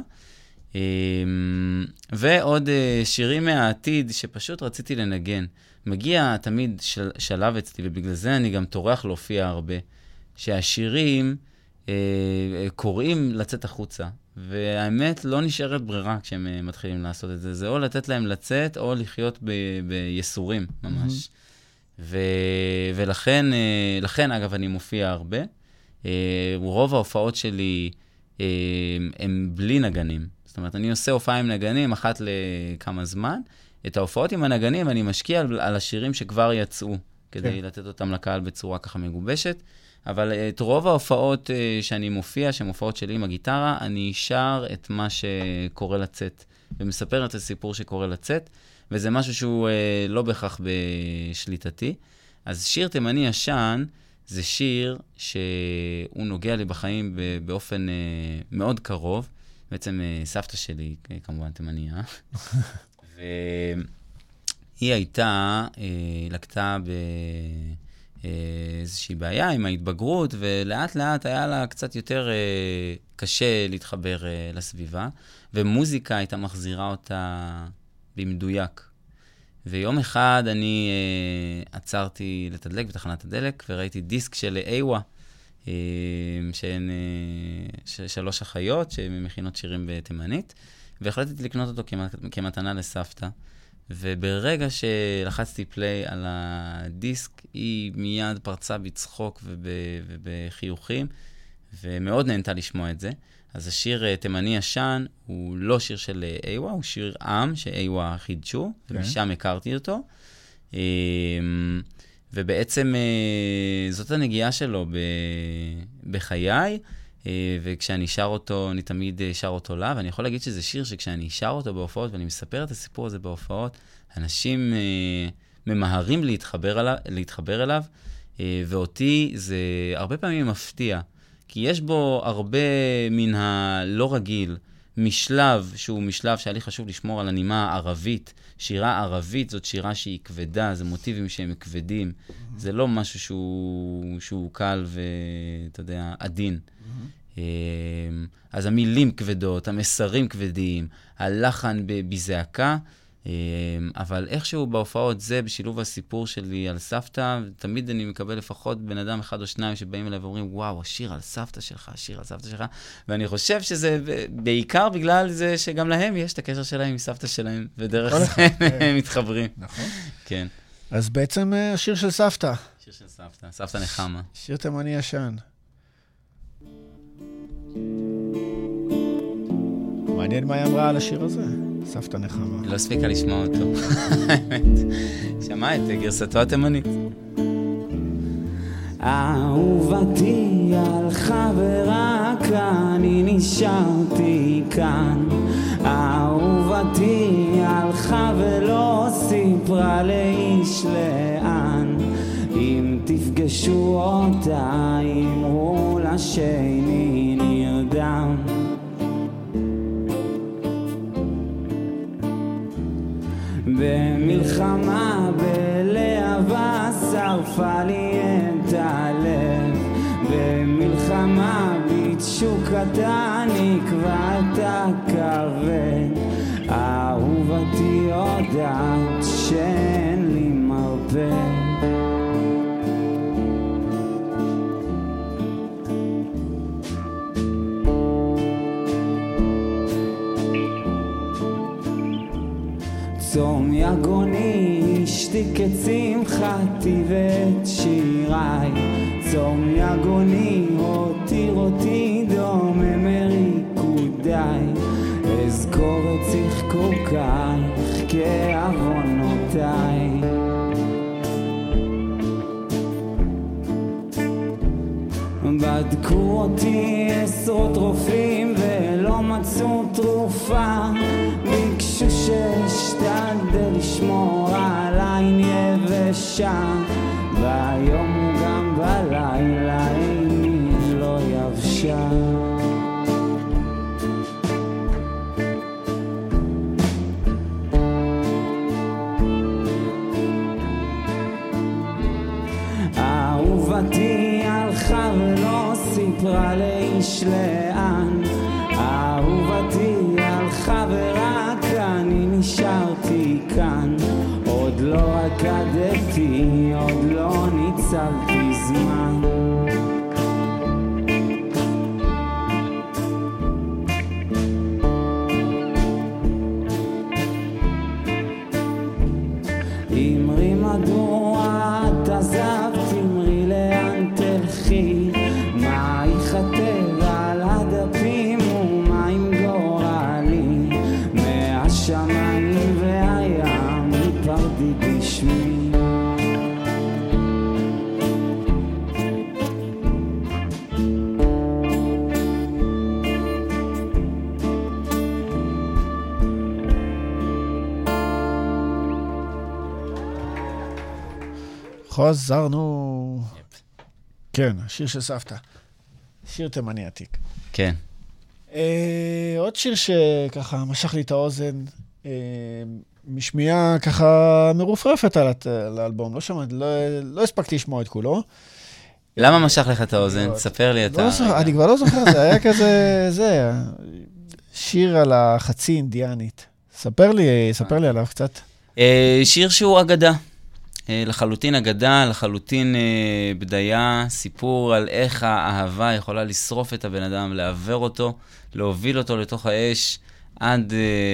[SPEAKER 4] ועוד שירים מהעתיד שפשוט רציתי לנגן. מגיע תמיד של, שלב אצלי, ובגלל זה אני גם טורח להופיע הרבה, שהשירים אה, קוראים לצאת החוצה. והאמת לא נשארת ברירה כשהם אה, מתחילים לעשות את זה. זה או לתת להם לצאת, או לחיות ב, ביסורים ממש. Mm-hmm. ו, ולכן, אה, לכן, אגב, אני מופיע הרבה. אה, רוב ההופעות שלי אה, הם בלי נגנים. זאת אומרת, אני עושה הופעה עם נגנים אחת לכמה זמן. את ההופעות עם הנגנים אני משקיע על, על השירים שכבר יצאו, כדי כן. לתת אותם לקהל בצורה ככה מגובשת. אבל את רוב ההופעות שאני מופיע, שהן הופעות שלי עם הגיטרה, אני אשר את מה שקורה לצאת, ומספר את הסיפור שקורה לצאת, וזה משהו שהוא לא בהכרח בשליטתי. אז שיר תימני ישן, זה שיר שהוא נוגע לי בחיים באופן מאוד קרוב. בעצם סבתא שלי, כמובן תימניה, והיא הייתה, לקטה באיזושהי בעיה עם ההתבגרות, ולאט לאט היה לה קצת יותר קשה להתחבר לסביבה, ומוזיקה הייתה מחזירה אותה במדויק. ויום אחד אני עצרתי לתדלק בתחנת הדלק, וראיתי דיסק של איווה, שהן שלוש אחיות שמכינות שירים בתימנית, והחלטתי לקנות אותו כמתנה לסבתא. וברגע שלחצתי פליי על הדיסק, היא מיד פרצה בצחוק ובחיוכים, ומאוד נהנתה לשמוע את זה. אז השיר תימני ישן הוא לא שיר של איווה, הוא שיר עם שאיווה חידשו, ומשם הכרתי אותו. ובעצם זאת הנגיעה שלו בחיי, וכשאני שר אותו, אני תמיד שר אותו לה, ואני יכול להגיד שזה שיר שכשאני שר אותו בהופעות, ואני מספר את הסיפור הזה בהופעות, אנשים ממהרים להתחבר אליו, להתחבר אליו, ואותי זה הרבה פעמים מפתיע, כי יש בו הרבה מן הלא רגיל, משלב שהוא משלב שהיה לי חשוב לשמור על הנימה הערבית. שירה ערבית זאת שירה שהיא כבדה, זה מוטיבים שהם כבדים. Mm-hmm. זה לא משהו שהוא, שהוא קל ואתה יודע, עדין. Mm-hmm. אז המילים כבדות, המסרים כבדים, הלחן בזעקה, אבל איכשהו בהופעות זה, בשילוב הסיפור שלי על סבתא, תמיד אני מקבל לפחות בן אדם אחד או שניים שבאים אליי ואומרים, וואו, השיר על סבתא שלך, השיר על סבתא שלך, ואני חושב שזה בעיקר בגלל זה שגם להם יש את הקשר שלהם עם סבתא שלהם, ודרך זה הם מתחברים. נכון. כן.
[SPEAKER 3] אז בעצם השיר של סבתא.
[SPEAKER 4] שיר של סבתא, סבתא נחמה.
[SPEAKER 3] שיר תימני ישן. מעניין מה היא אמרה על השיר הזה. סבתא נחמה.
[SPEAKER 4] היא לא הספיקה לשמוע אותו. שמע את גרסתו התימנית.
[SPEAKER 5] אהובתי הלכה ורק אני נשארתי כאן. אהובתי הלכה ולא סיפרה לאיש לאן. אם תפגשו אותה אמרו לשני נרדם. במלחמה בלהבה שרפה לי את הלב. במלחמה בתשוקתה נקבע את הכבד. אהובתי יודעת שאין לי מרפא. צום יגוני השתיק את שמחתי ואת שיריי. צום יגוני הותיר אותי דומם מריקודיי. אזכור את צחקוקייך כעוונותיי. בדקו אותי עשרות רופאים ולא מצאו תרופה. ביקשו שאשתדל לשמור על עין יבשה. ביום וגם בלילה עיני לא יבשה. לאן, אהובתי הלכה ורק אני נשארתי כאן, עוד לא אגדתי, עוד לא ניצלתי זמן. אמרי מדוע את עזבת, אמרי לאן תלכי, מה ייכתב על הדפים ומה עם גורלי, מהשמיים והים ניפרדי בשמי.
[SPEAKER 3] חזרנו. כן, השיר של סבתא. שיר תימני עתיק.
[SPEAKER 4] כן.
[SPEAKER 3] אה, עוד שיר שככה משך לי את האוזן, אה, משמיעה ככה מרופרפת על, על האלבום. לא שמעת, לא, לא הספקתי לשמוע את כולו.
[SPEAKER 4] למה משך לך את האוזן? ספר לי אתה.
[SPEAKER 3] לא זוכר, אני כבר לא זוכר, זה היה כזה, זה, שיר על החצי אינדיאנית. ספר לי, ספר לי עליו קצת.
[SPEAKER 4] אה, שיר שהוא אגדה. לחלוטין אגדה, לחלוטין בדיה, סיפור על איך האהבה יכולה לשרוף את הבן אדם, לעבר אותו, להוביל אותו לתוך האש, עד,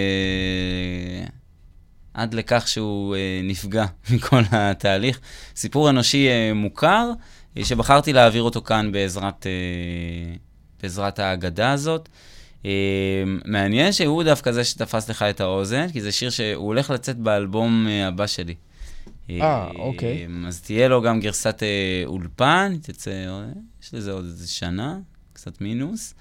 [SPEAKER 4] עד לכך שהוא נפגע מכל התהליך. סיפור אנושי מוכר, שבחרתי להעביר אותו כאן בעזרת, בעזרת האגדה הזאת. מעניין שהוא דווקא זה שתפס לך את האוזן, כי זה שיר שהוא הולך לצאת באלבום הבא שלי.
[SPEAKER 3] אה, אוקיי.
[SPEAKER 4] אז תהיה לו גם גרסת אולפן, תצא, יש לזה עוד איזה שנה, קצת מינוס.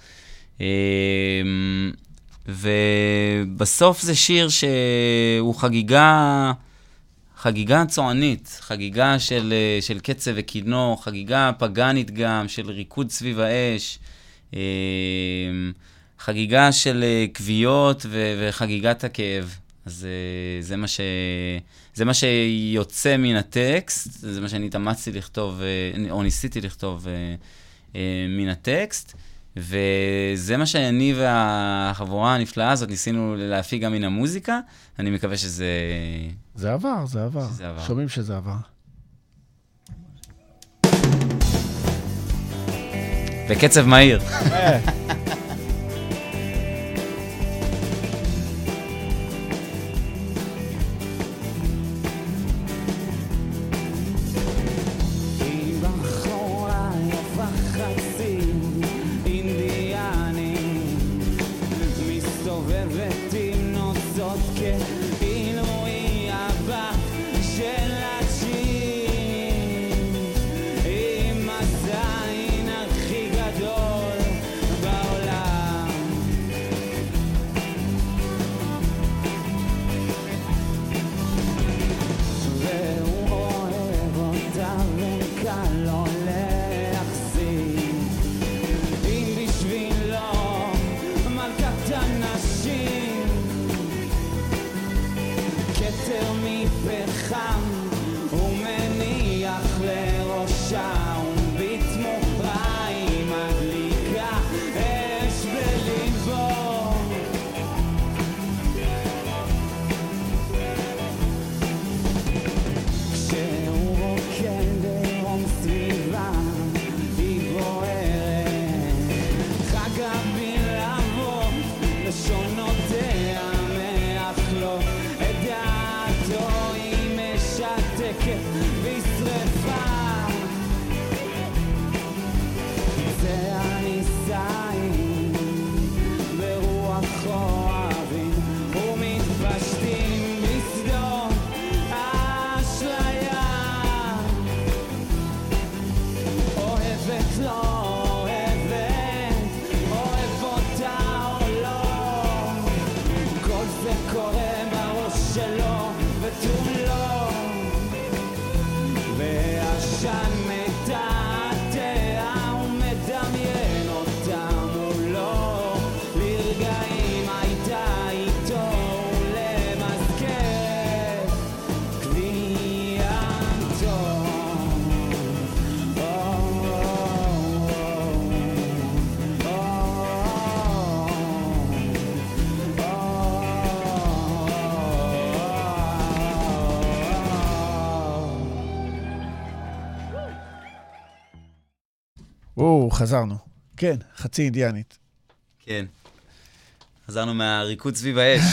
[SPEAKER 4] ובסוף זה שיר שהוא חגיגה, חגיגה צוענית, חגיגה של, של קצב וכינור, חגיגה פגנית גם, של ריקוד סביב האש, חגיגה של קביעות וחגיגת הכאב. אז זה מה ש... זה מה שיוצא מן הטקסט, זה מה שאני התאמצתי לכתוב, או ניסיתי לכתוב מן הטקסט, וזה מה שאני והחבורה הנפלאה הזאת ניסינו להפיק גם מן המוזיקה. אני מקווה שזה...
[SPEAKER 3] זה עבר, זה עבר.
[SPEAKER 4] שזה עבר.
[SPEAKER 3] שומעים שזה עבר.
[SPEAKER 4] בקצב מהיר.
[SPEAKER 3] או, חזרנו. כן, חצי אינדיאנית.
[SPEAKER 4] כן. חזרנו מהריקוד סביב האש.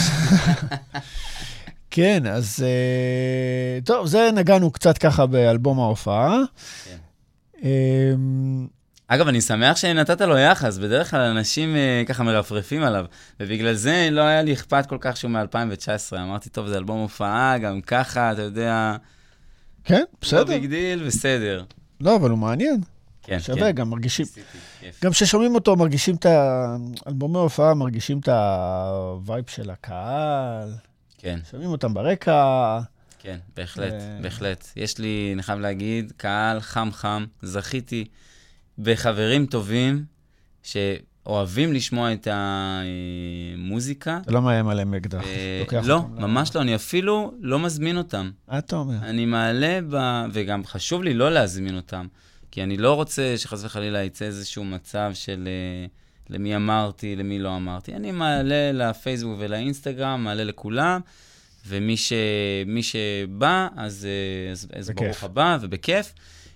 [SPEAKER 3] כן, אז טוב, זה נגענו קצת ככה באלבום ההופעה. כן.
[SPEAKER 4] אגב, אני שמח שנתת לו יחס, בדרך כלל אנשים ככה מרפרפים עליו, ובגלל זה לא היה לי אכפת כל כך שהוא מ-אלפיים תשע עשרה. אמרתי, טוב, זה אלבום הופעה, גם ככה, אתה יודע...
[SPEAKER 3] כן, בסדר.
[SPEAKER 4] לא ביג דיל, בסדר.
[SPEAKER 3] לא, אבל הוא מעניין.
[SPEAKER 4] כן,
[SPEAKER 3] שווה,
[SPEAKER 4] כן.
[SPEAKER 3] גם מרגישים... גם כששומעים אותו, מרגישים את האלבומי ההופעה, מרגישים את הווייב של הקהל.
[SPEAKER 4] כן.
[SPEAKER 3] שומעים אותם ברקע.
[SPEAKER 4] כן, בהחלט, בהחלט. יש לי, אני חייב להגיד, קהל חם חם, זכיתי בחברים טובים שאוהבים לשמוע את המוזיקה.
[SPEAKER 3] אתה לא מאיים עליהם אקדח.
[SPEAKER 4] לא, ממש לא, אני אפילו לא מזמין אותם.
[SPEAKER 3] מה אתה אומר?
[SPEAKER 4] אני מעלה, וגם חשוב לי לא להזמין אותם, כי אני לא רוצה שחס וחלילה יצא איזשהו מצב של למי אמרתי, למי לא אמרתי. אני מעלה לפייסבוק ולאינסטגרם, מעלה לכולם, ומי ש, מי שבא, אז, אז, אז ברוך הבא ובכיף.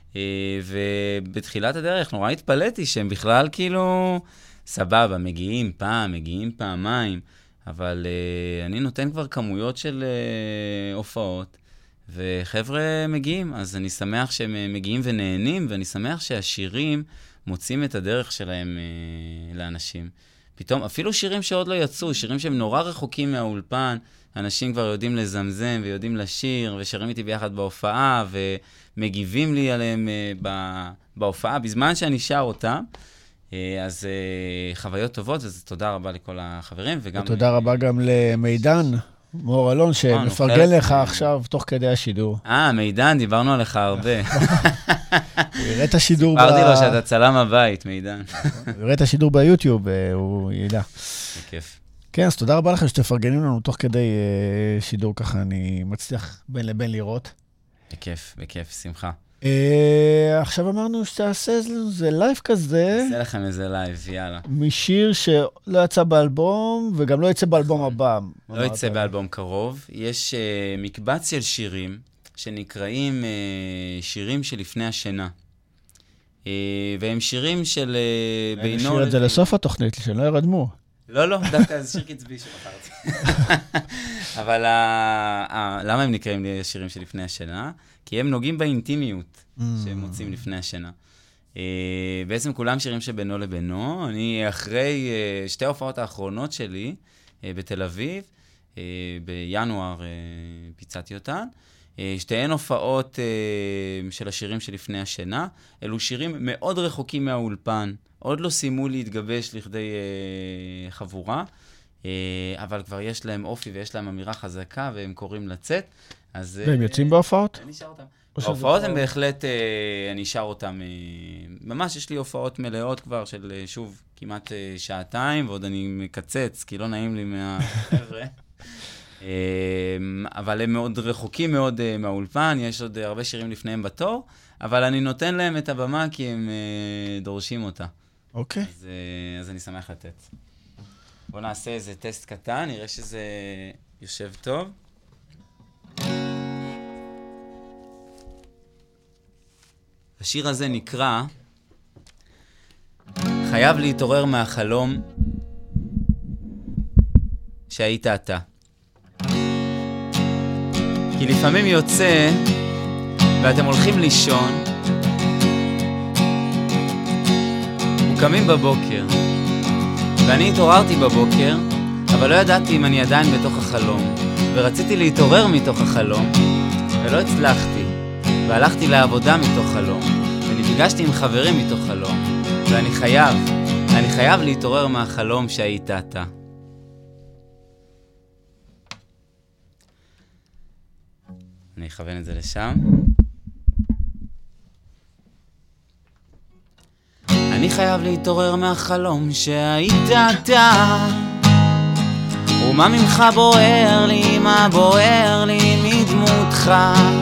[SPEAKER 4] ובתחילת הדרך נורא התפלאתי שהם בכלל כאילו סבבה, מגיעים פעם, מגיעים פעמיים, אבל אני נותן כבר כמויות של הופעות, וחבר'ה מגיעים, אז אני שמח שהם מגיעים ונהנים, ואני שמח שהשירים מוצאים את הדרך שלהם לאנשים. פתאום, אפילו שירים שעוד לא יצאו, שירים שהם נורא רחוקים מהאולפן, אנשים כבר יודעים לזמזם ויודעים לשיר, ושרים איתי ביחד בהופעה, ומגיבים לי עליהם בהופעה, בזמן שאני שר אותם. אז חוויות טובות, אז תודה רבה לכל החברים. וגם...
[SPEAKER 3] תודה רבה גם למידן, מור אלון, שמפרגן לך עכשיו תוך כדי השידור.
[SPEAKER 4] אה, מידן, דיברנו עליך הרבה.
[SPEAKER 3] הוא יראה את השידור...
[SPEAKER 4] ספרתי לו שאתה צלם הבית, מידן.
[SPEAKER 3] הוא יראה את השידור ביוטיוב, הוא ידע.
[SPEAKER 4] בכיף.
[SPEAKER 3] כן, אז תודה רבה לכם שתפרגנים לנו תוך כדי שידור, ככה אני מצליח בין לבין לראות.
[SPEAKER 4] בכיף, בכיף, שמחה.
[SPEAKER 3] עכשיו אמרנו שתעשה איזה לייב כזה.
[SPEAKER 4] נעשה לכם איזה לייב, יאללה.
[SPEAKER 3] משיר שלא יצא באלבום, וגם לא יצא באלבום הבא.
[SPEAKER 4] לא יצא באלבום קרוב. יש מקבץ של שירים, שנקראים שירים שלפני השינה. והם שירים של
[SPEAKER 3] בינו... נשאיר את זה לסוף התוכנית, שלא ירדמו.
[SPEAKER 4] לא, לא, דווקא זה שיר קצבי שבחרתי. אבל למה הם נקראים לי שירים שלפני השינה? כי הם נוגעים באינטימיות שהם מוצאים לפני השינה. בעצם כולם שירים שבינו לבינו. אני אחרי שתי ההופעות האחרונות שלי בתל אביב, בינואר פיצעתי אותן, שתיהן הופעות של השירים שלפני השינה. אלו שירים מאוד רחוקים מהאולפן, עוד לא סיימו להתגבש לכדי חבורה, אבל כבר יש להם אופי ויש להם אמירה חזקה והם קוראים לצאת.
[SPEAKER 3] והם יוצאים בהופעות?
[SPEAKER 4] אני שר אותם. ההופעות הן בהחלט, אני שר אותם, ממש יש לי הופעות מלאות כבר של שוב כמעט שעתיים, ועוד אני מקצץ, כי לא נעים לי מהחבר'ה. אבל הם מאוד רחוקים מאוד מהאולפן, יש עוד הרבה שירים לפניהם בתור, אבל אני נותן להם את הבמה כי הם דורשים אותה.
[SPEAKER 3] אוקיי.
[SPEAKER 4] אז, אז אני שמח לתת. בואו נעשה איזה טסט קטן, נראה שזה יושב טוב. השיר הזה נקרא חייב להתעורר מהחלום שהיית אתה. כי לפעמים יוצא ואתם הולכים לישון וקמים בבוקר, ואני התעוררתי בבוקר אבל לא ידעתי אם אני עדיין בתוך החלום, ורציתי להתעורר מתוך החלום ולא הצלחתי, והלכתי לעבודה מתוך חלום, ונפגשתי עם חברים מתוך חלום, ואני חייב, אני חייב להתעורר מהחלום שהיית אתה. אני אכוון את זה לשם. אני חייב להתעורר מהחלום שהיית אתה, ומה ממך בוער לי, מה בוער לי מדמותך.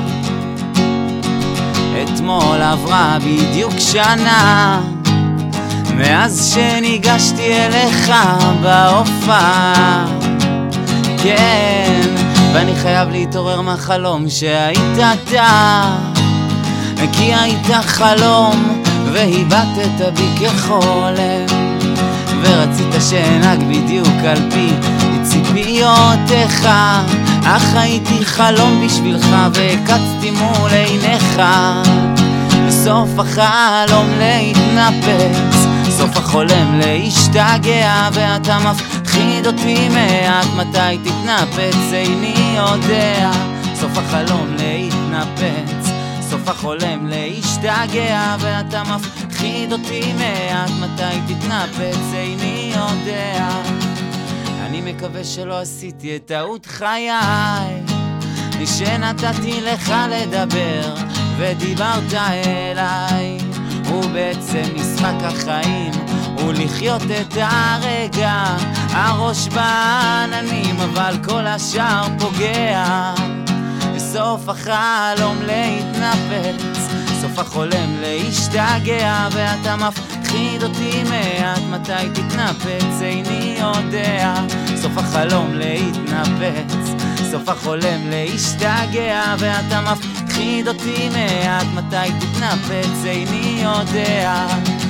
[SPEAKER 4] אתמול עברה בדיוק שנה מאז שניגשתי אליך בהופעה, כן, ואני חייב להתעורר מהחלום שהיית אתה, כי היית חלום
[SPEAKER 5] והיבטת בי כחולם, ורצית שנהג בדיוק על פי ציפיותיך, אך הייתי חלום בשבילך והקצתי מול עיניך. סוף החלום להתנפץ, סוף החולם להשתגע, ואתה מפחיד אותי מעט, מתי תתנפץ איני יודע. סוף החלום להתנפץ, סוף החולם להשתגע, ואתה מפחיד אותי מעט, מתי תתנפץ איני יודע. אני מקווה שלא עשיתי את טעות חיי, שנתתי לך לדבר ודיברת אליי, ובעצם משחק החיים הוא לחיות את הרגע, הראש בעננים אבל כל השאר פוגע. סוף החלום להתנפץ, סוף החולם להשתגע, ואתה מפחיד אותי מעט, מתי תתנפץ איני יודע. סוף החלום להתנפץ, סוף החולם להשתגע, ואתה מפחיד אותי מעט, מתי תתנפץ איני יודע.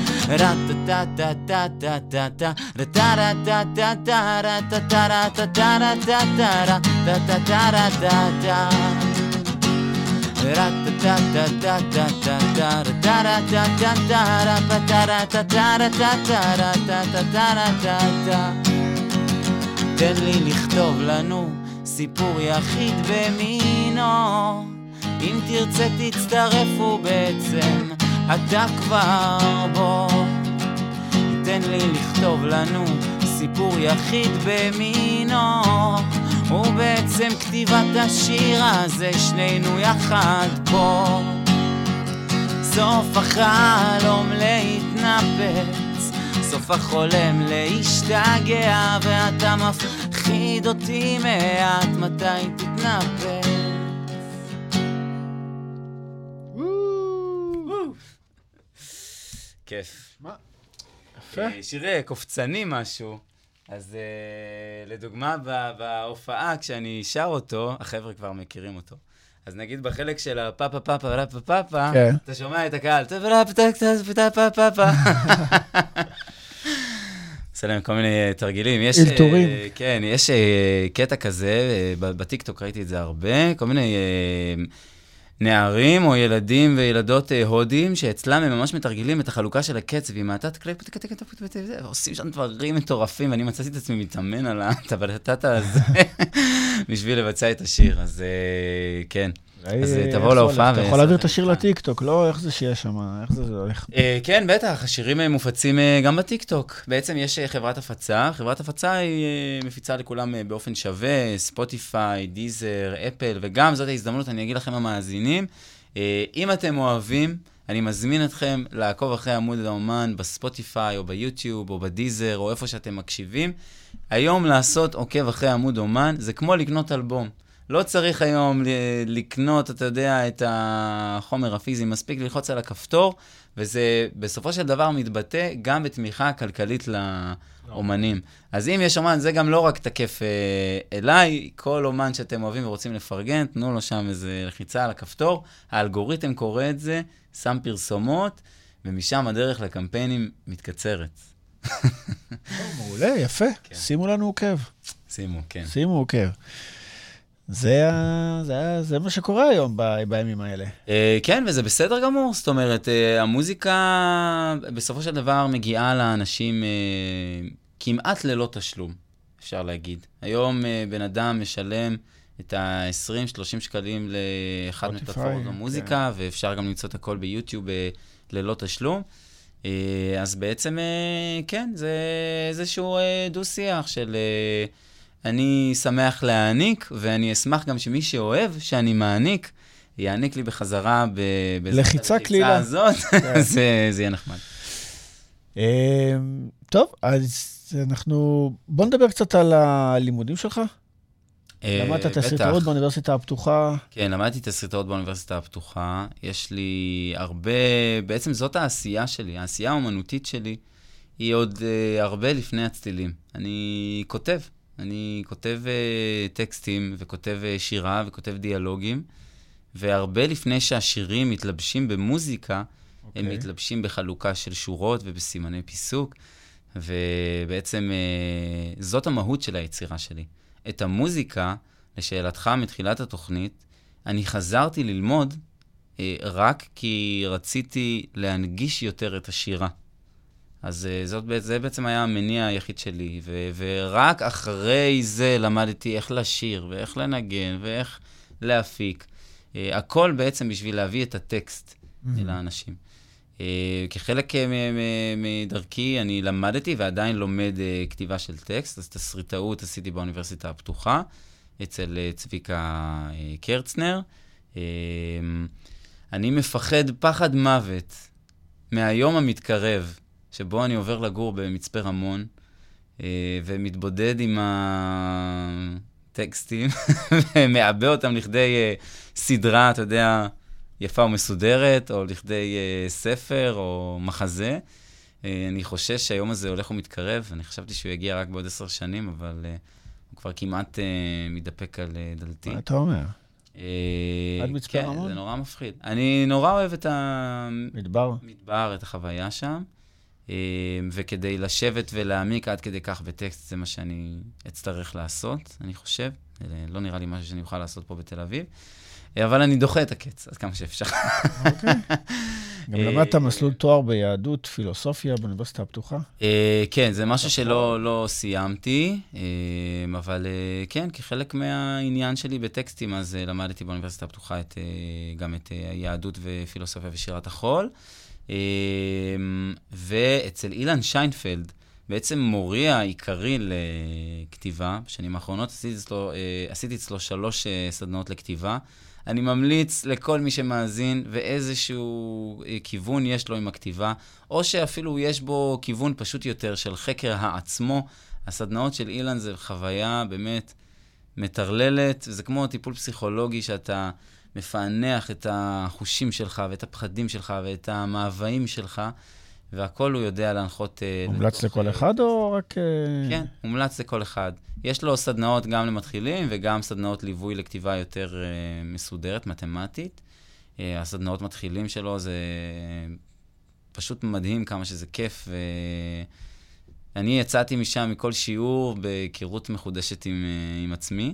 [SPEAKER 5] תן לי לכתוב לנו סיפור יחיד במינו, אם תרצה תצטרף ובעצם אתה כבר בו. תן לי לכתוב לנו סיפור יחיד במינו, ובעצם כתיבת השיר הזה שנינו יחד פה. סוף החלום להתנפץ, סוף החולם להשתגע, ואתה מפחיד אותי מעט, מתי תתנפץ.
[SPEAKER 4] כיף.
[SPEAKER 3] מה? יפה.
[SPEAKER 4] שיר קופצני משהו. אז uh, לדוגמה, בהופעה, כשאני שר אותו, החבר'ה כבר מכירים אותו. אז נגיד בחלק של הפאפה פאפה פאפה פאפה, אתה שומע את הקהל, פאפה פאפה. עושה להם כל מיני תרגילים.
[SPEAKER 3] אלתורים.
[SPEAKER 4] כן, יש קטע כזה, בטיקטוק ראיתי את זה הרבה, כל מיני נערים או ילדים וילדות הודים, שאצלם הם ממש מתרגלים את החלוקה של הקצב, עם מעטת קלק, עושים שם דברים מטורפים, ואני מצאתי את עצמי מתאמן על הטבלטטה הזה, בשביל לבצע את השיר, אז כן. אז תבואו להופעה.
[SPEAKER 3] אתה יכול להעביר את השיר לטיקטוק, לא? איך זה שיש שם? איך זה הולך?
[SPEAKER 4] כן, בטח, השירים מופצים גם בטיקטוק. בעצם יש חברת הפצה, חברת הפצה היא מפיצה לכולם באופן שווה, ספוטיפיי, דיזר, אפל, וגם זאת ההזדמנות, אני אגיד לכם המאזינים, אם אתם אוהבים, אני מזמין אתכם לעקוב אחרי עמוד האומן בספוטיפיי, או ביוטיוב, או בדיזר, או איפה שאתם מקשיבים. היום לעשות עוקב אחרי עמוד אומן, זה כמו לקנות אלבום. לא צריך היום לקנות, אתה יודע, את החומר הפיזי, מספיק ללחוץ על הכפתור, וזה בסופו של דבר מתבטא גם בתמיכה כלכלית לאומנים. אז אם יש אומן, זה גם לא רק תקף אליי, כל אומן שאתם אוהבים ורוצים לפרגן, תנו לו שם איזה לחיצה על הכפתור, האלגוריתם קורא את זה, שם פרסומות, ומשם הדרך לקמפיינים מתקצרת.
[SPEAKER 3] מעולה, יפה. שימו לנו עוקב.
[SPEAKER 4] שימו, כן.
[SPEAKER 3] שימו עוקב. זה, זה, זה מה שקורה היום בימים האלה.
[SPEAKER 4] כן, וזה בסדר גמור. זאת אומרת, המוזיקה בסופו של דבר מגיעה לאנשים כמעט ללא תשלום, אפשר להגיד. היום בן אדם משלם את ה-עשרים שלושים שקלים לאחד מפלטפורמות המוזיקה, ואפשר גם למצוא את הכל ביוטיוב ללא תשלום. אז בעצם, כן, זה איזשהו דו-שיח של... אני שמח להעניק, ואני אשמח גם שמי שאוהב שאני מעניק, יעניק לי בחזרה
[SPEAKER 3] לחיצה קלילה
[SPEAKER 4] הזאת, זה יהיה נחמד.
[SPEAKER 3] טוב, אז אנחנו... בוא נדבר קצת על הלימודים שלך. למדת תסריטאות באוניברסיטה הפתוחה.
[SPEAKER 4] כן, למדתי תסריטאות באוניברסיטה הפתוחה. יש לי הרבה... בעצם זאת העשייה שלי, העשייה האומנותית שלי, היא עוד הרבה לפני הצלילים. אני כותב. אני כותב uh, טקסטים, וכותב uh, שירה, וכותב דיאלוגים, והרבה לפני שהשירים מתלבשים במוזיקה, הם מתלבשים בחלוקה של שורות ובסימני פיסוק, ובעצם זאת המהות של היצירה שלי. את המוזיקה, לשאלתך מתחילת התוכנית, אני חזרתי ללמוד רק כי רציתי להנגיש יותר את השירה. אז זאת, זה בעצם היה המניע היחיד שלי, ו, ורק אחרי זה למדתי איך לשיר, ואיך לנגן, ואיך להפיק. הכל בעצם בשביל להביא את הטקסט mm-hmm. לאנשים. כחלק מדרכי אני למדתי ועדיין לומד כתיבה של טקסט, אז תסריטאות עשיתי באוניברסיטה הפתוחה, אצל צביקה קרצנר. אני מפחד פחד מוות מהיום המתקרב, שבו אני עובר לגור במצפה רמון, ומתבודד עם הטקסטים, ומעבה אותם לכדי סדרה, אתה יודע, יפה ומסודרת, או לכדי ספר או מחזה. אני חושש שהיום הזה הולך ומתקרב, אני חשבתי שהוא יגיע רק בעוד עשר שנים, אבל הוא כבר כמעט מתדפק על דלתי.
[SPEAKER 3] מה אתה אומר? עד מצפה רמון?
[SPEAKER 4] כן, זה נורא מפחיד. אני נורא אוהב את
[SPEAKER 3] המדבר,
[SPEAKER 4] מדבר, את החוויה שם, וכדי לשבת ולהעמיק עד כדי כך בטקסט, זה מה שאני אצטרך לעשות, אני חושב. לא נראה לי משהו שאני אוכל לעשות פה בתל אביב, אבל אני דוחה את הקץ, עד כמה שאפשר.
[SPEAKER 3] אוקיי. גם למדת מסלול תואר ביהדות, פילוסופיה, באוניברסיטה הפתוחה?
[SPEAKER 4] כן, זה משהו שלא סיימתי, אבל כן, כחלק מהעניין שלי בטקסטים, אז למדתי באוניברסיטה הפתוחה גם את יהדות ופילוסופיה ושירת החול, ואצל אילן שיינפלד, בעצם מורי העיקרי לכתיבה, בשנים האחרונות עשיתי אצלו, עשיתי אצלו שלוש סדנאות לכתיבה. אני ממליץ לכל מי שמאזין ואיזשהו כיוון יש לו עם הכתיבה, או שאפילו יש בו כיוון פשוט יותר של חקר העצמו. הסדנאות של אילן זה חוויה באמת מטרללת, זה כמו טיפול פסיכולוגי שאתה מפענח את החושים שלך ואת הפחדים שלך ואת המאוויים שלך, והכל הוא יודע להנחות...
[SPEAKER 3] מומלץ לכל אחד או רק...
[SPEAKER 4] כן, מומלץ לכל אחד. יש לו סדנאות גם למתחילים וגם סדנאות ליווי לכתיבה יותר מסודרת, מתמטית. הסדנאות מתחילים שלו זה פשוט מדהים כמה שזה כיף. ואני יצאתי משם מכל שיעור בהיכרות מחודשת עם, עם עצמי,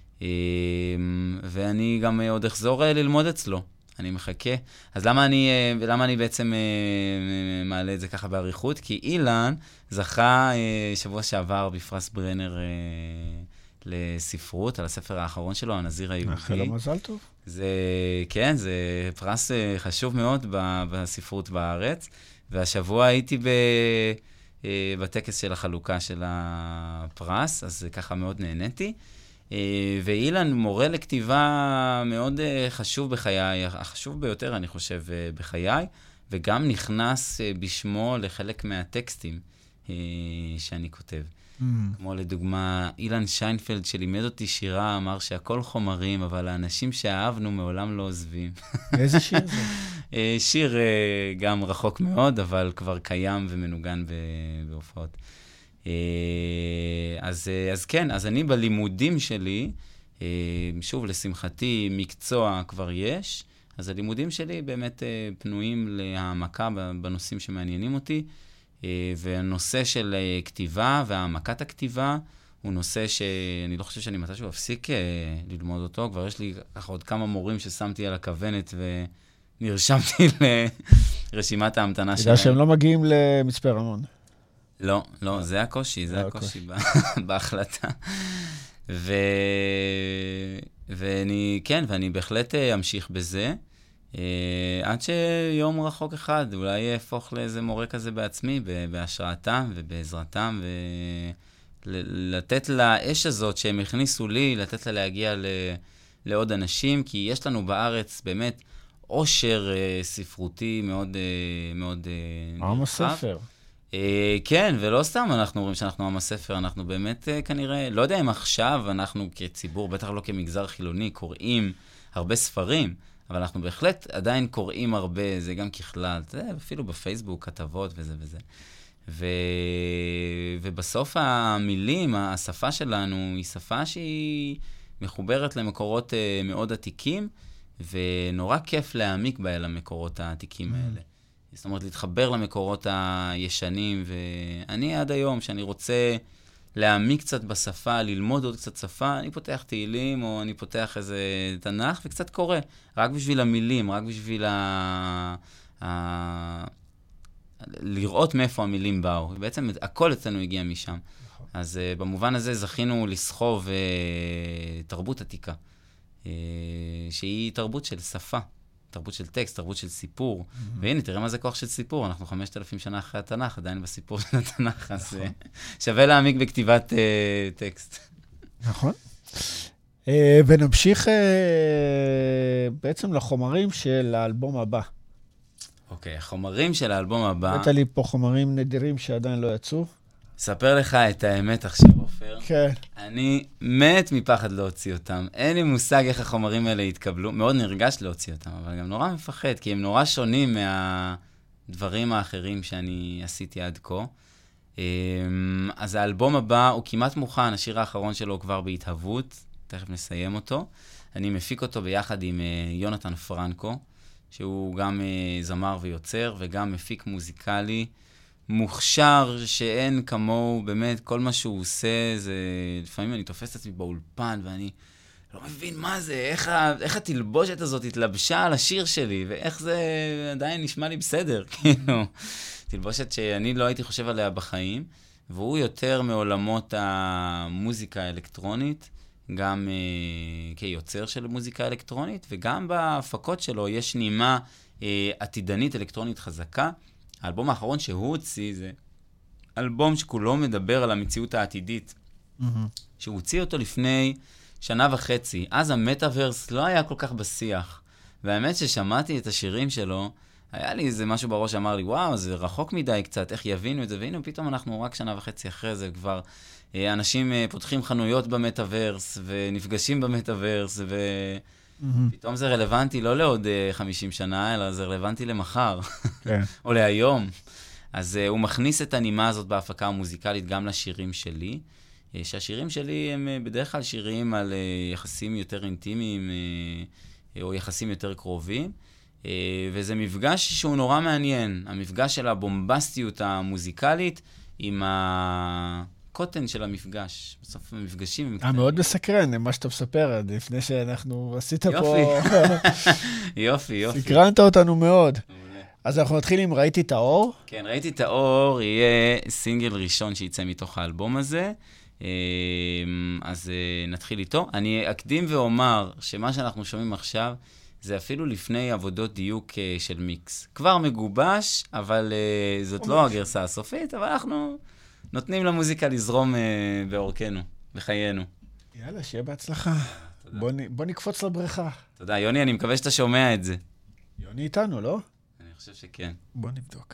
[SPEAKER 4] ואני גם עוד אחזור ללמוד אצלו. אני מחכה. אז למה אני, למה אני בעצם מעלה את זה ככה בעריכות? כי אילן זכה שבוע שעבר בפרס ברנר לספרות, על הספר האחרון שלו, הנזיר היהודי.
[SPEAKER 3] מאחל לו מזל טוב.
[SPEAKER 4] זה, כן, זה פרס חשוב מאוד בספרות בארץ, והשבוע הייתי ב, בטקס של החלוקה של הפרס, אז ככה מאוד נהניתי. ואילן מורה לכתיבה מאוד חשוב בחיי, החשוב ביותר אני חושב בחיי, וגם נכנס בשמו לחלק מהטקסטים שאני כותב. Mm. כמו לדוגמה, אילן שיינפלד שלימד אותי שירה, אמר שהכל חומרים, אבל האנשים שאהבנו מעולם לא עוזבים.
[SPEAKER 3] איזה שיר זה?
[SPEAKER 4] שיר גם רחוק מאוד, אבל כבר קיים ומנוגן בהופעות. אז, אז כן, אז אני בלימודים שלי, שוב, לשמחתי, מקצוע כבר יש, אז הלימודים שלי באמת פנויים להעמקה בנושאים שמעניינים אותי, והנושא של כתיבה והעמקת הכתיבה הוא נושא שאני לא חושב שאני מתישהו אפסיק ללמוד אותו, כבר יש לי עוד כמה מורים ששמתי על הכוונת ונרשמתי לרשימת ההמתנה שלהם.
[SPEAKER 3] תדע שהם לא מגיעים למצפה רמון.
[SPEAKER 4] לא, לא, זה הקושי, זה הקושי בהחלטה. ואני, כן, ואני בהחלט אמשיך בזה, עד שיום רחוק אחד, אולי יהפוך לאיזה מורה כזה בעצמי, בהשראתם ובעזרתם, ולתת לאש הזאת שהם הכניסו לי, לתת לה להגיע לעוד אנשים, כי יש לנו בארץ באמת עושר ספרותי מאוד, מאוד
[SPEAKER 3] נרחב. עם הספר.
[SPEAKER 4] כן, ולא סתם אנחנו אומרים שאנחנו עם הספר, אנחנו באמת כנראה, לא יודע אם עכשיו אנחנו כציבור, בטח לא כמגזר חילוני, קוראים הרבה ספרים, אבל אנחנו בהחלט עדיין קוראים הרבה, זה גם ככלל, זה אפילו בפייסבוק, כתבות וזה וזה. ו... ובסוף המילים, השפה שלנו, היא שפה שהיא מחוברת למקורות מאוד עתיקים, ונורא כיף להעמיק בה אל המקורות העתיקים האלה. זאת אומרת, להתחבר למקורות הישנים, ואני עד היום, שאני רוצה להעמיק קצת בשפה, ללמוד עוד קצת שפה, אני פותח תהילים, או אני פותח איזה תנ"ך, וקצת קורא, רק בשביל המילים, רק בשביל ה... ה... לראות מאיפה המילים באו. בעצם הכל אצלנו הגיע משם. נכון. אז uh, במובן הזה זכינו לסחוב uh, תרבות עתיקה, uh, שהיא תרבות של שפה, תרבות של טקסט, תרבות של סיפור. Mm-hmm. והנה, תראה מה זה כוח של סיפור. אנחנו חמשת אלפים שנה אחרי התנ"ך, עדיין בסיפור של התנ"ך, אז נכון. uh, שווה להעמיק בכתיבת uh, טקסט.
[SPEAKER 3] נכון. Uh, ונמשיך uh, בעצם לחומרים של האלבום הבא.
[SPEAKER 4] אוקיי, החומרים של האלבום הבא...
[SPEAKER 3] הבאת לי פה חומרים נדירים שעדיין לא יצאו.
[SPEAKER 4] ספר לך את האמת עכשיו, עופר.
[SPEAKER 3] כן.
[SPEAKER 4] אני מת מפחד להוציא אותם. אין לי מושג איך החומרים האלה יתקבלו. מאוד נרגש להוציא אותם, אבל גם נורא מפחד, כי הם נורא שונים מהדברים האחרים שאני עשיתי עד כה. אז האלבום הבא הוא כמעט מוכן, השיר האחרון שלו הוא כבר בהתהוות, תכף נסיים אותו. אני מפיק אותו ביחד עם יונתן פרנקו, שהוא גם uh, זמר ויוצר, וגם מפיק מוזיקלי, מוכשר שאין כמוהו, באמת, כל מה שהוא עושה, זה... לפעמים אני תופס את עצמי באולפן, ואני לא מבין מה זה, איך, ה... איך התלבושת הזאת התלבשה על השיר שלי, ואיך זה עדיין נשמע לי בסדר, כאילו. תלבושת שאני לא הייתי חושב עליה בחיים, והוא יותר מעולמות המוזיקה האלקטרונית, גם uh, כיוצר של מוזיקה אלקטרונית, וגם בהפקות שלו יש נימה uh, עתידנית אלקטרונית חזקה. האלבום האחרון שהוא הוציא זה אלבום שכולו מדבר על המציאות העתידית, mm-hmm. שהוא הוציא אותו לפני שנה וחצי. אז המטאברס לא היה כל כך בשיח, והאמת ששמעתי את השירים שלו, היה לי איזה משהו בראש שאמר לי, וואו, זה רחוק מדי קצת, איך יבינו את זה, והנה פתאום אנחנו רק שנה וחצי אחרי זה כבר... אנשים פותחים חנויות במטאברס, ונפגשים במטאברס, ופתאום זה רלוונטי לא לעוד חמישים שנה, אלא זה רלוונטי למחר, או להיום. אז הוא מכניס את הנימה הזאת בהפקה המוזיקלית גם לשירים שלי, שהשירים שלי הם בדרך כלל שירים על יחסים יותר אינטימיים, או יחסים יותר קרובים, וזה מפגש שהוא נורא מעניין, המפגש של הבומבסטיות המוזיקלית עם ה... קוטן של המפגש, בסוף המפגשים...
[SPEAKER 3] אה, מאוד מסקרן, מה שאתה מספר, לפני שאנחנו עשית פה...
[SPEAKER 4] יופי, יופי, יופי.
[SPEAKER 3] סקרנת אותנו מאוד. אז אנחנו נתחיל עם ראיתי את האור.
[SPEAKER 4] כן, ראיתי את האור, יהיה סינגל ראשון שיצא מתוך האלבום הזה, אז נתחיל איתו. אני אקדים ואומר שמה שאנחנו שומעים עכשיו, זה אפילו לפני עבודות דיוק של מיקס. כבר מגובש, אבל זאת לא הגרסה הסופית, אבל אנחנו... נותנים למוזיקה לזרום אה, באורכנו, בחיינו.
[SPEAKER 3] יאללה, שיהיה בהצלחה. בוא, נ... בוא נקפוץ לבריכה.
[SPEAKER 4] תודה, יוני, אני מקווה שאתה שומע את זה.
[SPEAKER 3] יוני איתנו, לא?
[SPEAKER 4] אני חושב שכן.
[SPEAKER 3] בוא נבדוק.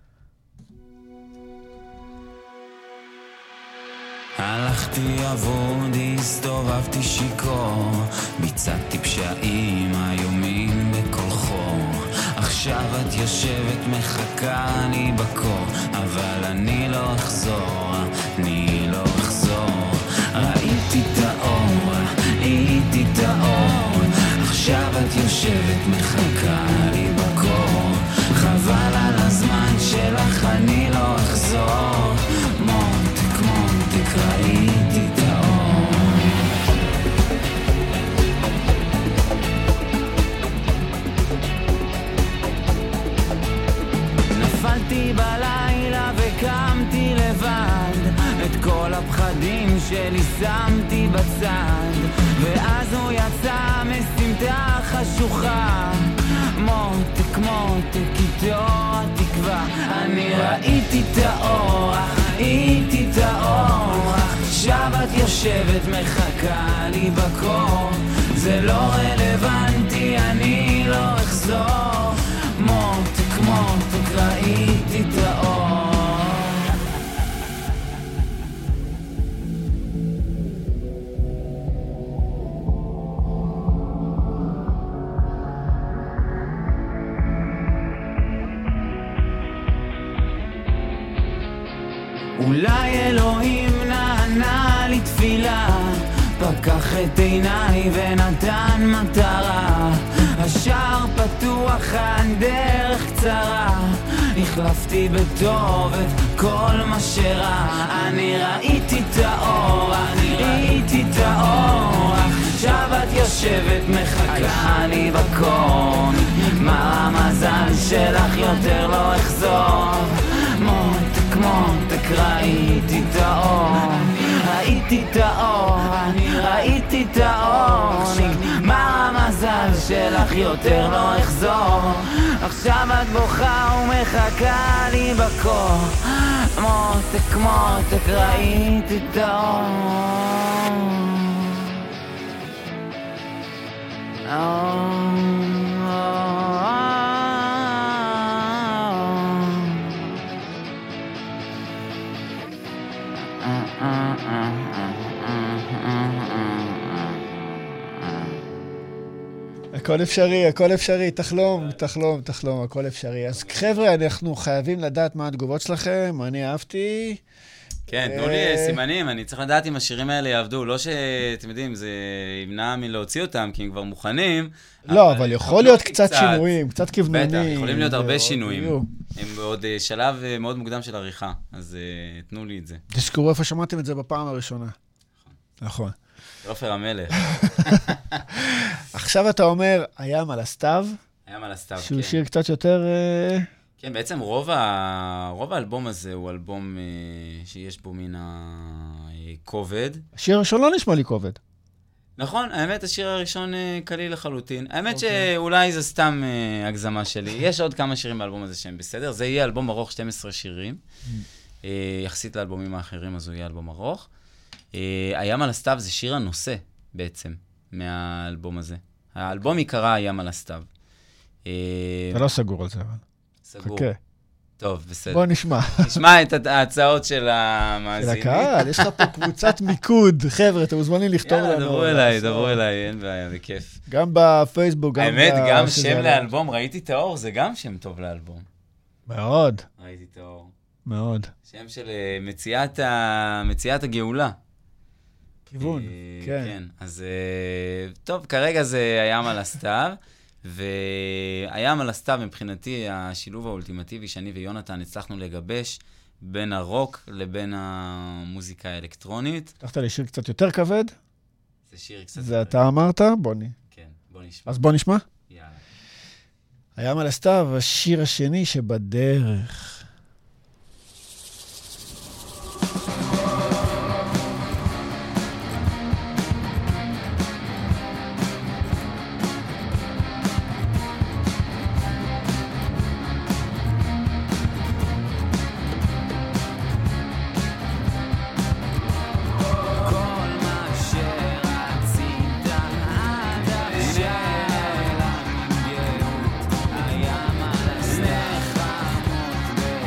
[SPEAKER 5] הלכתי עבוד, הסתובבתי שיקור, ביצעתי פשעים איומים בכל חור. עכשיו את יושבת מחכה לי בקור, אבל אני לא אחזור, אני לא אחזור. ראיתי את האור, ראיתי את האור, עכשיו את יושבת מחכה לי בקור. חבל על הזמן שלך, אני לא אחזור. מותק, מותק, ראיתי את האור. נפלתי בלילה וקמתי לבד, את כל הפחדים שלי שמתי בצד, ואז הוא יצא מסמטה חשוכה. מותק, מותק, איתו התקווה. אני ראיתי את האור, ראיתי את האור, עכשיו את יושבת מחכה לי בקור. זה לא רלוונטי, אני לא אחזור. מותק, מותק, ראיתי את האור. אולי אלוהים נענה לי תפילה, פקד לקח את עיניי ונתן מטרה, השער פתוח, הדרך קצרה, החלפתי בטוב את כל מה שרע, אני ראיתי את האור, אני ראיתי את האור, עכשיו את יושבת מחכה לי בקור, מה המזל שלך יותר לא אחזור, מותק מותק ראיתי את האור, ראיתי את האור, אני ראיתי את האור, נגמר המזל שלך יותר לא אחזור, עכשיו את בוכה ומחכה לי בקור, מותק מותק ראיתי את האור.
[SPEAKER 3] הכל אפשרי, הכל אפשרי, תחלום, תחלום, תחלום, הכל אפשרי. אז חבר'ה, אנחנו חייבים לדעת מה התגובות שלכם, אני אהבתי.
[SPEAKER 4] כן, תנו לי סימנים, אני צריך לדעת אם השירים האלה יעבדו, לא שאתם יודעים, זה ימנע מלהוציא אותם, כי הם כבר מוכנים.
[SPEAKER 3] לא, אבל יכול להיות קצת שינויים, קצת כיוונונים.
[SPEAKER 4] בטח, יכולים להיות הרבה שינויים. הם בעוד שלב מאוד מוקדם של עריכה, אז תנו לי את זה.
[SPEAKER 3] תזכרו איפה שמעתם את זה בפעם הראשונה. נכון.
[SPEAKER 4] עופר המלך.
[SPEAKER 3] עכשיו אתה אומר, הים על הסתיו.
[SPEAKER 4] הים על הסתיו, כן.
[SPEAKER 3] שהוא שיר קצת יותר...
[SPEAKER 4] כן, בעצם רוב, ה... רוב האלבום הזה הוא אלבום שיש בו מן הכובד.
[SPEAKER 3] השיר הראשון לא נשמע לי כובד.
[SPEAKER 4] נכון, האמת, השיר הראשון קליל לחלוטין. האמת okay. שאולי זה סתם הגזמה שלי. יש עוד כמה שירים באלבום הזה שהם בסדר. זה יהיה אלבום ארוך, שנים עשר שירים. Mm. יחסית לאלבומים האחרים, אז הוא יהיה אלבום ארוך. הים על הסתיו זה שיר הנושא בעצם מהאלבום הזה. האלבום יקרא הים על הסתיו.
[SPEAKER 3] אתה לא סגור על זה, אבל.
[SPEAKER 4] סגור.
[SPEAKER 3] חכה.
[SPEAKER 4] טוב, בסדר.
[SPEAKER 3] בוא נשמע.
[SPEAKER 4] נשמע את ההצעות של המאזינים.
[SPEAKER 3] של הקהל, יש לך פה קבוצת מיקוד. חבר'ה, אתם מוזמנים לכתוב לנו.
[SPEAKER 4] יאללה, דברו אליי, דברו אליי, אין בעיה, בכיף.
[SPEAKER 3] גם בפייסבוק, גם...
[SPEAKER 4] האמת, גם שם לאלבום, ראיתי את האור, זה גם שם טוב לאלבום.
[SPEAKER 3] מאוד.
[SPEAKER 4] ראיתי את האור.
[SPEAKER 3] מאוד.
[SPEAKER 4] שם של מציאת הגאולה.
[SPEAKER 3] כיוון, כן.
[SPEAKER 4] כן, אז טוב, כרגע זה הים על הסתיו. והים על הסתיו מבחינתי השילוב האולטימטיבי שאני ויונתן הצלחנו לגבש בין הרוק לבין המוזיקה האלקטרונית.
[SPEAKER 3] הלכת לי שיר קצת יותר כבד?
[SPEAKER 4] זה שיר קצת...
[SPEAKER 3] זה אתה אמרת? בוא נ...
[SPEAKER 4] כן, בוא נשמע.
[SPEAKER 3] אז בוא נשמע?
[SPEAKER 4] יאללה.
[SPEAKER 3] הים על הסתיו, השיר השני שבדרך.
[SPEAKER 5] הים על הסתיו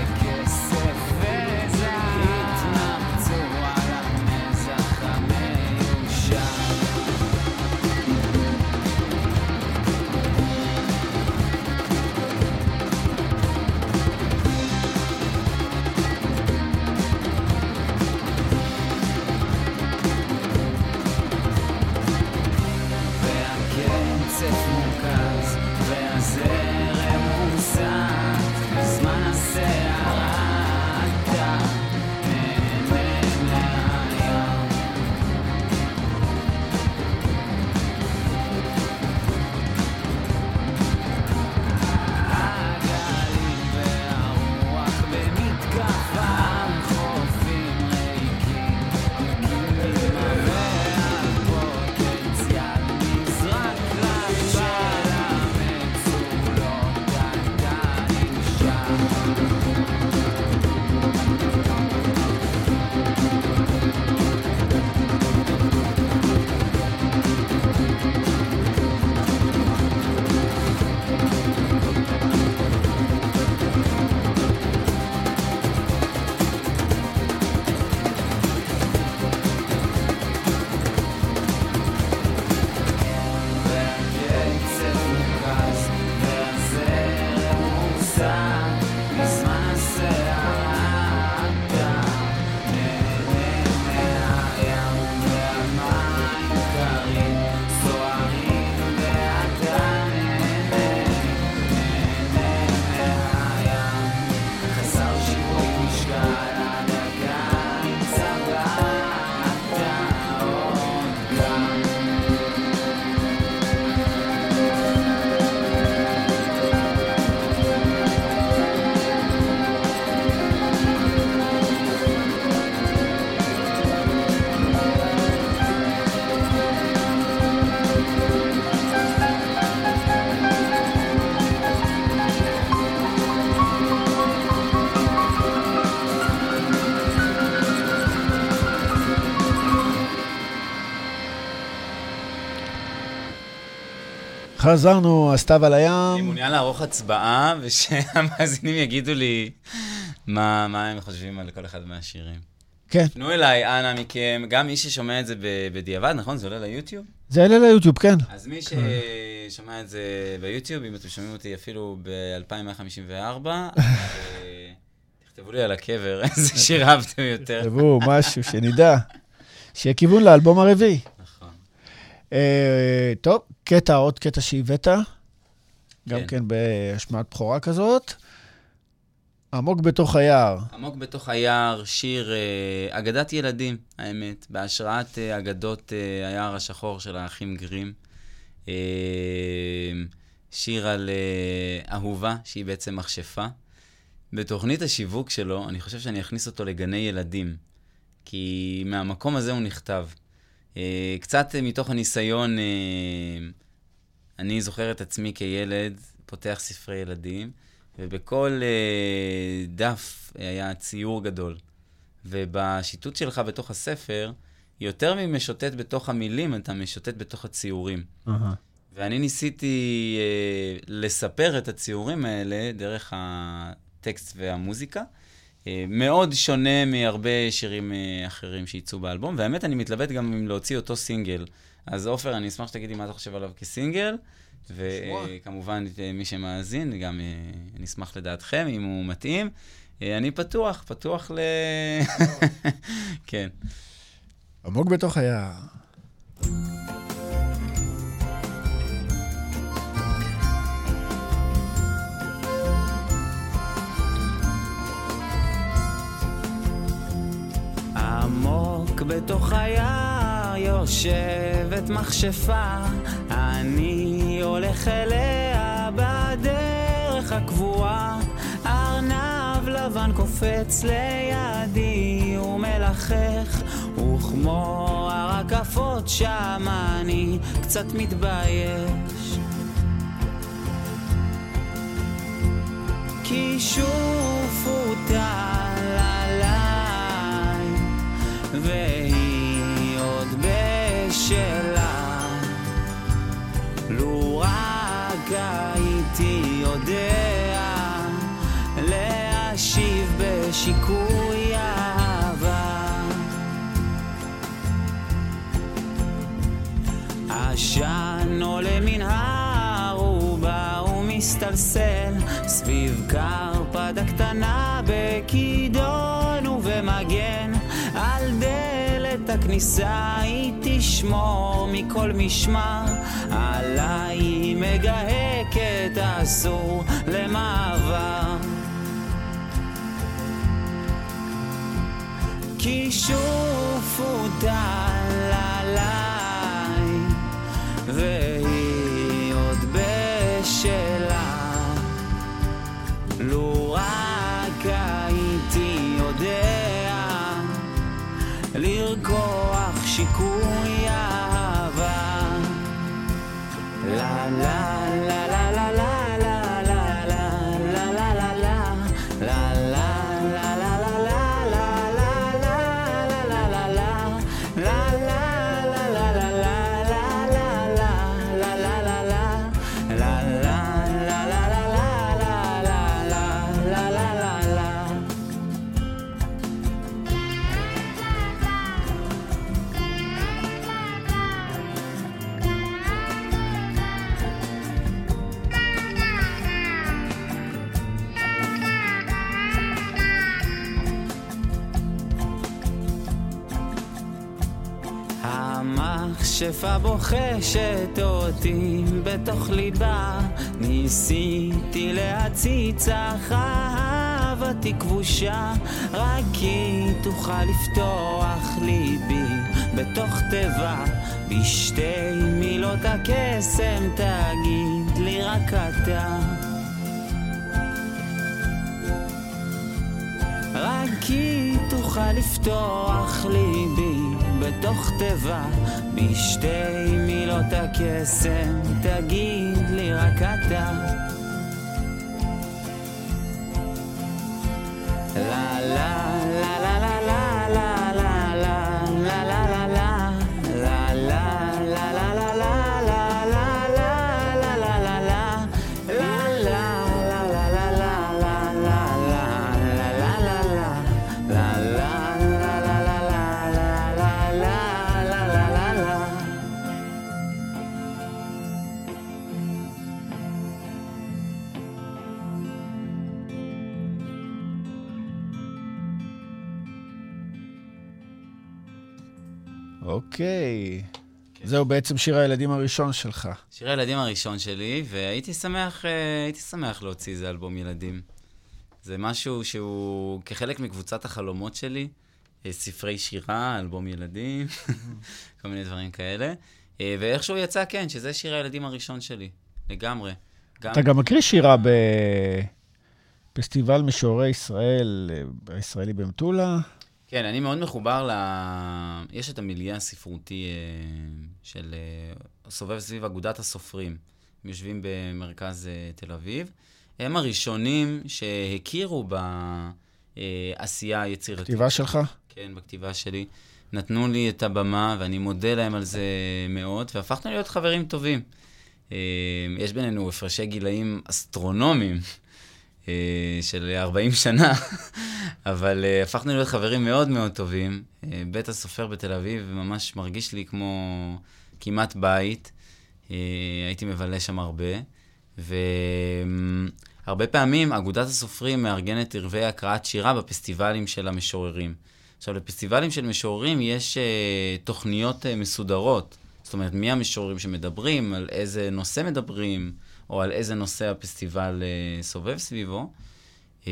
[SPEAKER 3] חזרנו, הסתיו על הים.
[SPEAKER 4] אני מעוניין לערוך הצבעה, ושהמאזינים יגידו לי מה, מה הם חושבים על כל אחד מהשירים.
[SPEAKER 3] כן.
[SPEAKER 4] פנו אליי, אנא מכם, גם מי ששומע את זה בדיעבד, נכון? זה עולה ליוטיוב?
[SPEAKER 3] זה עולה ליוטיוב, כן.
[SPEAKER 4] אז מי ששומע את זה ביוטיוב, אם אתם שומעים אותי אפילו ב-אלפיים מאה חמישים וארבע, תכתבו לי על הקבר, איזה שיר אהבתם יותר.
[SPEAKER 3] תכתבו משהו שנדע, שיהיה כיוון לאלבום הרביעי.
[SPEAKER 4] נכון.
[SPEAKER 3] טוב, קטע, עוד קטע שהבאת, גם כן בהשמעת בכורה כזאת. עמוק בתוך היער.
[SPEAKER 4] עמוק בתוך היער, שיר אה, אגדת ילדים, האמת, בהשראת אה, אגדות אה, היער השחור של האחים גרים. אה, שיר על אה, אהובה, שהיא בעצם מכשפה. בתוכנית השיווק שלו, אני חושב שאני אכניס אותו לגני ילדים, כי מהמקום הזה הוא נכתב. אה, קצת אה, מתוך הניסיון, אה, אני זוכר את עצמי כילד, פותח ספרי ילדים, ובכל uh, דף היה ציור גדול. ובשיטוט שלך בתוך הספר, יותר ממשוטט בתוך המילים, אתה משוטט בתוך הציורים. Uh-huh. ואני ניסיתי uh, לספר את הציורים האלה דרך הטקסט והמוזיקה. Uh, מאוד שונה מהרבה שירים uh, אחרים שיצאו באלבום, והאמת אני מתלבט גם אם להוציא אותו סינגל. אז אופר, אני אשמח שתגידי מה אתה חושב עליו כסינגל. וכמובן, מי שמאזין, גם נשמח לדעתכם, אם הוא מתאים. אני פתוח, פתוח ל... כן.
[SPEAKER 3] עמוק בתוך היער.
[SPEAKER 5] עמוק בתוך היער יושבת מכשפה, אני הולך אליה בדרך הקבועה, ארנב לבן קופץ לידי ומלחך, וכמו הרקפות שם אני קצת מתבייש, כי שוב הוטל עליי והיא עוד בשלה, לו רק הייתי יודע להשיב בשיקוי אהבה. עשן עולה מן הערובה ומסתלסל סביב קרפדה קטנה בכידון ובמגן, על דלת הכניסה היא תשמור מכל משמר, עליי היא מגהקת אסור למעבר, כי שוב הוטל עליי והיא עוד בשלה, לו רק הייתי יודע לרקוח שיקוי אהבה. לה לה לה לה לה לה לה לה לה לה לה לה לה המכשפה בוחשת אותי בתוך ליבה, ניסיתי להציץ אך אהבתי כבושה, רק היא תוכל לפתוח ליבי בתוך טבע, בשתי מילות הקסם תגיד לי רק אתה, רק היא תוכל לפתוח ליבי בתוך טבע, בשתי מילות הקסם תגיד לי רק אתה. לה לה לה לה לה לה לה לה לה לה לה לה לה לה לה לה לה לה לה
[SPEAKER 3] אוקיי. זהו בעצם שיר הילדים הראשון שלך.
[SPEAKER 4] שיר הילדים הראשון שלי, והייתי שמח, הייתי שמח להוציא איזה אלבום ילדים. זה משהו שהוא כחלק מקבוצת החלומות שלי, ספרי שירה, אלבום ילדים, כל מיני דברים כאלה. ואיכשהו יצא, כן, שזה שיר הילדים הראשון שלי, לגמרי.
[SPEAKER 3] אתה גם מקריא שירה בפסטיבל משוררי ישראל, הישראלי במטולה?
[SPEAKER 4] כן, אני מאוד מחובר ל... יש את המיליה הספרותי של סובב סביב אגודת הסופרים. הם יושבים במרכז תל אביב. הם הראשונים שהכירו בעשייה היצירתית.
[SPEAKER 3] בכתיבה שלך?
[SPEAKER 4] כן, בכתיבה שלי. נתנו לי את הבמה, ואני מודה להם על זה מאוד, והפכנו להיות חברים טובים. יש בינינו הפרשי גילאים אסטרונומיים של ארבעים שנה, אבל הפכנו להיות חברים מאוד מאוד טובים. בית הסופר בתל אביב ממש מרגיש לי כמו כמעט בית. הייתי מבלה שם הרבה, והרבה פעמים אגודת הסופרים מארגנת ערבי הקראת שירה בפסטיבלים של המשוררים. עכשיו, לפסטיבלים של משוררים יש uh, תוכניות uh, מסודרות. זאת אומרת, מי המשוררים שמדברים, על איזה נושא מדברים, או על איזה נושא הפסטיבל uh, סובב סביבו. Uh,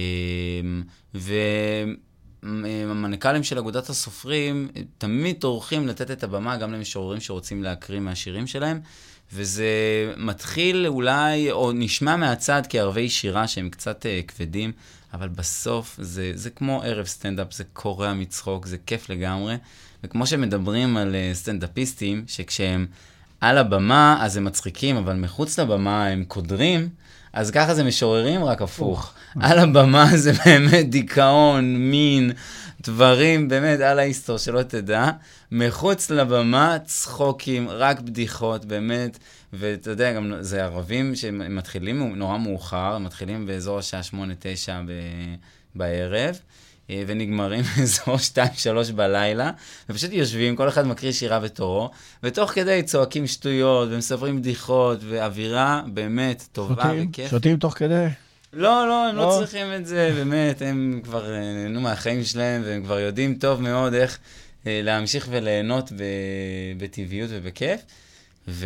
[SPEAKER 4] והמנכ"לים של אגודת הסופרים תמיד טורחים לתת את הבמה גם למשוררים שרוצים להקריא מהשירים שלהם, וזה מתחיל אולי, או נשמע מהצד כערבי שירה שהם קצת uh, כבדים, אבל בסוף זה, זה כמו ערב סטנדאפ, זה קורע מצחוק, זה כיף לגמרי. וכמו שמדברים על סטנדאפיסטים, שכשהם על הבמה אז הם מצחיקים, אבל מחוץ לבמה הם קודרים, אז ככה זה משוררים רק הפוך. על הבמה זה באמת דיכאון, מין, דברים באמת על ההיסטור שלא תדע. מחוץ לבמה צחוקים, רק בדיחות, באמת. ואתה יודע, גם זה ערבים שמתחילים נורא מאוחר, מתחילים באזור השעה שמונה תשע בערב, ונגמרים באזור שתיים שלוש בלילה, ופשוט יושבים, כל אחד מקריא שירה בתורו, ותוך כדי צועקים שטויות, ומספרים בדיחות, ואווירה באמת טובה וכיף.
[SPEAKER 3] שותים תוך כדי?
[SPEAKER 4] לא, לא, הם לא צריכים את זה, באמת, הם כבר נהנו מהחיים שלהם, והם כבר יודעים טוב מאוד איך להמשיך וליהנות בטבעיות ובכיף. ו...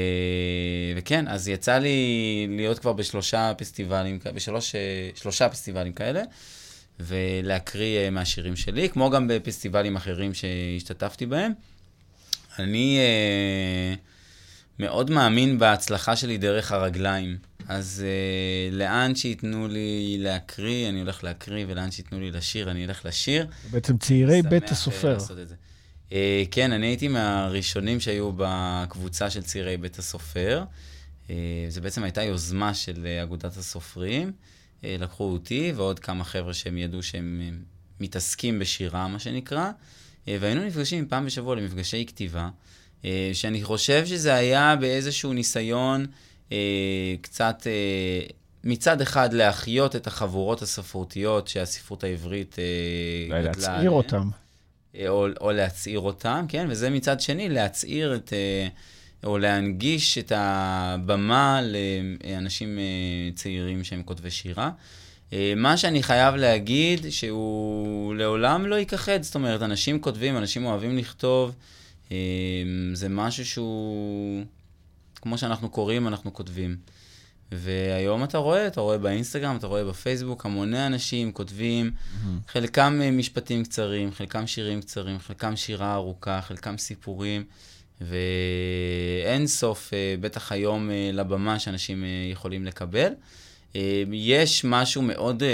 [SPEAKER 4] וכן, אז יצא לי להיות כבר בשלושה פסטיבלים, בשלוש, שלושה פסטיבלים כאלה, ולהקריא מהשירים שלי, כמו גם בפסטיבלים אחרים שהשתתפתי בהם. אני אה, מאוד מאמין בהצלחה שלי דרך הרגליים. אז אה, לאן שיתנו לי להקריא, אני הולך להקריא, ולאן שיתנו לי לשיר, אני אלך לשיר.
[SPEAKER 3] בעצם צעירי בית הסופר.
[SPEAKER 4] Uh, כן, אני הייתי מהראשונים שהיו בקבוצה של צעירי בית הסופר. Uh, זה בעצם הייתה יוזמה של uh, אגודת הסופרים. Uh, לקחו אותי ועוד כמה חבר'ה שהם ידעו שהם uh, מתעסקים בשירה, מה שנקרא. Uh, והיינו נפגשים פעם בשבוע למפגשי כתיבה, uh, שאני חושב שזה היה באיזשהו ניסיון uh, קצת uh, מצד אחד להחיות את החבורות הספרותיות שהספרות העברית uh,
[SPEAKER 3] גדלה. להצעיר אותם.
[SPEAKER 4] או, או להצעיר אותם, כן? וזה מצד שני, להצעיר את, או להנגיש את הבמה לאנשים צעירים שהם כותבי שירה. מה שאני חייב להגיד, שהוא לעולם לא ייכחד, זאת אומרת, אנשים כותבים, אנשים אוהבים לכתוב, זה משהו שהוא, כמו שאנחנו קוראים, אנחנו כותבים. והיום אתה רואה, אתה רואה באינסטגרם, אתה רואה בפייסבוק, המוני אנשים כותבים, mm-hmm. חלקם משפטים קצרים, חלקם שירים קצרים, חלקם שירה ארוכה, חלקם סיפורים, ואין סוף, בטח היום לבמה שאנשים יכולים לקבל. יש משהו מאוד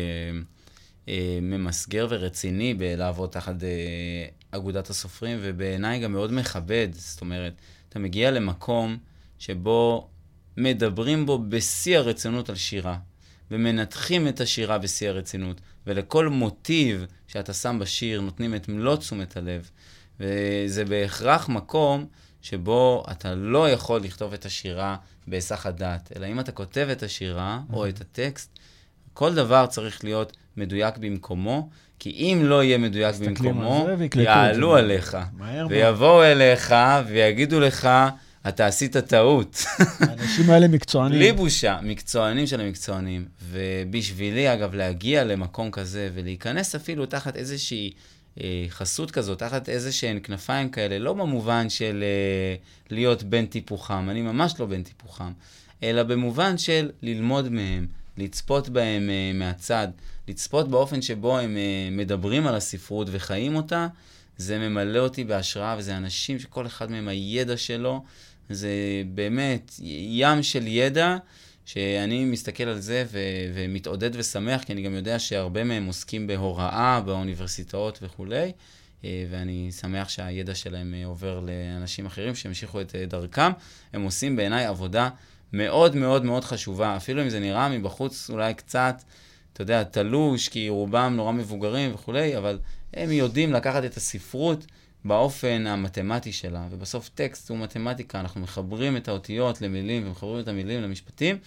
[SPEAKER 4] ממסגר ורציני בלעבוד תחת אגודת הסופרים, ובעיניי גם מאוד מכבד, זאת אומרת, אתה מגיע למקום שבו מדברים בו בשיא הרצינות על שירה, ומנתחים את השירה בשיא הרצינות, ולכל מוטיב שאתה שם בשיר נותנים את מלוא תשומת הלב, וזה בהכרח מקום שבו אתה לא יכול לכתוב את השירה בהיסח הדעת, אלא אם אתה כותב את השירה או את הטקסט, כל דבר צריך להיות מדויק במקומו, כי אם לא יהיה מדויק במקומו, יעלו עליך, ויבואו אליך ויגידו לך, אתה עשית טעות.
[SPEAKER 3] האנשים האלה מקצוענים.
[SPEAKER 4] בלי בושה, מקצוענים של המקצוענים. ובשבילי, אגב, להגיע למקום כזה ולהיכנס אפילו תחת איזושהי חסות כזאת, תחת איזה שהן כנפיים כאלה, לא במובן של להיות בן טיפוחם, אני ממש לא בן טיפוחם, אלא במובן של ללמוד מהם, לצפות בהם מהצד, לצפות באופן שבו הם מדברים על הספרות וחיים אותה, זה ממלא אותי בהשראה, וזה אנשים שכל אחד מהם הידע שלו, זה באמת ים של ידע, שאני מסתכל על זה ו- ומתעודד ושמח, כי אני גם יודע שהרבה מהם עוסקים בהוראה, באוניברסיטאות וכולי, ואני שמח שהידע שלהם עובר לאנשים אחרים שהמשיכו את דרכם. הם עושים בעיניי עבודה מאוד מאוד מאוד חשובה, אפילו אם זה נראה מבחוץ אולי קצת, אתה יודע, תלוש, כי רובם נורא מבוגרים וכולי, אבל הם יודעים לקחת את הספרות באופן המתמטי שלה, ובסוף טקסט הוא מתמטיקה, אנחנו מחברים את האותיות למילים, ומחברים את המילים למשפטים,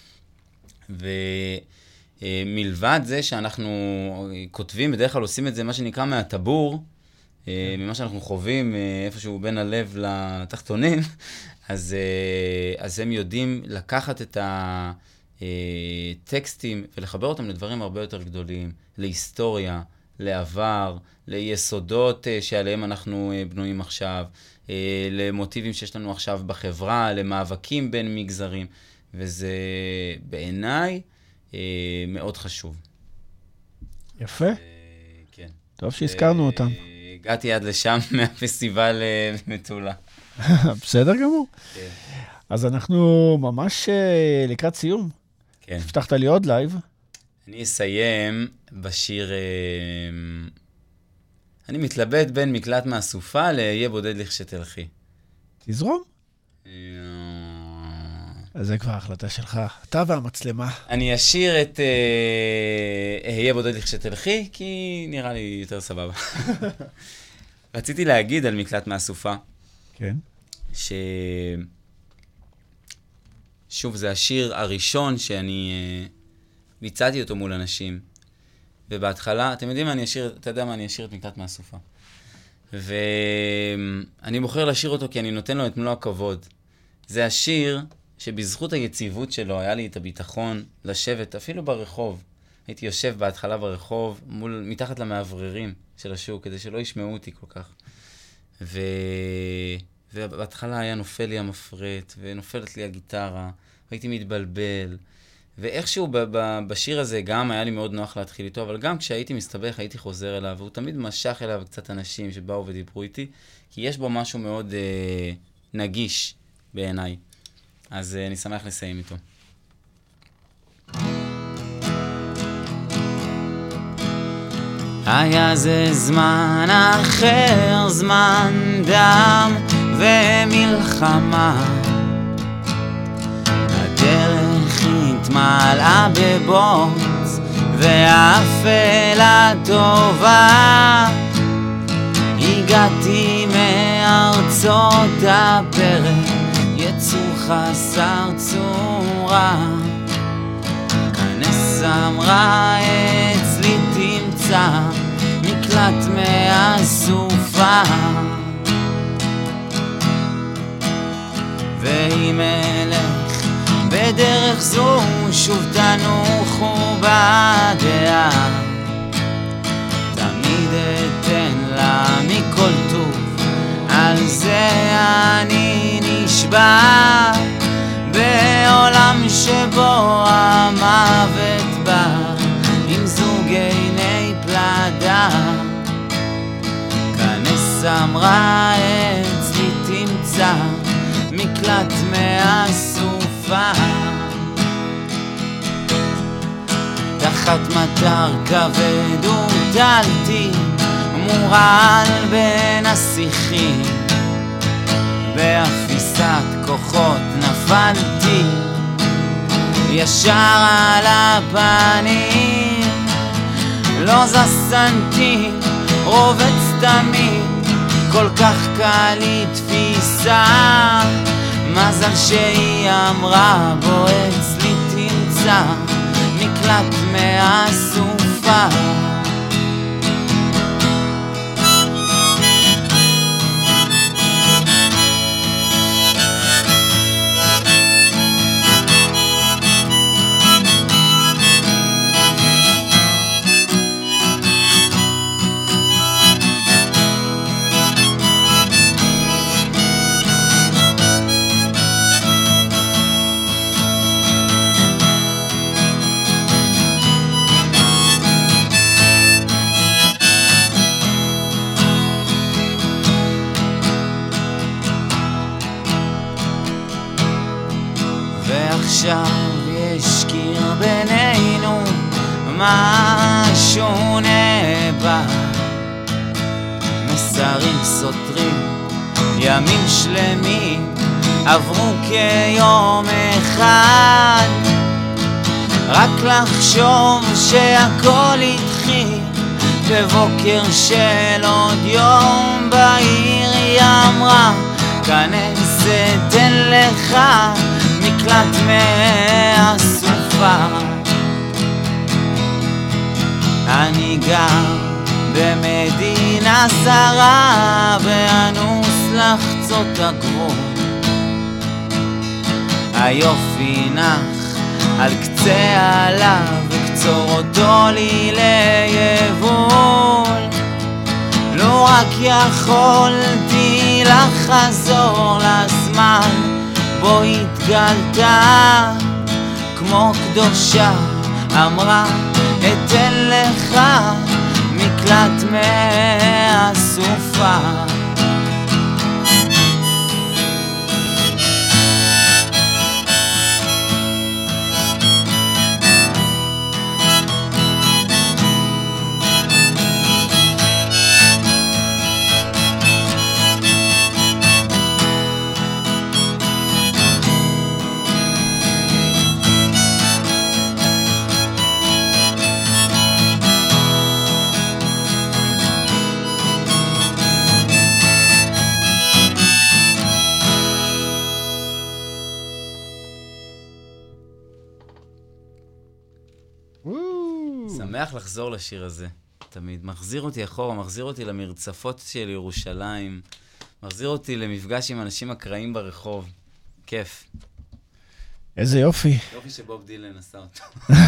[SPEAKER 4] ומלבד זה שאנחנו כותבים, בדרך כלל עושים את זה מה שנקרא מהטבור, ממה שאנחנו חווים איפשהו בין הלב לתחתונים, אז, אז הם יודעים לקחת את הטקסטים ולחבר אותם לדברים הרבה יותר גדולים, להיסטוריה, לעבר, ליסודות שעליהם אנחנו בנויים עכשיו, למוטיבים שיש לנו עכשיו בחברה, למאבקים בין מגזרים, וזה בעיניי מאוד חשוב.
[SPEAKER 3] יפה.
[SPEAKER 4] כן.
[SPEAKER 3] טוב שהזכרנו אותם.
[SPEAKER 4] הגעתי עד לשם מהפסטיבל מטולה.
[SPEAKER 3] בסדר גמור. אז אנחנו ממש לקראת סיום.
[SPEAKER 4] כן.
[SPEAKER 3] הבטחת לי עוד לייב.
[SPEAKER 4] אני אסיים בשיר, אני מתלבט בין מקלט מהסופה ל"יהיה בודד לכשתלכי".
[SPEAKER 3] תזרום. אז זה כבר החלטה שלך. אתה והמצלמה.
[SPEAKER 4] אני אשיר את "אהיה בודד לכשתלכי", כי נראה לי יותר סבבה. רציתי להגיד על מקלט מהסופה.
[SPEAKER 3] כן.
[SPEAKER 4] ש... שוב, זה השיר הראשון שאני ביצעתי אותו מול אנשים. ובהתחלה, אתם יודעים מה אני אשיר, אתה יודע מה אני אשיר את מקלט מהסופה. ואני בוחר לשיר אותו כי אני נותן לו את מלוא הכבוד. זה השיר שבזכות היציבות שלו היה לי את הביטחון לשבת אפילו ברחוב. הייתי יושב בהתחלה ברחוב מול, מתחת למעבררים של השוק, כדי שלא ישמעו אותי כל כך. ו... ובהתחלה היה נופל לי המפרט, ונופלת לי הגיטרה, והייתי מתבלבל. ואיכשהו ב- ב- בשיר הזה גם היה לי מאוד נוח להתחיל איתו, אבל גם כשהייתי מסתבך הייתי חוזר אליו, והוא תמיד משך אליו קצת אנשים שבאו ודיברו איתי, כי יש בו משהו מאוד אה, נגיש בעיניי. אז אה, אני שמח לסיים איתו. היה זה זמן אחר, זמן דם ומלחמה. הדרך התמלאה בבוץ ואפלה טובה. הגעתי מארצות הפרק, יצור חסר צורה. כנס אמרה אצלי תמצא מקלט מהסופה. ואם אלך בדרך זו שוב תנוחו בדעה. תמיד אתן לה מכל טוב, על זה אני נשבע. בעולם שבו המוות בא עם זוג עיני פלדה. כנס אמרה אצלי תמצא מקלט מהסופה. תחת מטר כבד הוטלתי מורעל בין השיחים. באפיסת כוחות נפלתי ישר על הפנים. לא זסנתי, רובץ תמיד, כל כך קל לי תפיסה. מזל שהיא אמרה בוא אצלי תמצא מקלט מהסופה.
[SPEAKER 5] עכשיו יש קיר בינינו, משהו נבע, מסרים סותרים, ימים שלמים עברו כיום אחד, רק לחשוב שהכל התחיל בבוקר של עוד יום בעיר. היא אמרה כנס אתן לך מקלט מהסופה, אני גר במדינה זרה ואנוס לחצות הגבול, היופי נח על קצה עליו וקצור אותו לי ליבול, לא רק יכולתי לחזור לזמן בו התגלתה כמו קדושה, אמרה אתן לך מקלט מהסופה.
[SPEAKER 4] שמח לחזור לשיר הזה, תמיד. מחזיר אותי אחורה, מחזיר אותי למרצפות של ירושלים, מחזיר אותי למפגש עם אנשים אקראיים ברחוב. כיף.
[SPEAKER 3] איזה יופי.
[SPEAKER 4] יופי שבוב דילן עשה אותו.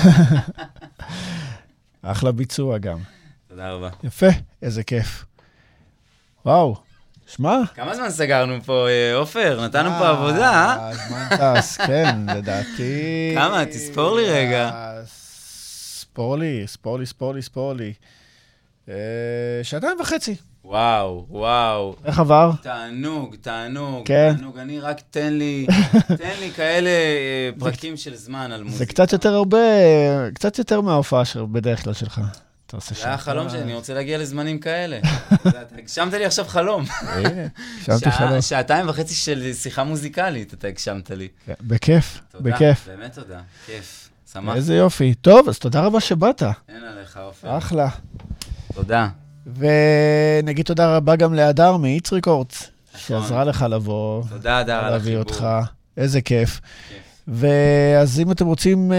[SPEAKER 3] אחלה ביצוע גם.
[SPEAKER 4] תודה רבה.
[SPEAKER 3] יפה, איזה כיף. וואו, שמע.
[SPEAKER 4] כמה זמן סגרנו פה, אופר? נתנו פה עבודה, אה?
[SPEAKER 3] זמן טס, כן, לדעתי.
[SPEAKER 4] כמה? תספור לי רגע.
[SPEAKER 3] ספור לי, ספור לי, ספור לי, ספור לי. שעתיים וחצי.
[SPEAKER 4] וואו, וואו.
[SPEAKER 3] איך עבר?
[SPEAKER 4] תענוג, תענוג,
[SPEAKER 3] כן.
[SPEAKER 4] תענוג. אני רק תן לי, תן לי כאלה פרקים של זמן על מוזיקה.
[SPEAKER 3] זה קצת יותר הרבה, קצת יותר מההופעה בדרך כלל שלך.
[SPEAKER 4] זה היה החלום שלי, אני רוצה להגיע לזמנים כאלה. הגשמת לי עכשיו חלום.
[SPEAKER 3] הנה, הגשמתי חלום.
[SPEAKER 4] שעתיים וחצי של שיחה מוזיקלית, אתה הגשמת לי.
[SPEAKER 3] בכיף, בכיף.
[SPEAKER 4] תודה, באמת תודה, כיף. שמח.
[SPEAKER 3] איזה יופי. טוב, אז תודה רבה שבאת.
[SPEAKER 4] אין עליך, אופן.
[SPEAKER 3] אחלה.
[SPEAKER 4] תודה.
[SPEAKER 3] ונגיד תודה רבה גם לאדר מאיץ ריקורדס, שעזרה לך לבוא.
[SPEAKER 4] תודה, אדר, על החיבור.
[SPEAKER 3] אותך. איזה כיף. ואז אם אתם רוצים...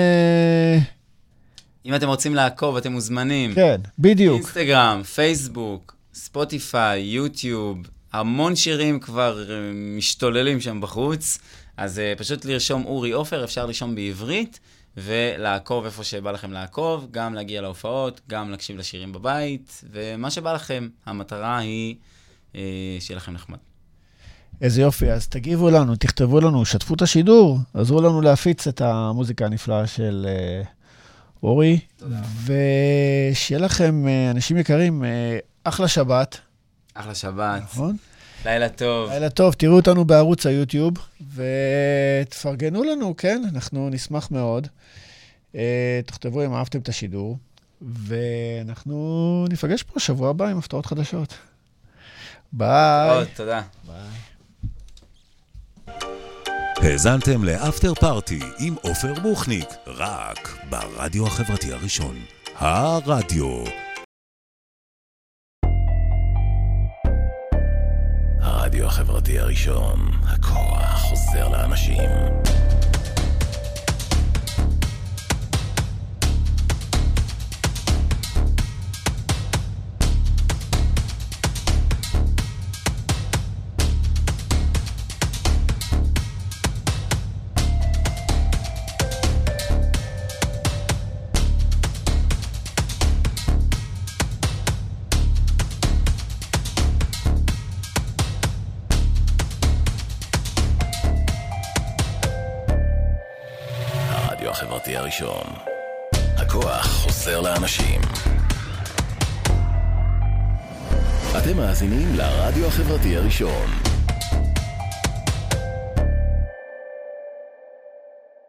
[SPEAKER 4] אם אתם רוצים לעקוב, אתם מוזמנים.
[SPEAKER 3] כן, בדיוק.
[SPEAKER 4] אינסטגרם, פייסבוק, ספוטיפיי, יוטיוב, המון שירים כבר משתוללים שם בחוץ, אז פשוט לרשום אורי אופר, אפשר לרשום בעברית, ולעקוב איפה שבא לכם לעקוב, גם להגיע להופעות, גם להקשיב לשירים בבית, ומה שבא לכם, המטרה היא אה, שיהיה לכם נחמד.
[SPEAKER 3] איזה יופי, אז תגיבו לנו, תכתבו לנו, שתפו את השידור, עזרו לנו להפיץ את המוזיקה הנפלאה של אה, אורי.
[SPEAKER 4] תודה.
[SPEAKER 3] ושיהיה לכם, אה, אנשים יקרים, אה, אחלה שבת.
[SPEAKER 4] אחלה שבת.
[SPEAKER 3] נכון?
[SPEAKER 4] לילה טוב.
[SPEAKER 3] לילה טוב, תראו אותנו בערוץ היוטיוב, ותפרגנו לנו, כן? אנחנו נשמח מאוד. תכתבו אם אהבתם את השידור, ואנחנו ניפגש פה שבוע הבא עם הפתעות חדשות. ביי.
[SPEAKER 4] תודה.
[SPEAKER 3] ביי.
[SPEAKER 1] האזנתם לאפטר פארטי עם עופר בוכניק, רק ברדיו החברתי הראשון. הרדיו. הרדיו החברתי הראשון, הכוח חוזר לאנשים. החברתי הראשון, הכוח חוזר לאנשים. אתם מאזינים לרדיו החברתי הראשון.